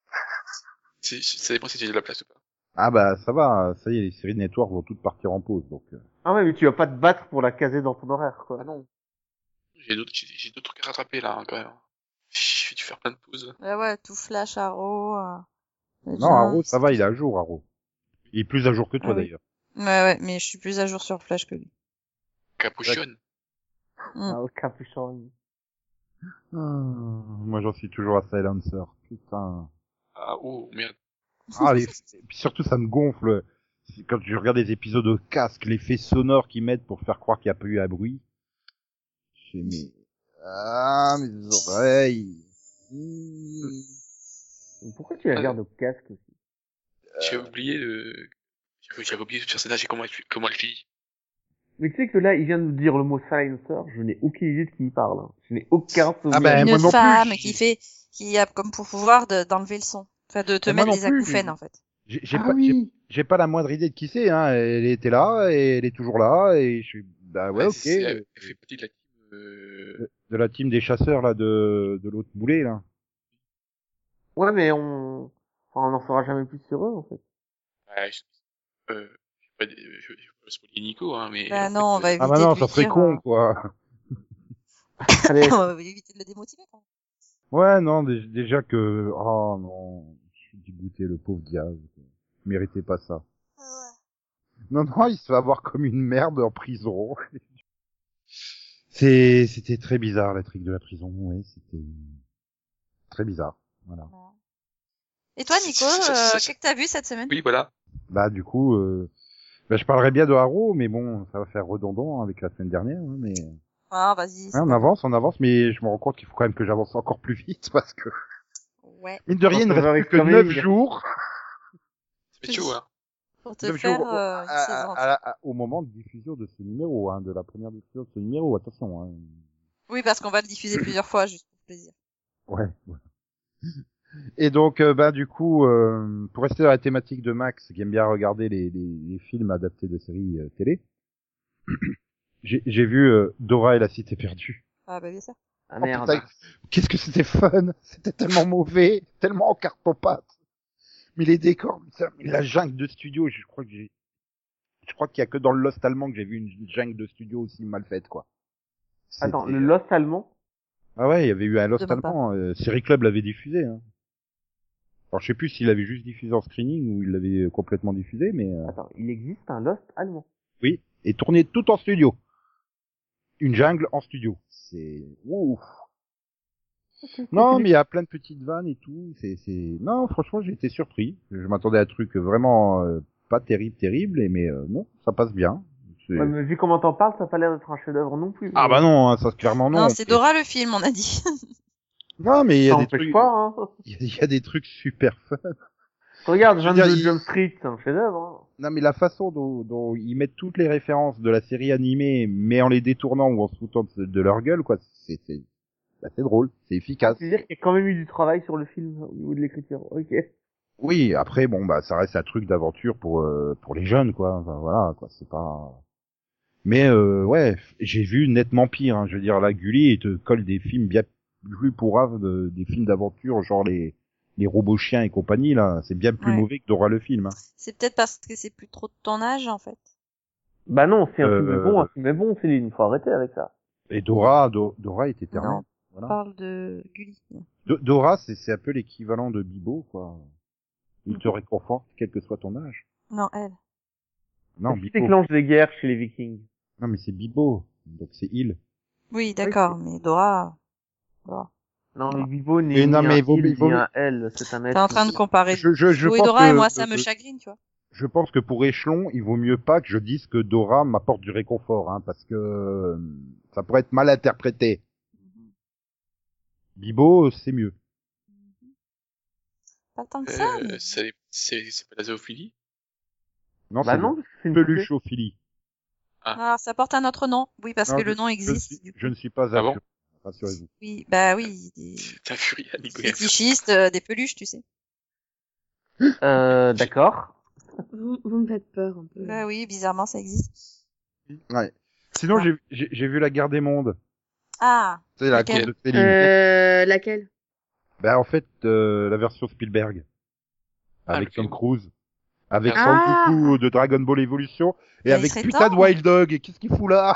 [SPEAKER 5] C'est- Ça dépend si j'ai de la place ou pas.
[SPEAKER 2] Ah bah, ça va, ça y est, les séries de network vont toutes partir en pause, donc... euh.
[SPEAKER 4] Ah ouais, mais tu vas pas te battre pour la caser dans ton horaire, quoi.
[SPEAKER 5] Ah non. J'ai d'autres, j'ai j'ai d'autres trucs à rattraper, là, hein, quand même. Je vais dû faire plein de pauses.
[SPEAKER 3] Ouais, ouais, tout Flash, Arrow, euh,
[SPEAKER 2] Non, Arrow, ça
[SPEAKER 3] Legends,
[SPEAKER 2] va,
[SPEAKER 3] tout
[SPEAKER 2] il est à jour, Arrow. Il est plus à jour que toi,
[SPEAKER 3] Ah oui.
[SPEAKER 2] d'ailleurs.
[SPEAKER 3] Ouais, ouais, mais je suis plus à jour sur Flash que lui.
[SPEAKER 5] Capuchon.
[SPEAKER 3] Mm.
[SPEAKER 4] Ah, au capuchon.
[SPEAKER 2] Ah, moi, j'en suis toujours à Silencer. Putain.
[SPEAKER 5] Ah, oh, merde.
[SPEAKER 2] Ah, les... Et puis surtout, ça me gonfle. C'est quand je regarde des épisodes au casque, l'effet sonore qu'ils mettent pour faire croire qu'il n'y a pas eu un bruit. Je fais, mais... Ah, mes oreilles. Mmh.
[SPEAKER 4] Pourquoi tu la regardes au casque aussi?
[SPEAKER 5] J'ai oublié le, j'avais j'avais oublié ce personnage et comment elle, comment elle finit.
[SPEAKER 4] Mais tu sais que là, il vient de nous dire le mot silencer, je n'ai aucune idée de qui il parle. hein. Je n'ai aucun souvenir.
[SPEAKER 2] Ah ben,
[SPEAKER 3] Une
[SPEAKER 2] moi non plus,
[SPEAKER 3] femme
[SPEAKER 2] j'ai-
[SPEAKER 3] qui fait, qui a comme pour pouvoir de- d'enlever le son. Enfin, de te
[SPEAKER 2] Mais moi
[SPEAKER 3] mettre
[SPEAKER 2] non
[SPEAKER 3] des
[SPEAKER 2] plus,
[SPEAKER 3] acouphènes,
[SPEAKER 2] j'ai-
[SPEAKER 3] en fait.
[SPEAKER 2] J'ai j'ai
[SPEAKER 4] Ah
[SPEAKER 2] pas, j'ai-
[SPEAKER 4] oui.
[SPEAKER 2] j'ai pas la moindre idée de qui c'est, hein. Elle était là, et elle est toujours là, et je suis, bah ouais,
[SPEAKER 5] Ouais,
[SPEAKER 2] ok.
[SPEAKER 5] c'est- Elle, elle fait partie de la team, euh,
[SPEAKER 2] De, de la team des chasseurs, là, de, de l'autre boulet, là.
[SPEAKER 4] Ouais, mais on, enfin, on n'en saura jamais plus sur eux, en fait.
[SPEAKER 5] ouais, je, euh, je vais pas, je, je vais pas spoiler Nico, hein, mais.
[SPEAKER 3] Bah
[SPEAKER 5] en
[SPEAKER 3] non, on
[SPEAKER 5] fait,
[SPEAKER 3] va
[SPEAKER 5] euh,
[SPEAKER 3] éviter
[SPEAKER 2] Ah bah non,
[SPEAKER 3] de
[SPEAKER 2] ça
[SPEAKER 3] lui
[SPEAKER 2] serait
[SPEAKER 3] dire,
[SPEAKER 2] con,
[SPEAKER 3] euh,
[SPEAKER 2] quoi.
[SPEAKER 4] Allez.
[SPEAKER 3] on va éviter de le démotiver, quand même.
[SPEAKER 2] Ouais, non, dé- déjà que, oh non, je suis dégoûté, le pauvre Diaz. Il méritait pas ça. Non, non, il se fait avoir comme une merde en prison. C'est, c'était très bizarre, la trick de la prison, oui, c'était très bizarre. Voilà.
[SPEAKER 3] Et toi, Nico,
[SPEAKER 5] Ça- ça-
[SPEAKER 3] euh,
[SPEAKER 5] ça-
[SPEAKER 3] qu'est-ce que t'as vu cette semaine?
[SPEAKER 5] Oui, voilà.
[SPEAKER 2] Bah, du coup, euh, bah, je parlerai bien de Arrow, mais bon, ça va faire redondant avec la semaine dernière, hein, mais,
[SPEAKER 3] Ah, vas-y. c'est
[SPEAKER 2] ouais, on
[SPEAKER 3] pas
[SPEAKER 2] avance, on avance, mais je me rends compte qu'il faut quand même que j'avance encore plus vite, parce que,
[SPEAKER 3] grave. Ouais.
[SPEAKER 2] mine de rien, il ne
[SPEAKER 4] Crossover
[SPEAKER 2] reste plus que
[SPEAKER 4] is
[SPEAKER 2] neuf
[SPEAKER 4] coming.
[SPEAKER 2] jours.
[SPEAKER 5] C'est chaud, hein.
[SPEAKER 3] Pour te
[SPEAKER 2] neuf
[SPEAKER 3] faire
[SPEAKER 2] jours
[SPEAKER 3] euh,
[SPEAKER 2] à-
[SPEAKER 3] une
[SPEAKER 2] à-
[SPEAKER 3] saison.
[SPEAKER 2] à- à- au moment de diffusion de ce numéro, hein, de la première diffusion de ce numéro, attention, hein.
[SPEAKER 3] Oui, parce qu'on va le diffuser plusieurs fois, juste pour plaisir.
[SPEAKER 2] Ouais, ouais. Et donc, euh, bah, du coup, euh, pour rester dans la thématique de Max, qui aime bien regarder les, les, les films adaptés de séries euh, télé, j'ai j'ai vu euh, Dora et la Cité perdue.
[SPEAKER 3] Ah, bah, bien sûr.
[SPEAKER 4] Ah
[SPEAKER 2] Oh,
[SPEAKER 4] merde.
[SPEAKER 2] putain, qu'est-ce que c'était fun! C'était tellement mauvais, tellement en carton-pâte. Mais les décors, putain, mais la jungle de studio, je crois que j'ai, je crois qu'il y a que dans le Lost allemand que j'ai vu une jungle de studio aussi mal faite, quoi.
[SPEAKER 4] Attends,
[SPEAKER 2] C'était-
[SPEAKER 4] le Lost allemand?
[SPEAKER 2] Ah ouais, il y avait eu un Lost
[SPEAKER 3] Demande pas.
[SPEAKER 2] allemand. Euh, Série Club l'avait diffusé. Hein. Alors je sais plus s'il l'avait juste diffusé en screening ou il l'avait euh, complètement diffusé, mais euh,
[SPEAKER 4] Attends, il existe un Lost allemand.
[SPEAKER 2] oui, et tourné tout en studio. Une jungle en studio. C'est ouf. Non, mais il y a plein de petites vannes et tout. C'est, c'est. Non, franchement, j'ai été surpris. Je m'attendais à un truc vraiment euh, pas terrible, terrible, et mais euh, non, ça passe bien. C'est-
[SPEAKER 4] Ouais, mais vu comment t'en parles, ça a pas l'air d'être un chef-d'œuvre non plus.
[SPEAKER 2] Ah bah non, hein, ça clairement non.
[SPEAKER 3] Non, c'est Dora le film, on a dit.
[SPEAKER 2] Non, mais il y
[SPEAKER 4] Ça
[SPEAKER 2] a des
[SPEAKER 4] empêche
[SPEAKER 2] trucs.
[SPEAKER 4] pas, hein.
[SPEAKER 2] Il y, a- il y a des trucs super fun.
[SPEAKER 4] Regarde,
[SPEAKER 2] Je veux dire,
[SPEAKER 4] vingt-deux
[SPEAKER 2] il-
[SPEAKER 4] Jump Street, c'est un chef-d'œuvre. Hein.
[SPEAKER 2] Non, mais la façon dont, dont ils mettent toutes les références de la série animée, mais en les détournant ou en se foutant de, de leur gueule, quoi, c'est, c'est, bah, c'est drôle, c'est efficace.
[SPEAKER 4] C'est-à-dire qu'il y a quand même eu du travail sur le film au niveau de l'écriture. Ok.
[SPEAKER 2] Oui, après, bon, bah, ça reste un truc d'aventure pour, euh, pour les jeunes, quoi. Enfin, voilà, quoi, c'est pas... Mais, euh, ouais, j'ai vu nettement pire, hein. Je veux dire, là, Gulli, il te colle des films bien plus pourraves, de, des films d'aventure, genre les, les robots chiens et compagnie, là. C'est bien plus
[SPEAKER 3] Ouais.
[SPEAKER 2] mauvais que Dora le film, hein.
[SPEAKER 3] C'est peut-être parce que c'est plus trop de ton âge, en fait.
[SPEAKER 4] Bah non, si un
[SPEAKER 2] Euh,
[SPEAKER 4] film est bon, un film est bon, Céline. Faut arrêter avec ça.
[SPEAKER 2] Et Dora, Do- Dora est éternelle.
[SPEAKER 3] Non. On
[SPEAKER 2] Voilà.
[SPEAKER 3] parle de Gulli.
[SPEAKER 2] Do- Dora, c'est, c'est un peu l'équivalent de Bibo, quoi. Il te réconforte, quel que soit ton âge.
[SPEAKER 3] Non, elle.
[SPEAKER 2] Non,
[SPEAKER 4] Qui
[SPEAKER 2] Bibo.
[SPEAKER 4] déclenche des guerres chez les Vikings.
[SPEAKER 2] Non, mais c'est Bibo. Donc c'est il.
[SPEAKER 3] Oui, d'accord, mais Dora... Dora.
[SPEAKER 4] Non, mais Bibo n'est
[SPEAKER 2] Et
[SPEAKER 4] ni
[SPEAKER 2] non, mais
[SPEAKER 4] un
[SPEAKER 2] vaut mieux-
[SPEAKER 4] il,
[SPEAKER 2] vaut
[SPEAKER 4] ni
[SPEAKER 2] mieux-
[SPEAKER 4] un elle. C'est un être.
[SPEAKER 3] T'es en train de comparer
[SPEAKER 2] Je, je, je
[SPEAKER 3] Bibo et
[SPEAKER 2] pense
[SPEAKER 3] Dora,
[SPEAKER 2] que,
[SPEAKER 3] et moi, ça me
[SPEAKER 2] euh,
[SPEAKER 3] chagrine, tu vois.
[SPEAKER 2] je pense que pour échelon, il vaut mieux pas que je dise que Dora m'apporte du réconfort, hein, parce que euh, ça pourrait être mal interprété. Bibo, c'est mieux.
[SPEAKER 3] Pas tant que ça,
[SPEAKER 5] Euh,
[SPEAKER 3] mais...
[SPEAKER 5] c'est, c'est, c'est pas la zoophilie?
[SPEAKER 2] Non,
[SPEAKER 4] Bah
[SPEAKER 2] c'est
[SPEAKER 4] non, parce que c'est une
[SPEAKER 2] peluchophilie.
[SPEAKER 3] Ah, ça porte un autre nom. Oui, parce
[SPEAKER 2] Non,
[SPEAKER 3] que le
[SPEAKER 2] je-
[SPEAKER 3] nom
[SPEAKER 2] Je,
[SPEAKER 3] existe.
[SPEAKER 2] suis-
[SPEAKER 3] du coup.
[SPEAKER 2] je ne suis pas
[SPEAKER 5] Ah bon
[SPEAKER 2] assuré, rassurez-vous.
[SPEAKER 3] Oui, bah oui, des
[SPEAKER 5] T'as furie à Nicolas.
[SPEAKER 3] fétichistes, euh, des peluches, tu sais.
[SPEAKER 4] Euh, d'accord.
[SPEAKER 6] Vous, vous me faites peur un peu.
[SPEAKER 3] Bah oui, bizarrement, ça existe.
[SPEAKER 2] Ouais. Sinon,
[SPEAKER 3] Ah.
[SPEAKER 2] j'ai, j'ai, j'ai vu La Guerre des Mondes.
[SPEAKER 3] Ah,
[SPEAKER 2] C'est la
[SPEAKER 3] Laquelle
[SPEAKER 2] course de Céline.
[SPEAKER 6] Euh, laquelle?
[SPEAKER 2] Ben, en fait, euh, la version Spielberg.
[SPEAKER 5] Ah,
[SPEAKER 2] Avec
[SPEAKER 5] le
[SPEAKER 2] Tom
[SPEAKER 5] film.
[SPEAKER 2] Cruise. Avec
[SPEAKER 6] Ah.
[SPEAKER 2] Sangoku de Dragon Ball Evolution. Et
[SPEAKER 3] Bah, il
[SPEAKER 2] avec
[SPEAKER 3] serait
[SPEAKER 2] putain
[SPEAKER 3] temps.
[SPEAKER 2] de Wild Dog. Et qu'est-ce qu'il fout là?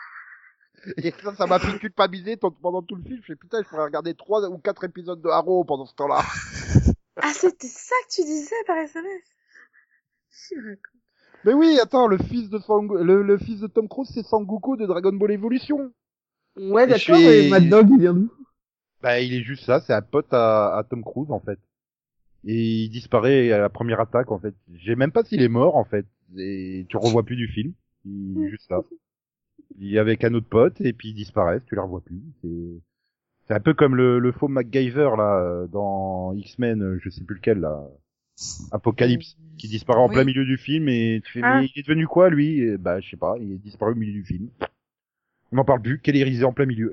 [SPEAKER 2] Et ça, ça m'a fait culpabiliser tant- pendant tout le film. Je fais putain, je pourrais regarder trois ou quatre épisodes de Arrow pendant ce temps-là.
[SPEAKER 6] Ah, c'était ça que tu disais par S M S? Si, raconte.
[SPEAKER 2] Mais oui, attends, le fils de Sang... le, le fils de Tom Cruise, c'est Sangoku de Dragon Ball Evolution.
[SPEAKER 6] Ouais,
[SPEAKER 2] d'accord, et Mad
[SPEAKER 6] Dog, il vient d'où?
[SPEAKER 2] Bah, il est juste ça, c'est un pote à, à Tom Cruise, en fait. Et il disparaît à la première attaque, en fait. J'ai même pas s'il est mort, en fait. Et tu revois plus du film. Il est juste là. Il est avec un autre pote, et puis il disparaît, tu le revois plus. C'est, c'est un peu comme le, le faux MacGyver, là, dans X-Men, je sais plus lequel, là. Apocalypse, qui disparaît en
[SPEAKER 3] Oui.
[SPEAKER 2] plein milieu du film, et tu fais,
[SPEAKER 6] Ah.
[SPEAKER 2] mais il est devenu quoi, lui? Et bah, je sais pas, il est disparu au milieu du film. On n'en parle plus, quel hérisé en plein milieu.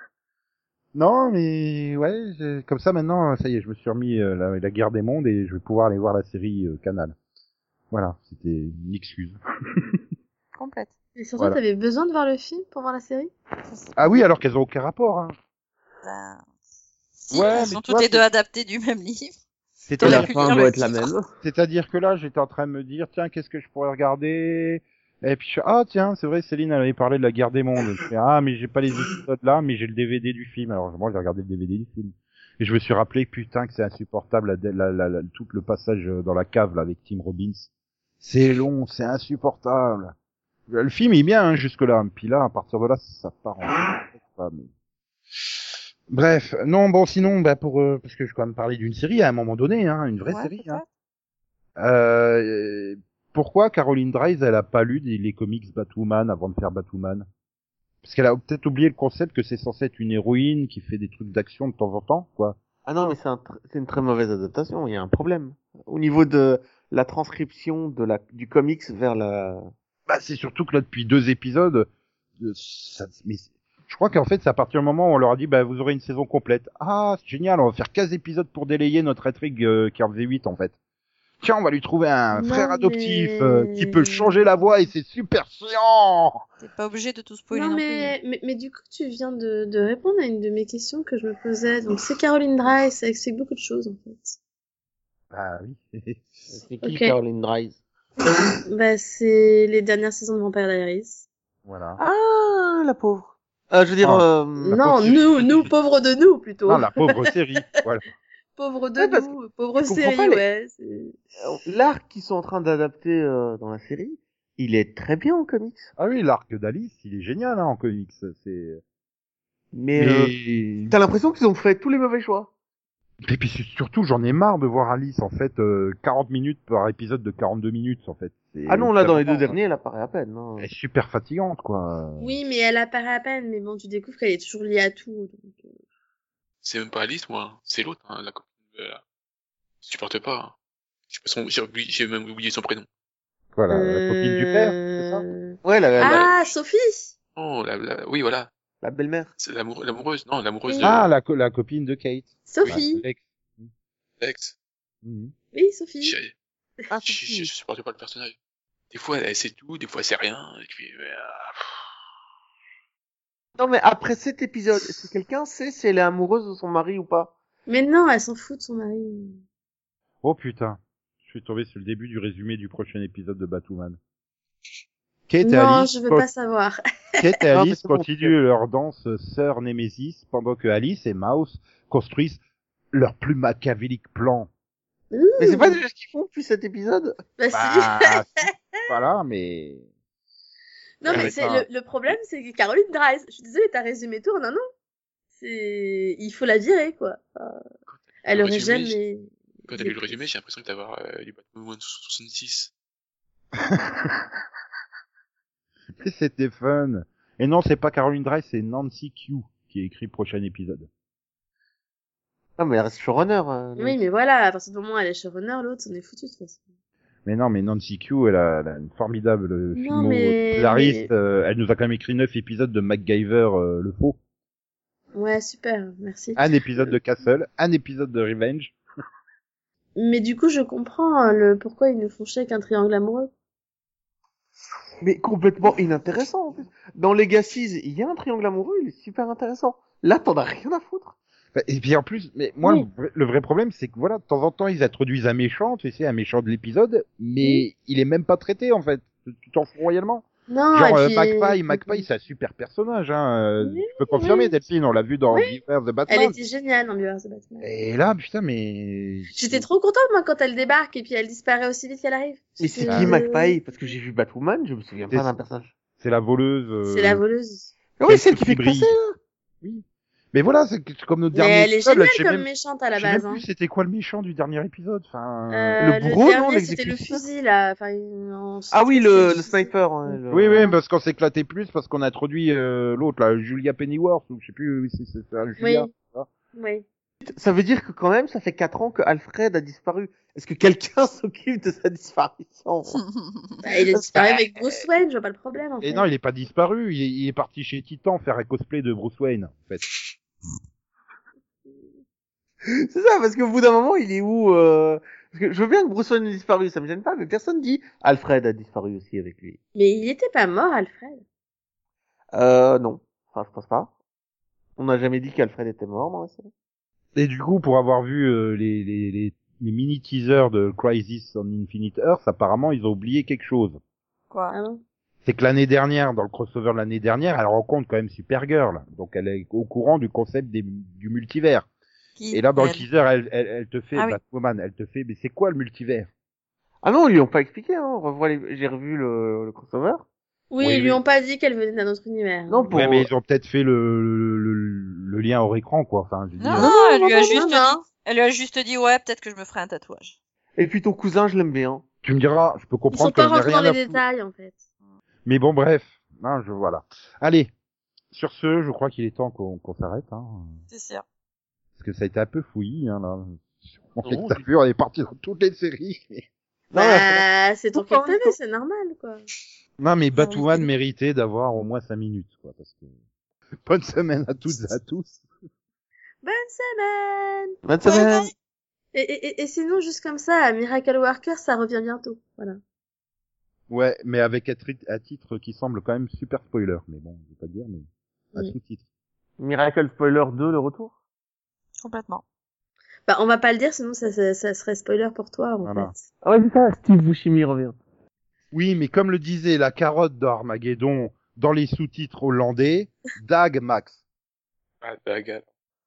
[SPEAKER 2] Non, mais ouais, j'ai- comme ça maintenant, ça y est, je me suis remis euh, la, la guerre des mondes et je vais pouvoir aller voir la série euh, Canal. Voilà, c'était une excuse.
[SPEAKER 3] complète.
[SPEAKER 6] Et surtout,
[SPEAKER 2] Voilà.
[SPEAKER 6] t'avais besoin de voir le film pour voir la série?
[SPEAKER 2] Ah oui, alors qu'elles ont aucun rapport. Hein.
[SPEAKER 3] Ben... Si,
[SPEAKER 2] Ouais,
[SPEAKER 3] elles
[SPEAKER 2] mais
[SPEAKER 3] sont
[SPEAKER 2] tu
[SPEAKER 3] toutes
[SPEAKER 2] vois,
[SPEAKER 3] les deux
[SPEAKER 2] c'est-
[SPEAKER 3] adaptées du même livre.
[SPEAKER 4] Et
[SPEAKER 3] Dans
[SPEAKER 4] la
[SPEAKER 3] la
[SPEAKER 2] C'est-à-dire,
[SPEAKER 3] culture,
[SPEAKER 4] fin
[SPEAKER 3] le
[SPEAKER 4] doit être la
[SPEAKER 3] titre.
[SPEAKER 4] même.
[SPEAKER 2] c'est-à-dire que là, j'étais en train de me dire, tiens, qu'est-ce que je pourrais regarder? Et puis, je- ah tiens, c'est vrai, Céline elle avait parlé de la guerre des mondes. Je fais, ah, mais j'ai pas les épisodes là, mais j'ai le D V D du film. Alors moi, j'ai regardé le D V D du film. Et je me suis rappelé, putain, que c'est insupportable, la, la, la, la- tout le passage dans la cave là, avec Tim Robbins. C'est long, c'est insupportable. Le film est bien hein, jusque-là. Puis là, à partir de là, ça part en... pas, mais... Bref, non, bon, sinon, bah pour euh, parce que je vais quand même parler d'une série à un moment donné, hein, une vraie
[SPEAKER 3] Ouais,
[SPEAKER 2] série. Hein.
[SPEAKER 3] peut-être.
[SPEAKER 2] Euh, pourquoi Caroline Dries, elle a pas lu des- les comics Batwoman avant de faire Batwoman? Parce qu'elle a peut-être oublié le concept que c'est censé être une héroïne qui fait des trucs d'action de temps en temps, quoi.
[SPEAKER 4] Ah non, mais c'est un tr- c'est une très mauvaise adaptation. Il y a un problème au niveau de la transcription de la du comics vers la.
[SPEAKER 2] Bah, c'est surtout que là, depuis deux épisodes, euh, ça, mais c'est- je crois qu'en fait, c'est à partir du moment où on leur a dit, bah, vous aurez une saison complète. Ah, c'est génial, on va faire quinze épisodes pour délayer notre intrigue euh, qui en faisait huit, en fait. Tiens, on va lui trouver un
[SPEAKER 6] Non,
[SPEAKER 2] frère adoptif
[SPEAKER 6] mais-
[SPEAKER 2] euh, qui peut changer la voix et c'est super chiant.
[SPEAKER 3] T'es pas obligé de tout spoiler non,
[SPEAKER 6] Non,
[SPEAKER 3] plus.
[SPEAKER 6] mais, mais, mais du coup, tu viens de, de répondre à une de mes questions que je me posais. Donc, c'est Caroline Dries, ça explique beaucoup de choses, en fait.
[SPEAKER 2] Bah oui.
[SPEAKER 4] C'est qui
[SPEAKER 6] Ok.
[SPEAKER 4] Caroline Dries?
[SPEAKER 6] Bah, c'est les dernières saisons de Vampire Diaries.
[SPEAKER 2] Voilà.
[SPEAKER 4] Ah, la pauvre. Euh, je veux dire,
[SPEAKER 2] Ah.
[SPEAKER 4] euh,
[SPEAKER 6] Non,
[SPEAKER 2] pauvre
[SPEAKER 6] nous,
[SPEAKER 2] série.
[SPEAKER 6] nous, pauvres de nous, plutôt.
[SPEAKER 2] Non, la pauvre série. Voilà.
[SPEAKER 6] Pauvres de
[SPEAKER 4] Ouais, parce
[SPEAKER 6] nous, pauvre
[SPEAKER 4] je comprends
[SPEAKER 6] série,
[SPEAKER 4] pas les-
[SPEAKER 6] ouais. c'est-
[SPEAKER 4] euh, l'arc qu'ils sont en train d'adapter euh, dans la série, il est très bien en comics.
[SPEAKER 2] Ah oui, l'arc d'Alice, il est génial hein, en comics. C'est.
[SPEAKER 4] Mais, euh,
[SPEAKER 2] Mais...
[SPEAKER 4] t'as l'impression qu'ils ont fait tous les mauvais choix.
[SPEAKER 2] Et puis c'est- surtout, j'en ai marre de voir Alice en fait euh, quarante minutes par épisode de quarante-deux minutes en fait. C'est-
[SPEAKER 4] Ah non, là, dans les deux
[SPEAKER 2] c'est
[SPEAKER 4] derniers, elle apparaît à peine. Non.
[SPEAKER 2] Elle est super fatigante quoi.
[SPEAKER 6] Oui, mais elle apparaît à peine, mais bon, tu découvres qu'elle est toujours liée à tout. Donc... euh,
[SPEAKER 5] C'est même pas Alice, moi. C'est l'autre, hein, la copine de la... Je supporte pas. Hein. Je sais pas son- J'ai oublié- j'ai même oublié son prénom.
[SPEAKER 2] Voilà, la copine du père, c'est ça?
[SPEAKER 6] Euh...
[SPEAKER 4] Ouais, la, la,
[SPEAKER 6] Ah, Sophie.
[SPEAKER 5] Oh, la, la, oui, voilà.
[SPEAKER 4] la belle-mère.
[SPEAKER 5] C'est l'amour, l'amoureuse, non, l'amoureuse
[SPEAKER 6] Oui.
[SPEAKER 5] de
[SPEAKER 2] Ah, la, co- la copine de Kate.
[SPEAKER 6] Sophie.
[SPEAKER 2] Ouais, Alex.
[SPEAKER 5] Lex.
[SPEAKER 2] Mhm.
[SPEAKER 6] Oui, Sophie.
[SPEAKER 5] Je,
[SPEAKER 4] Ah,
[SPEAKER 5] je, je,
[SPEAKER 4] Sophie.
[SPEAKER 5] je supportais pas le personnage. Des fois, elle sait tout, des fois, elle sait rien. Et puis, euh,
[SPEAKER 4] Non, mais après cet épisode, est-ce que quelqu'un sait si elle est amoureuse de son mari ou pas?
[SPEAKER 6] Mais non, elle s'en fout de son mari.
[SPEAKER 2] Oh putain. Je suis tombé sur le début du résumé du prochain épisode de Batwoman. Kate et
[SPEAKER 6] Non,
[SPEAKER 2] Alice,
[SPEAKER 6] je veux
[SPEAKER 2] con-
[SPEAKER 6] pas savoir.
[SPEAKER 2] Kate et
[SPEAKER 4] Non, mais
[SPEAKER 2] Alice
[SPEAKER 4] c'est bon,
[SPEAKER 2] continuent leur danse euh, sœur Némésis pendant que Alice et Mouse construisent leur plus machiavélique plan.
[SPEAKER 4] Mais c'est pas déjà ce qu'ils font depuis cet épisode?
[SPEAKER 6] Bah, si.
[SPEAKER 2] Bah, si, voilà, mais...
[SPEAKER 6] Non, mais
[SPEAKER 2] Ouais,
[SPEAKER 6] c'est
[SPEAKER 2] enfin-
[SPEAKER 6] le, le problème, c'est que Caroline Dries, je suis désolée, t'as résumé tout en un an. C'est, il faut la virer, quoi. Enfin, elle
[SPEAKER 5] le
[SPEAKER 6] aurait
[SPEAKER 5] résumé,
[SPEAKER 6] jamais.
[SPEAKER 5] quand t'as lu le résumé, j'ai l'impression d'avoir euh, du Batman soixante-six.
[SPEAKER 2] Mais c'était fun. Et non, c'est pas Caroline Dry, c'est Nancy Q qui a écrit le prochain épisode.
[SPEAKER 4] Non, mais elle reste showrunner. Euh,
[SPEAKER 6] Oui, mais voilà, à partir du moment où elle est showrunner, l'autre, on est foutu, de toute façon.
[SPEAKER 2] Mais non, mais Nancy Q, elle a, elle a une formidable
[SPEAKER 6] Non,
[SPEAKER 2] filmo
[SPEAKER 6] mais-
[SPEAKER 2] scénariste.
[SPEAKER 6] mais-
[SPEAKER 2] euh, elle nous a quand même écrit neuf épisodes de MacGyver euh, le faux,
[SPEAKER 6] Ouais, super, merci.
[SPEAKER 2] un épisode de Castle, un épisode de Revenge.
[SPEAKER 6] Mais du coup, je comprends euh, le pourquoi ils nous font chier avec un triangle amoureux.
[SPEAKER 4] Mais complètement inintéressant, en plus. Dans Legacies, il y a un triangle amoureux, il est super intéressant. Là, t'en as rien à foutre.
[SPEAKER 2] Et puis en plus, mais moi,
[SPEAKER 6] Oui.
[SPEAKER 2] le, vrai, le vrai problème, c'est que voilà, de temps en temps, ils introduisent un méchant, tu sais, un méchant de l'épisode, mais il est même pas traité, en fait. Tu t'en fous royalement.
[SPEAKER 6] Non,
[SPEAKER 2] Genre,
[SPEAKER 6] et
[SPEAKER 2] euh,
[SPEAKER 6] puis...
[SPEAKER 2] Magpie, Magpie, c'est un super personnage, hein. euh,
[SPEAKER 6] Oui,
[SPEAKER 2] tu peux confirmer,
[SPEAKER 6] oui.
[SPEAKER 2] Delphine, on l'a vu dans
[SPEAKER 6] Oui.
[SPEAKER 2] Beaver the
[SPEAKER 6] Elle
[SPEAKER 2] Batman.
[SPEAKER 6] était géniale dans Beaver the Batman.
[SPEAKER 2] Et là, putain, mais...
[SPEAKER 6] J'étais trop contente, moi, quand elle débarque et puis elle disparaît aussi vite qu'elle arrive.
[SPEAKER 4] Mais c'est
[SPEAKER 6] J'étais-
[SPEAKER 4] qui Magpie? Parce que j'ai vu Batwoman, je me souviens
[SPEAKER 2] C'est-
[SPEAKER 4] pas d'un personnage.
[SPEAKER 2] C'est la voleuse... euh,
[SPEAKER 6] C'est la voleuse.
[SPEAKER 4] Ah oui,
[SPEAKER 2] celle
[SPEAKER 4] celle qui
[SPEAKER 2] qui
[SPEAKER 4] fait
[SPEAKER 2] brille.
[SPEAKER 4] casser, là.
[SPEAKER 2] Oui. Mais voilà, c'est que- c'est comme notre
[SPEAKER 6] Mais
[SPEAKER 2] dernier
[SPEAKER 6] elle est
[SPEAKER 2] épisode, là,
[SPEAKER 6] géniale
[SPEAKER 2] je sais
[SPEAKER 6] comme
[SPEAKER 2] même,
[SPEAKER 6] méchante à la
[SPEAKER 2] je sais
[SPEAKER 6] base.
[SPEAKER 2] même
[SPEAKER 6] Hein.
[SPEAKER 2] plus c'était quoi le méchant du dernier épisode, enfin...
[SPEAKER 6] Euh,
[SPEAKER 4] Le bourreau, non,
[SPEAKER 6] dernier, c'était le
[SPEAKER 4] l'exécuteur
[SPEAKER 6] fusil, là. Enfin, en-
[SPEAKER 4] Ah oui, le, le
[SPEAKER 6] fusil.
[SPEAKER 4] sniper. Ouais, le-
[SPEAKER 2] Oui, oui, parce qu'on s'éclatait plus, parce qu'on a introduit euh, l'autre, là, Julia Pennyworth, ou je sais plus si c'est c'est un
[SPEAKER 6] Oui.
[SPEAKER 2] Julia.
[SPEAKER 6] Oui.
[SPEAKER 4] Ça veut dire que quand même, ça fait quatre ans que Alfred a disparu. Est-ce que quelqu'un s'occupe de sa disparition?
[SPEAKER 6] Bah, il est disparu avec Bruce Wayne, je vois pas le problème, en
[SPEAKER 2] Et
[SPEAKER 6] fait.
[SPEAKER 2] non, il est pas disparu, il est, il est parti chez Titan faire un cosplay de Bruce Wayne, en fait.
[SPEAKER 4] C'est ça, parce qu'au bout d'un moment, il est où euh... Parce que je veux bien que Bruce Wayne ait disparu, ça me gêne pas, mais personne dit Alfred a disparu aussi avec lui.
[SPEAKER 6] Mais il était pas mort, Alfred.
[SPEAKER 4] Euh, non. Enfin, je pense pas. On n'a jamais dit qu'Alfred était mort dans la série.
[SPEAKER 2] Et du coup, pour avoir vu euh, les, les, les, les mini-teasers de Crisis on Infinite Earth, apparemment, ils ont oublié quelque chose.
[SPEAKER 3] Quoi?
[SPEAKER 6] Ah bon?
[SPEAKER 2] C'est que l'année dernière, dans le crossover de l'année dernière, elle rencontre quand même Supergirl. Donc elle est au courant du concept des, du multivers.
[SPEAKER 3] Qui?
[SPEAKER 2] Et là, dans le
[SPEAKER 3] Elle.
[SPEAKER 2] teaser, elle, elle, elle te fait,
[SPEAKER 3] Ah oui.
[SPEAKER 2] Batwoman, elle te fait, mais c'est quoi le multivers?
[SPEAKER 4] Ah non, ils lui ont pas expliqué, hein. On revoit les... J'ai revu le, le crossover.
[SPEAKER 6] Oui,
[SPEAKER 2] Oui,
[SPEAKER 6] ils lui
[SPEAKER 2] oui.
[SPEAKER 6] ont pas dit qu'elle venait d'un autre univers.
[SPEAKER 4] Non, pour...
[SPEAKER 2] Ouais, mais ils ont peut-être fait le, le, le lien hors écran, quoi. Enfin, je veux
[SPEAKER 3] Non,
[SPEAKER 2] dire.
[SPEAKER 3] non, elle lui a
[SPEAKER 6] non,
[SPEAKER 3] juste
[SPEAKER 6] non,
[SPEAKER 3] dit,
[SPEAKER 6] non.
[SPEAKER 3] elle lui a juste dit, ouais, peut-être que je me ferai un tatouage.
[SPEAKER 4] Et puis ton cousin, je l'aime bien.
[SPEAKER 2] Tu me diras, je peux
[SPEAKER 6] Ils sont
[SPEAKER 2] comprendre
[SPEAKER 6] pas
[SPEAKER 2] qu'elle n'a
[SPEAKER 6] rentrés dans
[SPEAKER 2] rien
[SPEAKER 6] les
[SPEAKER 2] à foutre.
[SPEAKER 6] détails, en fait.
[SPEAKER 2] Mais bon, bref. Non, je, voilà. Allez. Sur ce, je crois qu'il est temps qu'on, qu'on s'arrête, hein.
[SPEAKER 3] C'est sûr.
[SPEAKER 2] Parce que ça a été un peu fouillis, hein, là. On
[SPEAKER 5] Non,
[SPEAKER 2] t'a vu, on est parti dans toutes les séries.
[SPEAKER 4] Non, mais-
[SPEAKER 6] Bah, c'est ton
[SPEAKER 4] Pourquoi
[SPEAKER 6] T V,
[SPEAKER 4] on-
[SPEAKER 6] c'est normal, quoi.
[SPEAKER 2] Non, mais
[SPEAKER 3] oui,
[SPEAKER 2] Batwoman
[SPEAKER 3] c'est-
[SPEAKER 2] méritait d'avoir au moins cinq minutes, quoi, parce que... Bonne semaine à toutes et à tous.
[SPEAKER 6] Bonne semaine!
[SPEAKER 4] Bonne semaine.
[SPEAKER 6] Et, et, et- et sinon, juste comme ça, Miracle Worker, ça revient bientôt. Voilà.
[SPEAKER 2] Ouais, mais avec un, tri- un titre qui semble quand même super spoiler. Mais bon, je vais pas dire, mais un
[SPEAKER 6] Oui.
[SPEAKER 2] sous-titre.
[SPEAKER 4] Miracle Spoiler deux, le retour.
[SPEAKER 3] Complètement.
[SPEAKER 6] Bah, on va pas le dire, sinon ça, ça, ça serait spoiler pour toi, en
[SPEAKER 2] Voilà.
[SPEAKER 6] fait.
[SPEAKER 4] Ah ouais, c'est ça, Steve Buscemi revient.
[SPEAKER 2] Oui, mais comme le disait la carotte d'Armageddon dans les sous-titres hollandais, Dag Max.
[SPEAKER 5] Ah, bagarre.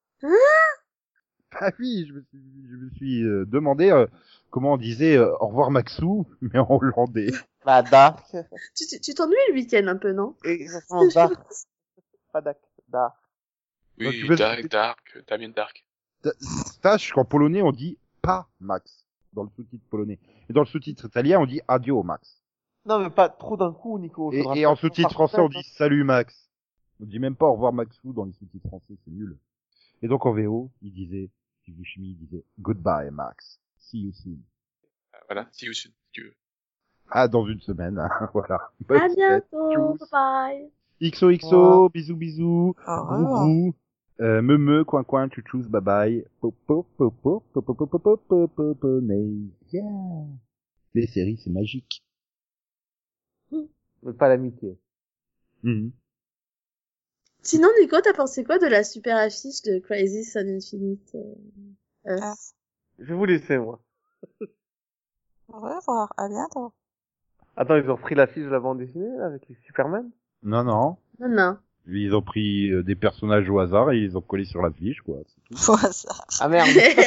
[SPEAKER 2] Ah oui, je me suis, je me suis euh, demandé euh, comment on disait euh, au revoir Maxou, mais en hollandais.
[SPEAKER 4] Bah, Dark.
[SPEAKER 6] Tu tu- tu t'ennuies le week-end un peu, non?
[SPEAKER 4] Exactement, Dark. Pas Dark, Dark.
[SPEAKER 2] Donc,
[SPEAKER 5] Oui,
[SPEAKER 2] tu veux-
[SPEAKER 5] Dark, Dark, Damien Dark.
[SPEAKER 2] Sache qu'en polonais, on dit pas Max, dans le sous-titre polonais. Et dans le sous-titre italien, on dit adio Max.
[SPEAKER 4] Non, mais pas trop d'un coup, Nico.
[SPEAKER 2] Et,
[SPEAKER 4] Faudra
[SPEAKER 2] et
[SPEAKER 4] faire
[SPEAKER 2] en
[SPEAKER 4] ça
[SPEAKER 2] sous-titre
[SPEAKER 4] par
[SPEAKER 2] français, on
[SPEAKER 4] tête,
[SPEAKER 2] dit salut Max. On dit même pas au revoir Maxou dans les sous-titres français, c'est nul. Et donc en V O, il disait, Steve Buscemi, il disait goodbye Max, see you soon.
[SPEAKER 5] Ah Voilà, see you soon, si tu veux.
[SPEAKER 2] Ah, dans une semaine, hein, voilà.
[SPEAKER 6] À
[SPEAKER 2] Bonne fête,
[SPEAKER 6] bientôt.
[SPEAKER 2] tchuss.
[SPEAKER 6] Bye.
[SPEAKER 2] X O X O, bisous bisous,
[SPEAKER 3] Au
[SPEAKER 2] grou
[SPEAKER 3] revoir.
[SPEAKER 2] grou, euh, me me, coin coin, tchou bye bye, popo popo popo popo popo popo mais yeah. Les séries, c'est magique.
[SPEAKER 4] Mais pas l'amitié.
[SPEAKER 2] Mhm.
[SPEAKER 6] Sinon, Nico, t'as pensé quoi de la super affiche de Crisis on Infinite euh, Earth
[SPEAKER 3] Ah.
[SPEAKER 4] Je vais vous laisser, moi.
[SPEAKER 3] Au revoir, à bientôt.
[SPEAKER 4] Attends, ils ont repris l'affiche de la bande dessinée, là, avec les Superman?
[SPEAKER 2] Non non,
[SPEAKER 6] Non, non.
[SPEAKER 2] ils ont pris euh, des personnages au hasard et ils ont collé sur l'affiche quoi. C'est tout.
[SPEAKER 3] Au hasard.
[SPEAKER 4] Ah merde.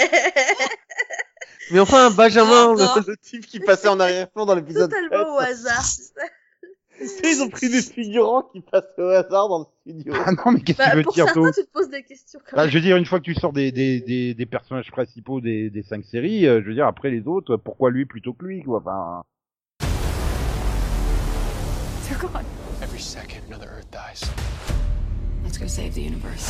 [SPEAKER 4] Mais enfin, Benjamin,
[SPEAKER 3] Oh, non.
[SPEAKER 4] le, le type qui passait en arrière-plan dans l'épisode
[SPEAKER 6] Totalement au
[SPEAKER 4] sept.
[SPEAKER 6] hasard.
[SPEAKER 4] Tu sais, ils ont pris des figurants qui passaient au hasard dans le studio.
[SPEAKER 2] Ah non mais qu'est-ce que
[SPEAKER 6] Bah,
[SPEAKER 2] tu veux
[SPEAKER 6] pour
[SPEAKER 2] dire
[SPEAKER 6] certains,
[SPEAKER 2] d'autre?
[SPEAKER 6] tu te poses des questions quand
[SPEAKER 2] Bah,
[SPEAKER 6] même.
[SPEAKER 2] je veux dire, une fois que tu sors des, des, des, des personnages principaux des, des cinq séries, euh, je veux dire, après les autres, pourquoi lui plutôt que lui, quoi, enfin...
[SPEAKER 8] They're gone.
[SPEAKER 9] Every second, another Earth dies.
[SPEAKER 8] Let's go save the universe.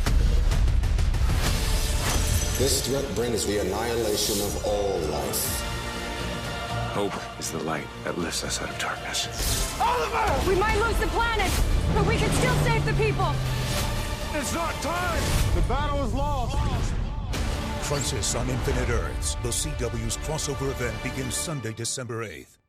[SPEAKER 10] This threat brings the annihilation of all life.
[SPEAKER 9] Hope is the light that lifts us out of darkness.
[SPEAKER 8] We might lose the planet, but we can still save the people.
[SPEAKER 9] It's not time! The battle is lost!
[SPEAKER 11] Crisis on Infinite Earths. The C W's crossover event begins Sunday, December eighth.